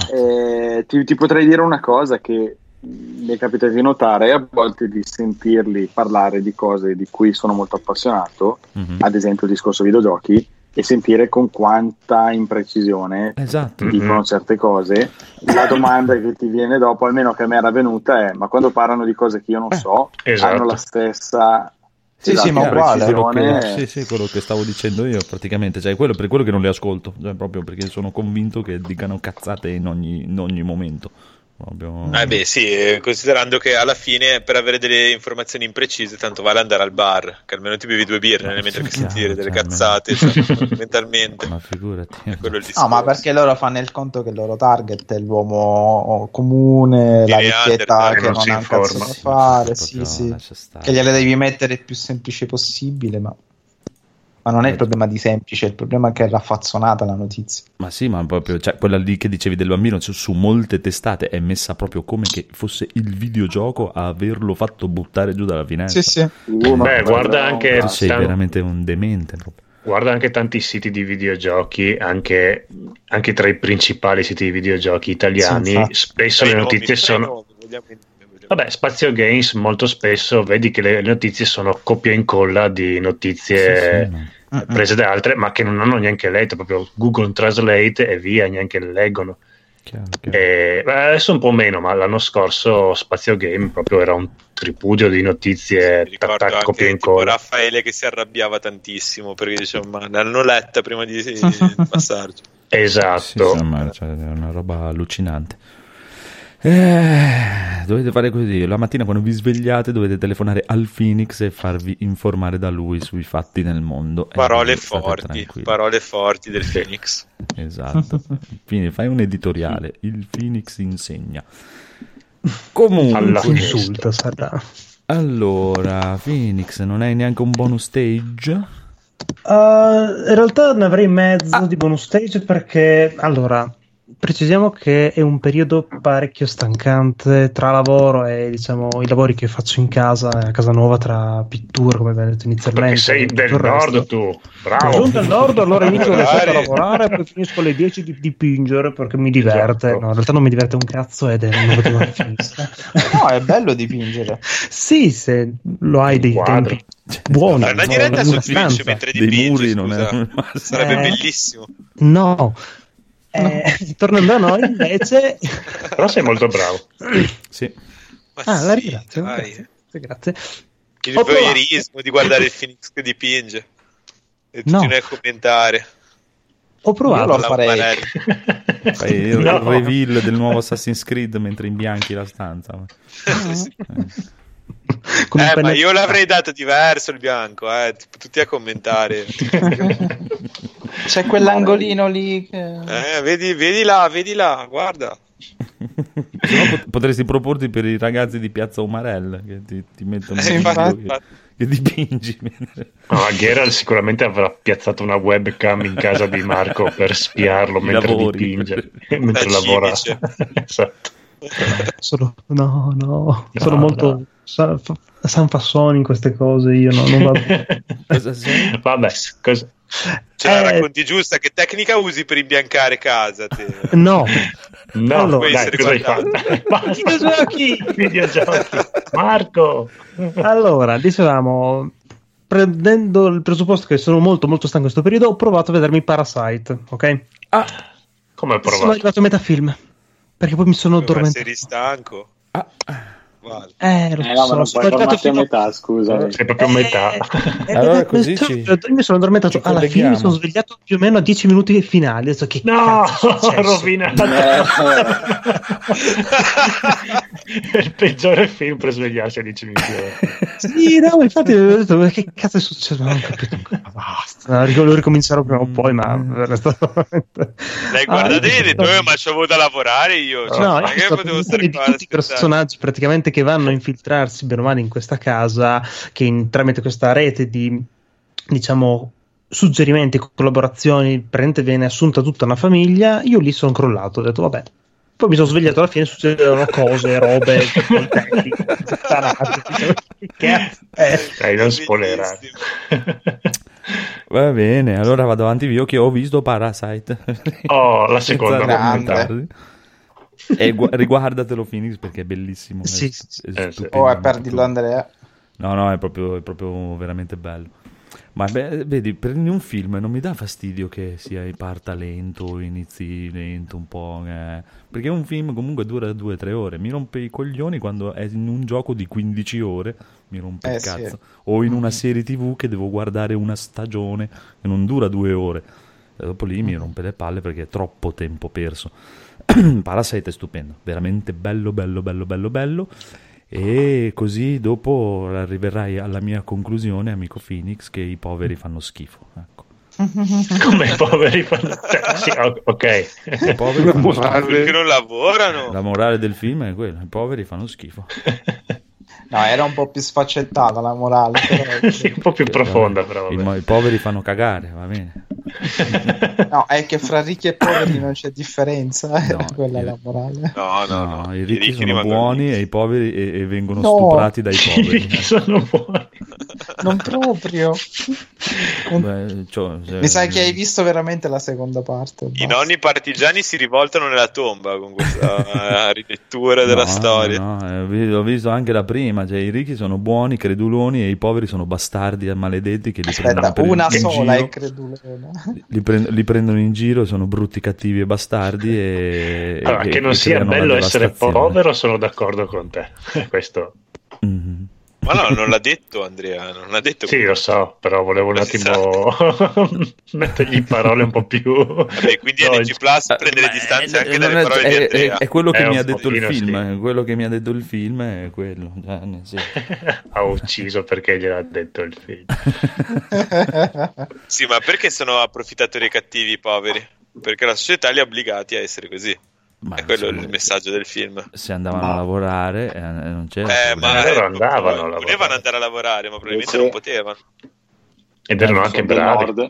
ti potrei dire una cosa che mi è capitato di notare a volte, di sentirli parlare di cose di cui sono molto appassionato, ad esempio il discorso videogiochi, e sentire con quanta imprecisione dicono certe cose. La domanda che ti viene dopo, almeno che a me era venuta, è: ma quando parlano di cose che io non so, hanno la stessa... Sì, ma uguale. Sì, quello che stavo dicendo io praticamente, cioè per quello che non le ascolto, cioè, proprio perché sono convinto che dicano cazzate in ogni momento. Proprio... sì, considerando che alla fine per avere delle informazioni imprecise tanto vale andare al bar, che almeno ti bevi 2 birre mentre che sentire delle cazzate, mentalmente. Ma figurati. Ma perché loro fanno il conto che il loro target è l'uomo comune, la vecchietta che non ha un cazzo da fare, che gliele devi mettere il più semplice possibile, ma non è il problema di semplice, il problema è che è raffazzonata la notizia. Ma sì, ma proprio, cioè, quella lì che dicevi del bambino, su molte testate è messa proprio come che fosse il videogioco a averlo fatto buttare giù dalla finestra. Sì. Guarda anche... sei veramente un demente proprio. Guarda anche tanti siti di videogiochi, anche tra i principali siti di videogiochi italiani, spesso le notizie sono... Vabbè, Spazio Games molto spesso vedi che le notizie sono copia e incolla di notizie prese da altre, ma che non hanno neanche letto, proprio Google Translate e via, neanche le leggono. Chiaro. Adesso un po' meno, ma l'anno scorso Spazio Game proprio era un tripudio di notizie, copia e incolla. Raffaele che si arrabbiava tantissimo perché diceva: ma l'hanno letta prima di passarci. Esatto. Cioè, è una roba allucinante. Dovete fare così: la mattina quando vi svegliate dovete telefonare al Phoenix e farvi informare da lui sui fatti nel mondo. Parole forti del Phoenix. Esatto. Quindi fai un editoriale: il Phoenix insegna. Comunque insulta sarà. Allora, Phoenix, non hai neanche un bonus stage? In realtà ne avrei mezzo di bonus stage, perché allora precisiamo che è un periodo parecchio stancante tra lavoro e diciamo i lavori che faccio in casa, a casa nuova, tra pittura, come abbiamo detto inizialmente. Perché sei del nord tu, bravo. Sono del nord, allora inizio alle 7 a lavorare e poi finisco alle 10 di dipingere perché mi diverte. No, in realtà non mi diverte un cazzo ed non vedo mai finire. No, è bello dipingere. Sì, se lo hai dei tempi buoni. Una diretta su Twitch mentre dipingi, muri, non è... sarebbe bellissimo. No. Tornando a noi invece, però sei molto bravo. Sì. La ringrazio. Grazie. Il voyeurismo di guardare il Phoenix che dipinge e tutti noi a commentare. Ho provato a fare il reveal del nuovo Assassin's Creed mentre imbianchi la stanza. Ma io l'avrei dato diverso il bianco, tutti a commentare. C'è quell'angolino lì che... vedi là, guarda. No, potresti proporti per i ragazzi di Piazza Umarell che ti mettono che dipingi. Geralt sicuramente avrà piazzato una webcam in casa di Marco per spiarlo mentre dipinge, mentre lavora. Esatto. Sono molto sanfassoni in queste cose, io non vado. Vabbè, cosa... la racconti giusta, che tecnica usi per imbiancare casa te? No, allora, dai, cosa hai fatto? Videogiochi Marco. Allora, dicevamo, prendendo il presupposto che sono molto molto stanco in questo periodo, ho provato a vedermi Parasite, ok? Come hai provato? Sono arrivato a metà film perché poi mi sono addormentato. Ma sei stanco? No, ma non puoi fermarti a metà, scusa. Sei proprio a metà. Allora così io mi sono addormentato alla fine, mi sono svegliato più o meno a 10 minuti finali. Adesso che rovinato. È il peggiore film per svegliarsi a 10 minuti. Sì, no, infatti ho detto, ma che cazzo è successo? Non ho capito. Basta, lo ricomincerò prima o poi, ma dai, guarda, dove ma c'avevo da lavorare io. Tutti i personaggi praticamente che vanno a infiltrarsi bene o male in questa casa, che tramite questa rete di, diciamo, suggerimenti, collaborazioni, praticamente viene assunta tutta una famiglia. Io lì sono crollato, ho detto vabbè. Poi mi sono svegliato, alla fine succedono cose, robe, non spoilerare. Va bene, allora vado avanti io che ho visto Parasite. Oh, la seconda. E riguardatelo Phoenix perché è bellissimo. Sì. È perdilo Andrea. No, è proprio veramente bello. Ma vedi, prendi un film e non mi dà fastidio che parta lento, inizi lento un po', perché un film comunque dura 2-3 ore, mi rompe i coglioni quando è in un gioco di 15 ore, mi rompe il cazzo, sì. O in una serie TV che devo guardare una stagione e non dura 2 ore, e dopo lì mi rompe le palle perché è troppo tempo perso. Parasite è stupendo, veramente bello. E così dopo arriverai alla mia conclusione, amico Phoenix, che i poveri fanno schifo. Ecco. Come i poveri fanno? Sì, ok. I poveri fanno schifo. Perché non lavorano? La morale del film è quella: i poveri fanno schifo. No, era un po' più sfaccettata la morale, però... sì, un po' più profonda, però. I poveri fanno cagare, va bene. No, è che fra ricchi e poveri non c'è differenza, quella è la morale. No. I ricchi sono buoni e i poveri e vengono stuprati dai poveri. I ricchi sono buoni. Non proprio. Mi sa che hai visto veramente la seconda parte. I nonni partigiani si rivoltano nella tomba con questa rilettura della storia. Ho visto anche la prima, cioè i ricchi sono buoni, creduloni, e i poveri sono bastardi e maledetti che li prendono per una in sola giro. è credulona. Li prendono in giro, sono brutti, cattivi e bastardi allora, che non sia bello essere povero, sono d'accordo con te. Questo Ma no, non l'ha detto Andrea, non l'ha detto. Sì, lo so, però volevo un attimo mettergli parole un po' più. Vabbè, quindi NG Plus prende le distanze anche dalle parole di Andrea. È quello che mi ha detto il film, sì. Quello che mi ha detto il film è quello. Sì. Ha ucciso perché gliel'ha detto il film. Sì, ma perché sono approfittatori cattivi i poveri? Perché la società li ha obbligati a essere così. Ma è quello il messaggio del film. Se andavano a lavorare non c'era ma loro andavano a volevano andare a lavorare, ma probabilmente non potevano. Ed erano anche bravi.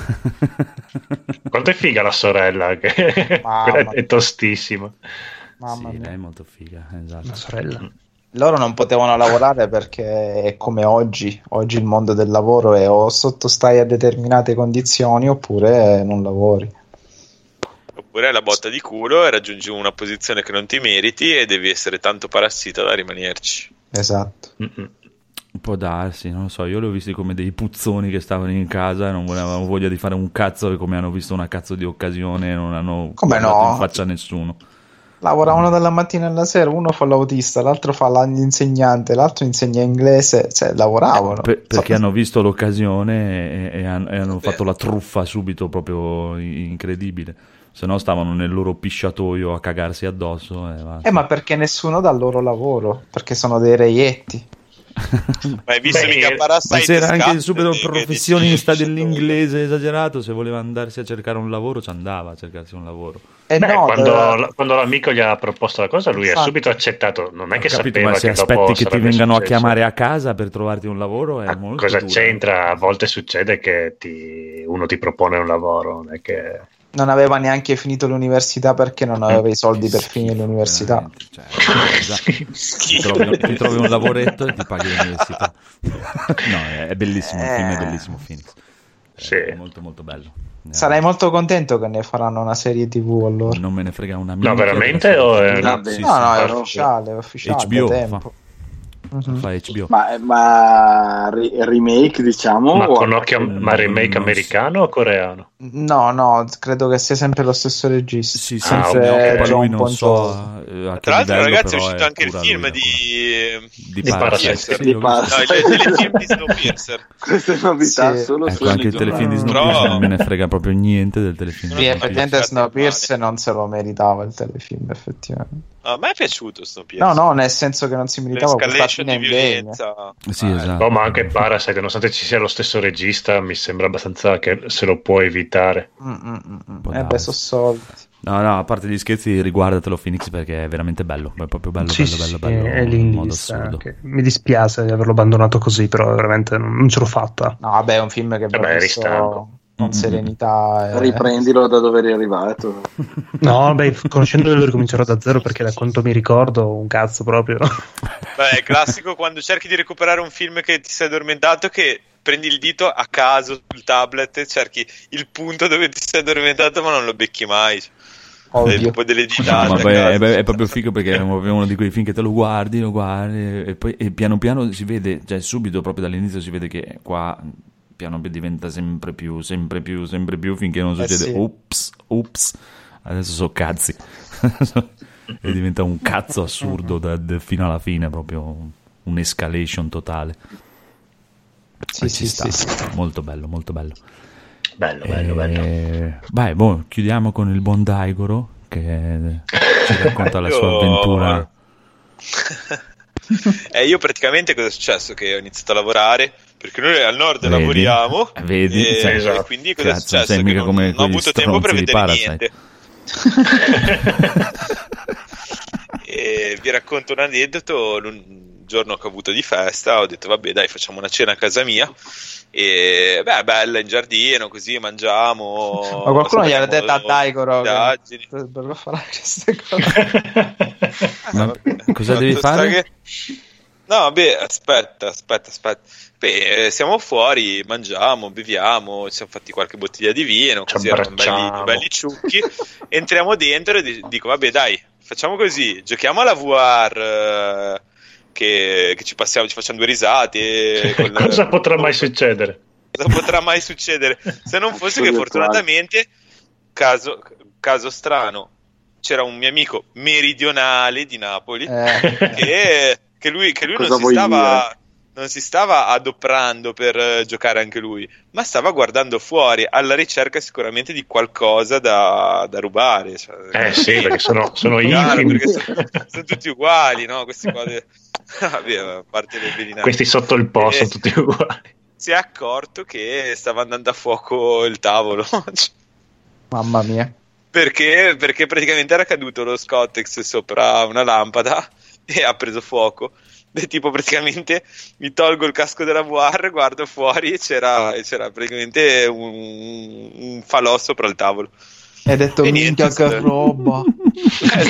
Quanto è figa la sorella, che è tostissima. Mamma sì, mia. lei è molto figa, esatto. La sorella. Loro non potevano lavorare perché è come oggi il mondo del lavoro è o sottostai a determinate condizioni oppure non lavori. Oppure è la botta di culo e raggiungi una posizione che non ti meriti e devi essere tanto parassita da rimanerci. Esatto. Può darsi, non lo so, io li ho visti come dei puzzoni che stavano in casa e non avevano voglia di fare un cazzo, e come hanno visto una cazzo di occasione e non hanno guardato in faccia a nessuno. Lavoravano dalla mattina alla sera, uno fa l'autista, l'altro fa l'insegnante, l'altro insegna inglese, cioè lavoravano. Perché hanno visto l'occasione e hanno fatto la truffa subito, proprio incredibile. Se no stavano nel loro pisciatoio a cagarsi addosso. Ma perché nessuno dà il loro lavoro? Perché sono dei reietti. Ma hai visto mica Parasite? Ma se era anche subito professionista dell'inglese esagerato, se voleva andarsi a cercare un lavoro ci andava a cercarsi un lavoro. Quando l'amico gli ha proposto la cosa, lui ha subito accettato. Non è che sapeva ma se che aspetti che ti vengano successo. A chiamare a casa per trovarti un lavoro è molto cosa dura. C'entra? A volte succede che uno ti propone un lavoro, non è che non aveva neanche finito l'università perché non aveva i soldi per finire l'università. Ti trovi un lavoretto e ti paghi l'università. No, è bellissimo, il film è bellissimo, Phoenix. Sì. È molto molto bello. Sarai molto contento che ne faranno una serie TV allora. Non me ne frega una minchia. No, veramente? O è... No, è ufficiale HBO tempo. Fa HBO. Ma remake, diciamo? Ma con occhio, ma remake americano o coreano? No, credo che sia sempre lo stesso regista. Sì, sempre John non so a tra l'altro, livello, ragazzi, è uscito anche il film di Parasite. Sì, no, il telefilm di Snowpiercer. Questa è novità, solo anche il telefilm di Snowpiercer non me ne frega proprio niente del telefilm. Sì, effettivamente Snowpiercer non se lo meritava il telefilm, effettivamente. A me è piaciuto Snowpiercer. No, nel senso che non si meritava questa fine di violenza. Sì, esatto. Ma anche Parasite, nonostante ci sia lo stesso regista, mi sembra abbastanza che se lo può evitare. Sono soldi. No, a parte gli scherzi, riguardatelo Phoenix perché è veramente bello, è proprio bello, bello, è lì in lista, okay. Mi dispiace di averlo abbandonato così, però veramente non ce l'ho fatta. No, vabbè, è un film che va visto con serenità. Riprendilo da dove eri arrivato. No, beh, conoscendolo lo ricomincerò da zero perché da quanto mi ricordo un cazzo proprio. Beh, è classico quando cerchi di recuperare un film che ti sei addormentato, che prendi il dito a caso sul tablet e cerchi il punto dove ti sei addormentato ma non lo becchi mai. Un po' delle ditate. È proprio figo perché è uno di quei film che te lo guardi e poi piano piano si vede, cioè subito proprio dall'inizio si vede che qua piano diventa sempre più finché non succede ups, adesso so cazzi e diventa un cazzo assurdo fino alla fine, proprio un'escalation totale. Sì. Molto bello. Bello. Vai, chiudiamo con il buon Daigoro che ci racconta la sua avventura. Io praticamente cosa è successo? Che ho iniziato a lavorare perché noi al nord lavoriamo e quindi cosa è successo? Che non ho avuto tempo per vedere niente. E vi racconto un aneddoto. Un giorno che ho avuto di festa ho detto vabbè dai, facciamo una cena a casa mia e bella in giardino, così mangiamo. Ma qualcuno gli ha detto a Daigoro che dovrebbero fare queste cose. Cosa devi fare? No, aspetta. Siamo fuori, mangiamo, beviamo, ci siamo fatti qualche bottiglia di vino, così erano belli ciucchi. Entriamo dentro e dico vabbè dai, facciamo così, giochiamo alla VR, che ci passiamo, ci facciamo due risate. Cosa potrà mai succedere? Cosa potrà mai succedere? Se non fosse che fortunatamente, caso strano, c'era un mio amico meridionale di Napoli che lui non si stava adoprando per giocare anche lui, ma stava guardando fuori alla ricerca sicuramente di qualcosa da rubare. Sì, perché sono infimi. Sono tutti uguali, no? Questi qua a parte le belinate. Questi sotto il po' sono tutti uguali. Si è accorto che stava andando a fuoco il tavolo. Mamma mia. Perché praticamente era caduto lo Scottex sopra una lampada e ha preso fuoco. E tipo praticamente mi tolgo il casco della VR, guardo fuori e c'era praticamente un falò sopra il tavolo. Hai detto minchia che roba. È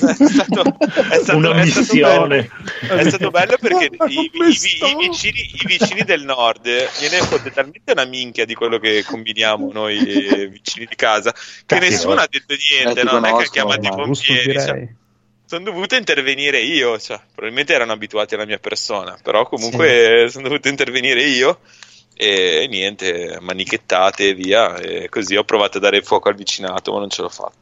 stato una missione. È stato bello perché i vicini del nord gliene fotte talmente una minchia di quello che combiniamo noi vicini di casa che nessuno ha detto niente, non è che ha chiamato i pompieri. Sono dovuto intervenire io, probabilmente erano abituati alla mia persona, però comunque sono dovuto intervenire io e niente, manichettate e via, e così ho provato a dare fuoco al vicinato ma non ce l'ho fatto.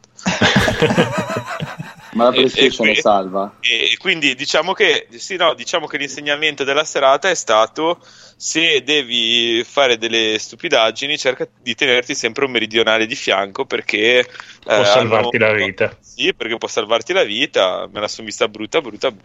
Ma la PlayStation è salva? E quindi diciamo che l'insegnamento della serata è stato: se devi fare delle stupidaggini cerca di tenerti sempre un meridionale di fianco perché può salvarti la vita. Sì, perché può salvarti la vita. Me la sono vista brutta.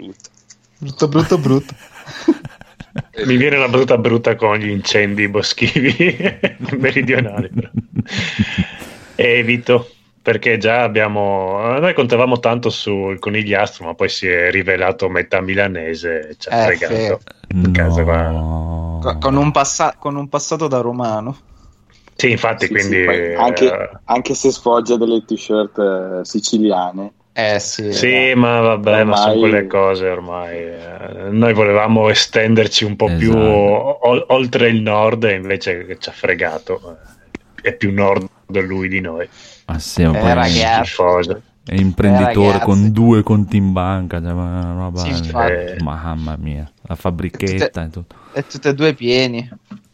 Mi viene una brutta con gli incendi boschivi meridionali, però. Evito, perché già noi contavamo tanto sul conigliastro, ma poi si è rivelato metà milanese, ci ha fregato casa qua. Con un passato da romano. Sì, infatti, quindi anche se sfoggia delle t-shirt siciliane. Sì, ma vabbè, ma sono quelle cose ormai. Noi volevamo estenderci un po' più oltre il nord e invece ci ha fregato. È più nord lui di noi. Ma sì, ragazzi. È imprenditore con 2 conti in banca, roba, mamma mia, la fabbrichetta e tutto. E tutte e due pieni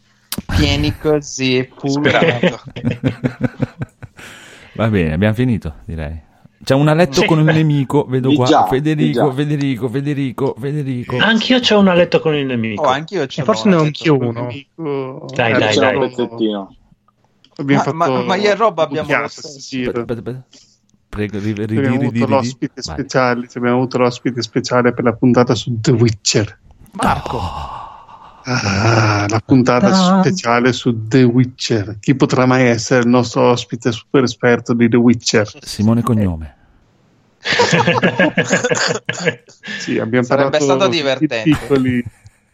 così, Va bene, abbiamo finito, direi. C'è un letto con il nemico, vedo qua. Federico. Anch'io c'ho un letto con il nemico. Anch'io c'ho. Forse ne ho anch'io uno. Dai. Un pezzettino. Ma io e Rob abbiamo Prego, abbiamo avuto l'ospite speciale. Abbiamo avuto l'ospite speciale per la puntata su The Witcher. Marco. La puntata speciale su The Witcher. Chi potrà mai essere il nostro ospite super esperto di The Witcher? Simone Cognome. Sì, abbiamo Sarebbe parlato stato di divertente. piccoli.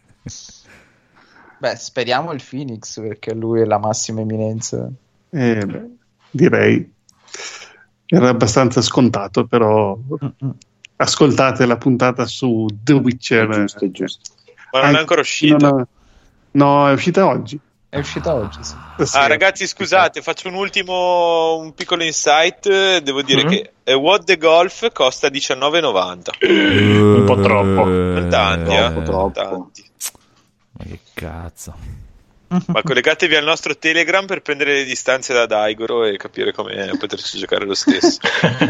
Beh, speriamo il Phoenix, perché lui è la massima eminenza. Direi era abbastanza scontato, però ascoltate la puntata su The Witcher. È giusto. Ma non è ancora uscita? No, è uscita oggi. È uscita oggi, sì. Ragazzi, scusate, faccio un piccolo insight. Devo dire che What the Golf costa $19,90. Un po' troppo. Non tanti, troppo. tanti. Ma che cazzo. Ma collegatevi al nostro Telegram per prendere le distanze da Daigoro e capire come poterci giocare lo stesso.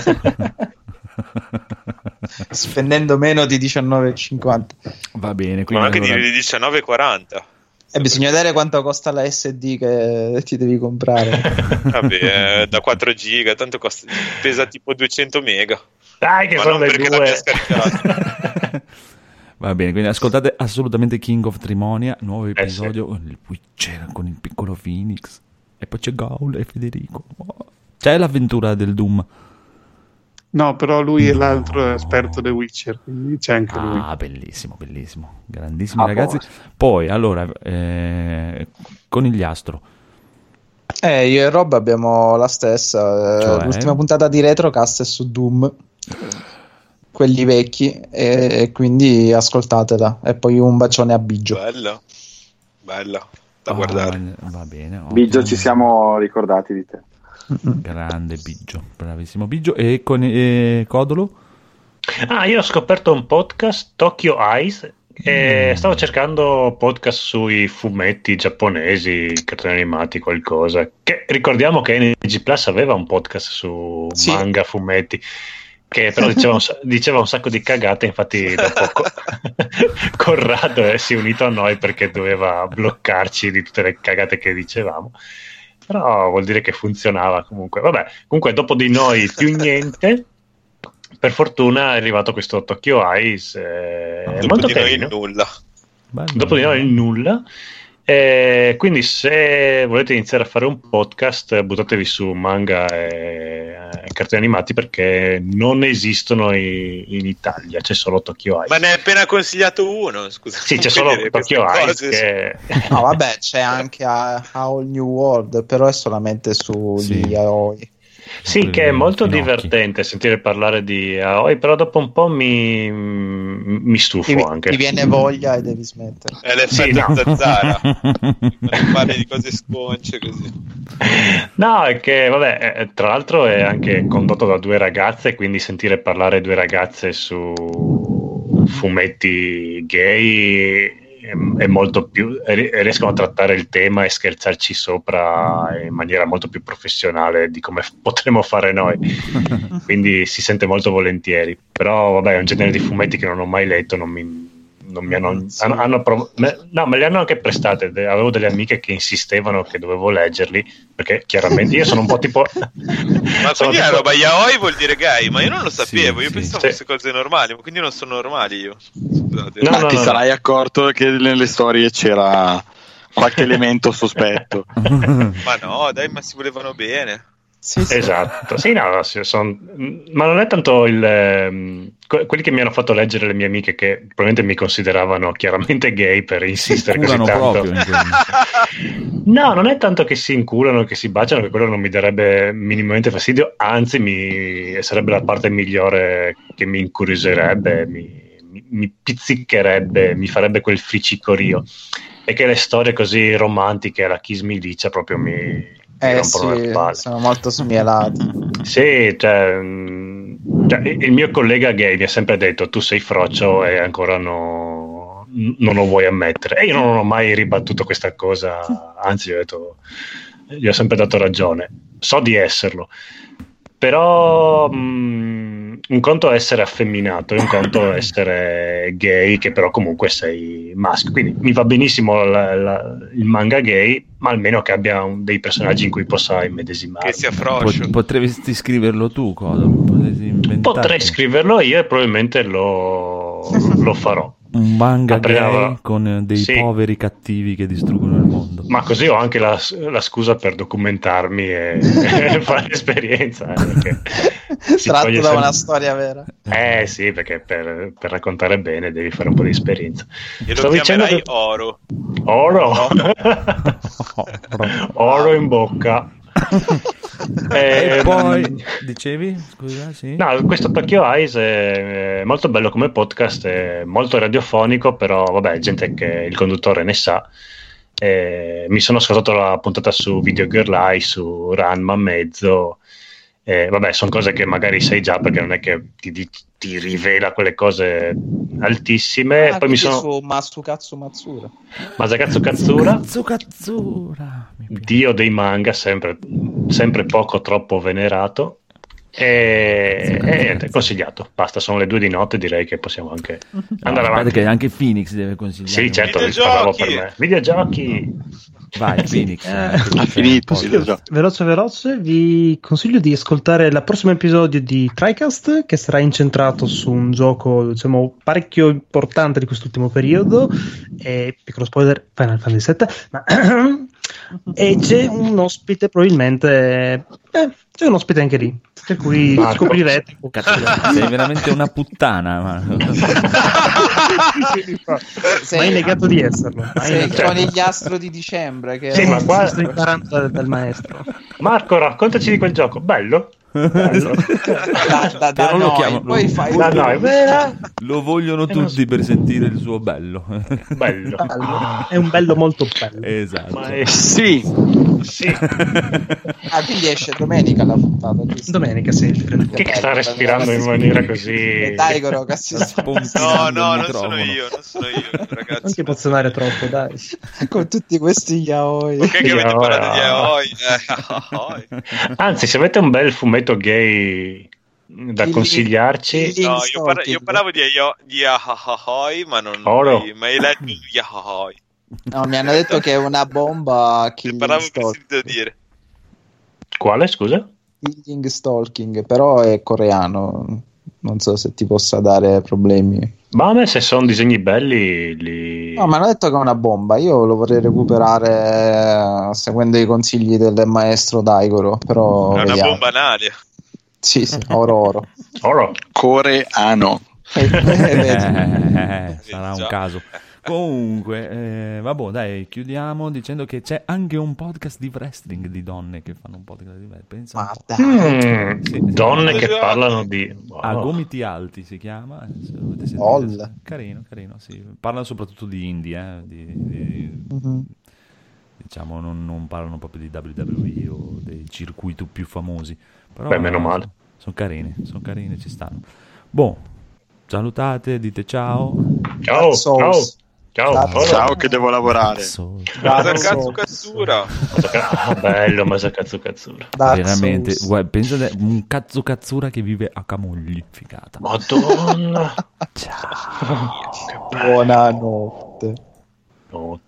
Spendendo meno di $19,50. Va bene, ma anche di $19,40. Bisogna vedere quanto costa la SD che ti devi comprare. Vabbè, da 4 giga, tanto pesa tipo 200 mega. Dai, che ma sono non le perché due. l'abbia scaricato. Va bene, quindi ascoltate assolutamente King of Trimonia, nuovo episodio con il Witcher, con il piccolo Phoenix, e poi c'è Gaul e Federico. C'è l'avventura del Doom. No, però lui è l'altro esperto The Witcher, quindi c'è anche lui. Bellissimo, bellissimo, grandissimi ragazzi. Poi, allora, Conigliastro. Io e Rob abbiamo la stessa. Cioè? L'ultima puntata di Retrocast è su Doom, quelli vecchi, e quindi ascoltatela. E poi un bacione a Biggio. Bella da guardare. Va bene. Biggio, ci siamo ricordati di te. Grande Biggio, bravissimo Biggio. E con Codolo? Io ho scoperto un podcast, Tokyo Eyes, e stavo cercando podcast sui fumetti giapponesi, cartoni animati, qualcosa. Che ricordiamo che NG Plus aveva un podcast su manga, fumetti, che però diceva un sacco di cagate. Infatti dopo Corrado si è unito a noi perché doveva bloccarci di tutte le cagate che dicevamo. Però vuol dire che funzionava comunque. Vabbè, comunque dopo di noi più niente. Per fortuna è arrivato questo Tokyo Eyes. È molto carino. Dopo di noi il nulla. Quindi se volete iniziare a fare un podcast, buttatevi su manga e cartoni animati, perché non esistono in Italia, c'è solo Tokyo Eyes. Ma ne hai appena consigliato uno, scusa. Sì, c'è solo Tokyo Eyes che... No, vabbè, c'è anche a All New World, però è solamente sugli Aoi. Sì, che è molto divertente sentire parlare di Aoi, però dopo un po' mi stufo anche. Ti viene voglia e devi smettere. È l'effetto Zazzara. Parli di cose sconce così. No, è che vabbè, tra l'altro è anche condotto da due ragazze, quindi sentire parlare due ragazze su fumetti gay è molto più, riescono a trattare il tema e scherzarci sopra in maniera molto più professionale di come potremmo fare noi, quindi si sente molto volentieri. Però vabbè, è un genere di fumetti che non ho mai letto, non mi hanno, me li hanno anche prestate. Avevo delle amiche che insistevano che dovevo leggerli, perché chiaramente io sono un po' tipo ma quindi la roba yaoi vuol dire gay? Ma io non lo sapevo, io pensavo fosse cose normali, ma quindi non sono normali io. Scusate. Ti sarai accorto che nelle storie c'era qualche elemento sospetto. Ma no, dai, ma si volevano bene. Sì. Esatto, sì, no, ma non è tanto quelli che mi hanno fatto leggere le mie amiche, che probabilmente mi consideravano chiaramente gay per insistere così tanto. No, non è tanto che si inculano, che si baciano, che quello non mi darebbe minimamente fastidio, anzi sarebbe la parte migliore che mi incuriosirebbe, mi pizzicherebbe, mi farebbe quel fricicorio, e che le storie così romantiche alla Kiss Me Licia proprio mi sono molto smielati. Sì, cioè, il mio collega gay mi ha sempre detto: tu sei froccio e ancora non lo vuoi ammettere. E io non ho mai ribattuto questa cosa, anzi gli ho sempre dato ragione, so di esserlo, però un conto è essere affemminato e un conto è essere gay, che però comunque sei maschio. Quindi mi va benissimo il manga gay, ma almeno che abbia dei personaggi in cui possa immedesimare. Che sia froscio. Potresti scriverlo tu, cosa? Potrei scriverlo io e probabilmente lo farò. Un manga gay con dei poveri cattivi che distruggono il mondo. Ma così ho anche la scusa per documentarmi e fare esperienza. Tratto da una storia vera. Sì, perché per raccontare bene devi fare un po' di esperienza. E lo chiamerai Oro. Oro in bocca. E poi dicevi? Scusa, sì. No, questo Tokyo Eyes è molto bello come podcast, è molto radiofonico, però vabbè, gente che il conduttore ne sa. Mi sono ascoltato la puntata su Video Girl Eye, su Ranma mezzo. Vabbè, sono cose che magari sai già, perché non è che ti rivela quelle cose altissime. Poi mi sono su Masakatsu Matsura. Masakatsu Katsura, Katsura, dio dei manga, sempre poco troppo venerato. E consigliato. Basta, sono le 2 di notte, direi che possiamo anche andare avanti. Perché anche Phoenix deve consigliare. Sì, certo, parlavo per me. Videogiochi. Vai, Phoenix. Ha finito. Veloce, vi consiglio di ascoltare il prossimo episodio di TriCast, che sarà incentrato su un gioco, diciamo, parecchio importante di quest'ultimo periodo. Piccolo spoiler, Final Fantasy VII. E c'è un ospite, probabilmente. C'è un ospite anche lì, per cui scoprirete. Sei veramente una puttana. Ma hai negato di esserlo. Sei conigliastro di dicembre. Che ma qua sto imparando dal maestro. Marco, raccontaci di quel gioco. Bello? Da Però lo noi, chiamo, poi fai lo vogliono tutti per sentire il suo bello. Bello. È un bello molto bello. Esatto. Sì. Quindi esce domenica la puntata, giusto? Domenica, sì. Che sta respirando in maniera così. Dai, Goro, No, non sono io, ragazzi. Non ti emozionare troppo, dai. Con tutti questi yaoi. Ok, che avete parlato di yaoi. Anzi, se avete un bel fumetto gay da consigliarci. No, io parlavo di yaoi, ma non mai letto yaoi. No, mi hanno detto che è una bomba. Parlavo per sentito dire. Quale, scusa? Killing Stalking, però è coreano. Non so se ti possa dare problemi. Ma a me, se sono disegni belli No, mi hanno detto che è una bomba. Io lo vorrei recuperare seguendo i consigli del maestro Daigoro, però è una vediamo. bomba nadia. Sì, oro. Coreano. Sarà un caso. Comunque, vabbè, dai, chiudiamo dicendo che c'è anche un podcast di wrestling di donne che fanno un podcast di wrestling. Pensa donne che parlano di a gomiti alti si chiama. Carino, sì. Parlano soprattutto di indie, diciamo non parlano proprio di WWE o dei circuiti più famosi. Però meno male. Sono carine, ci stanno. Boh, salutate, dite ciao. Ciao che devo lavorare. Masakatsu Katsura. Bello Masakatsu Katsura. Veramente, pensa un Katsura che vive a Camogli, figata. Madonna. Ciao. Buonanotte.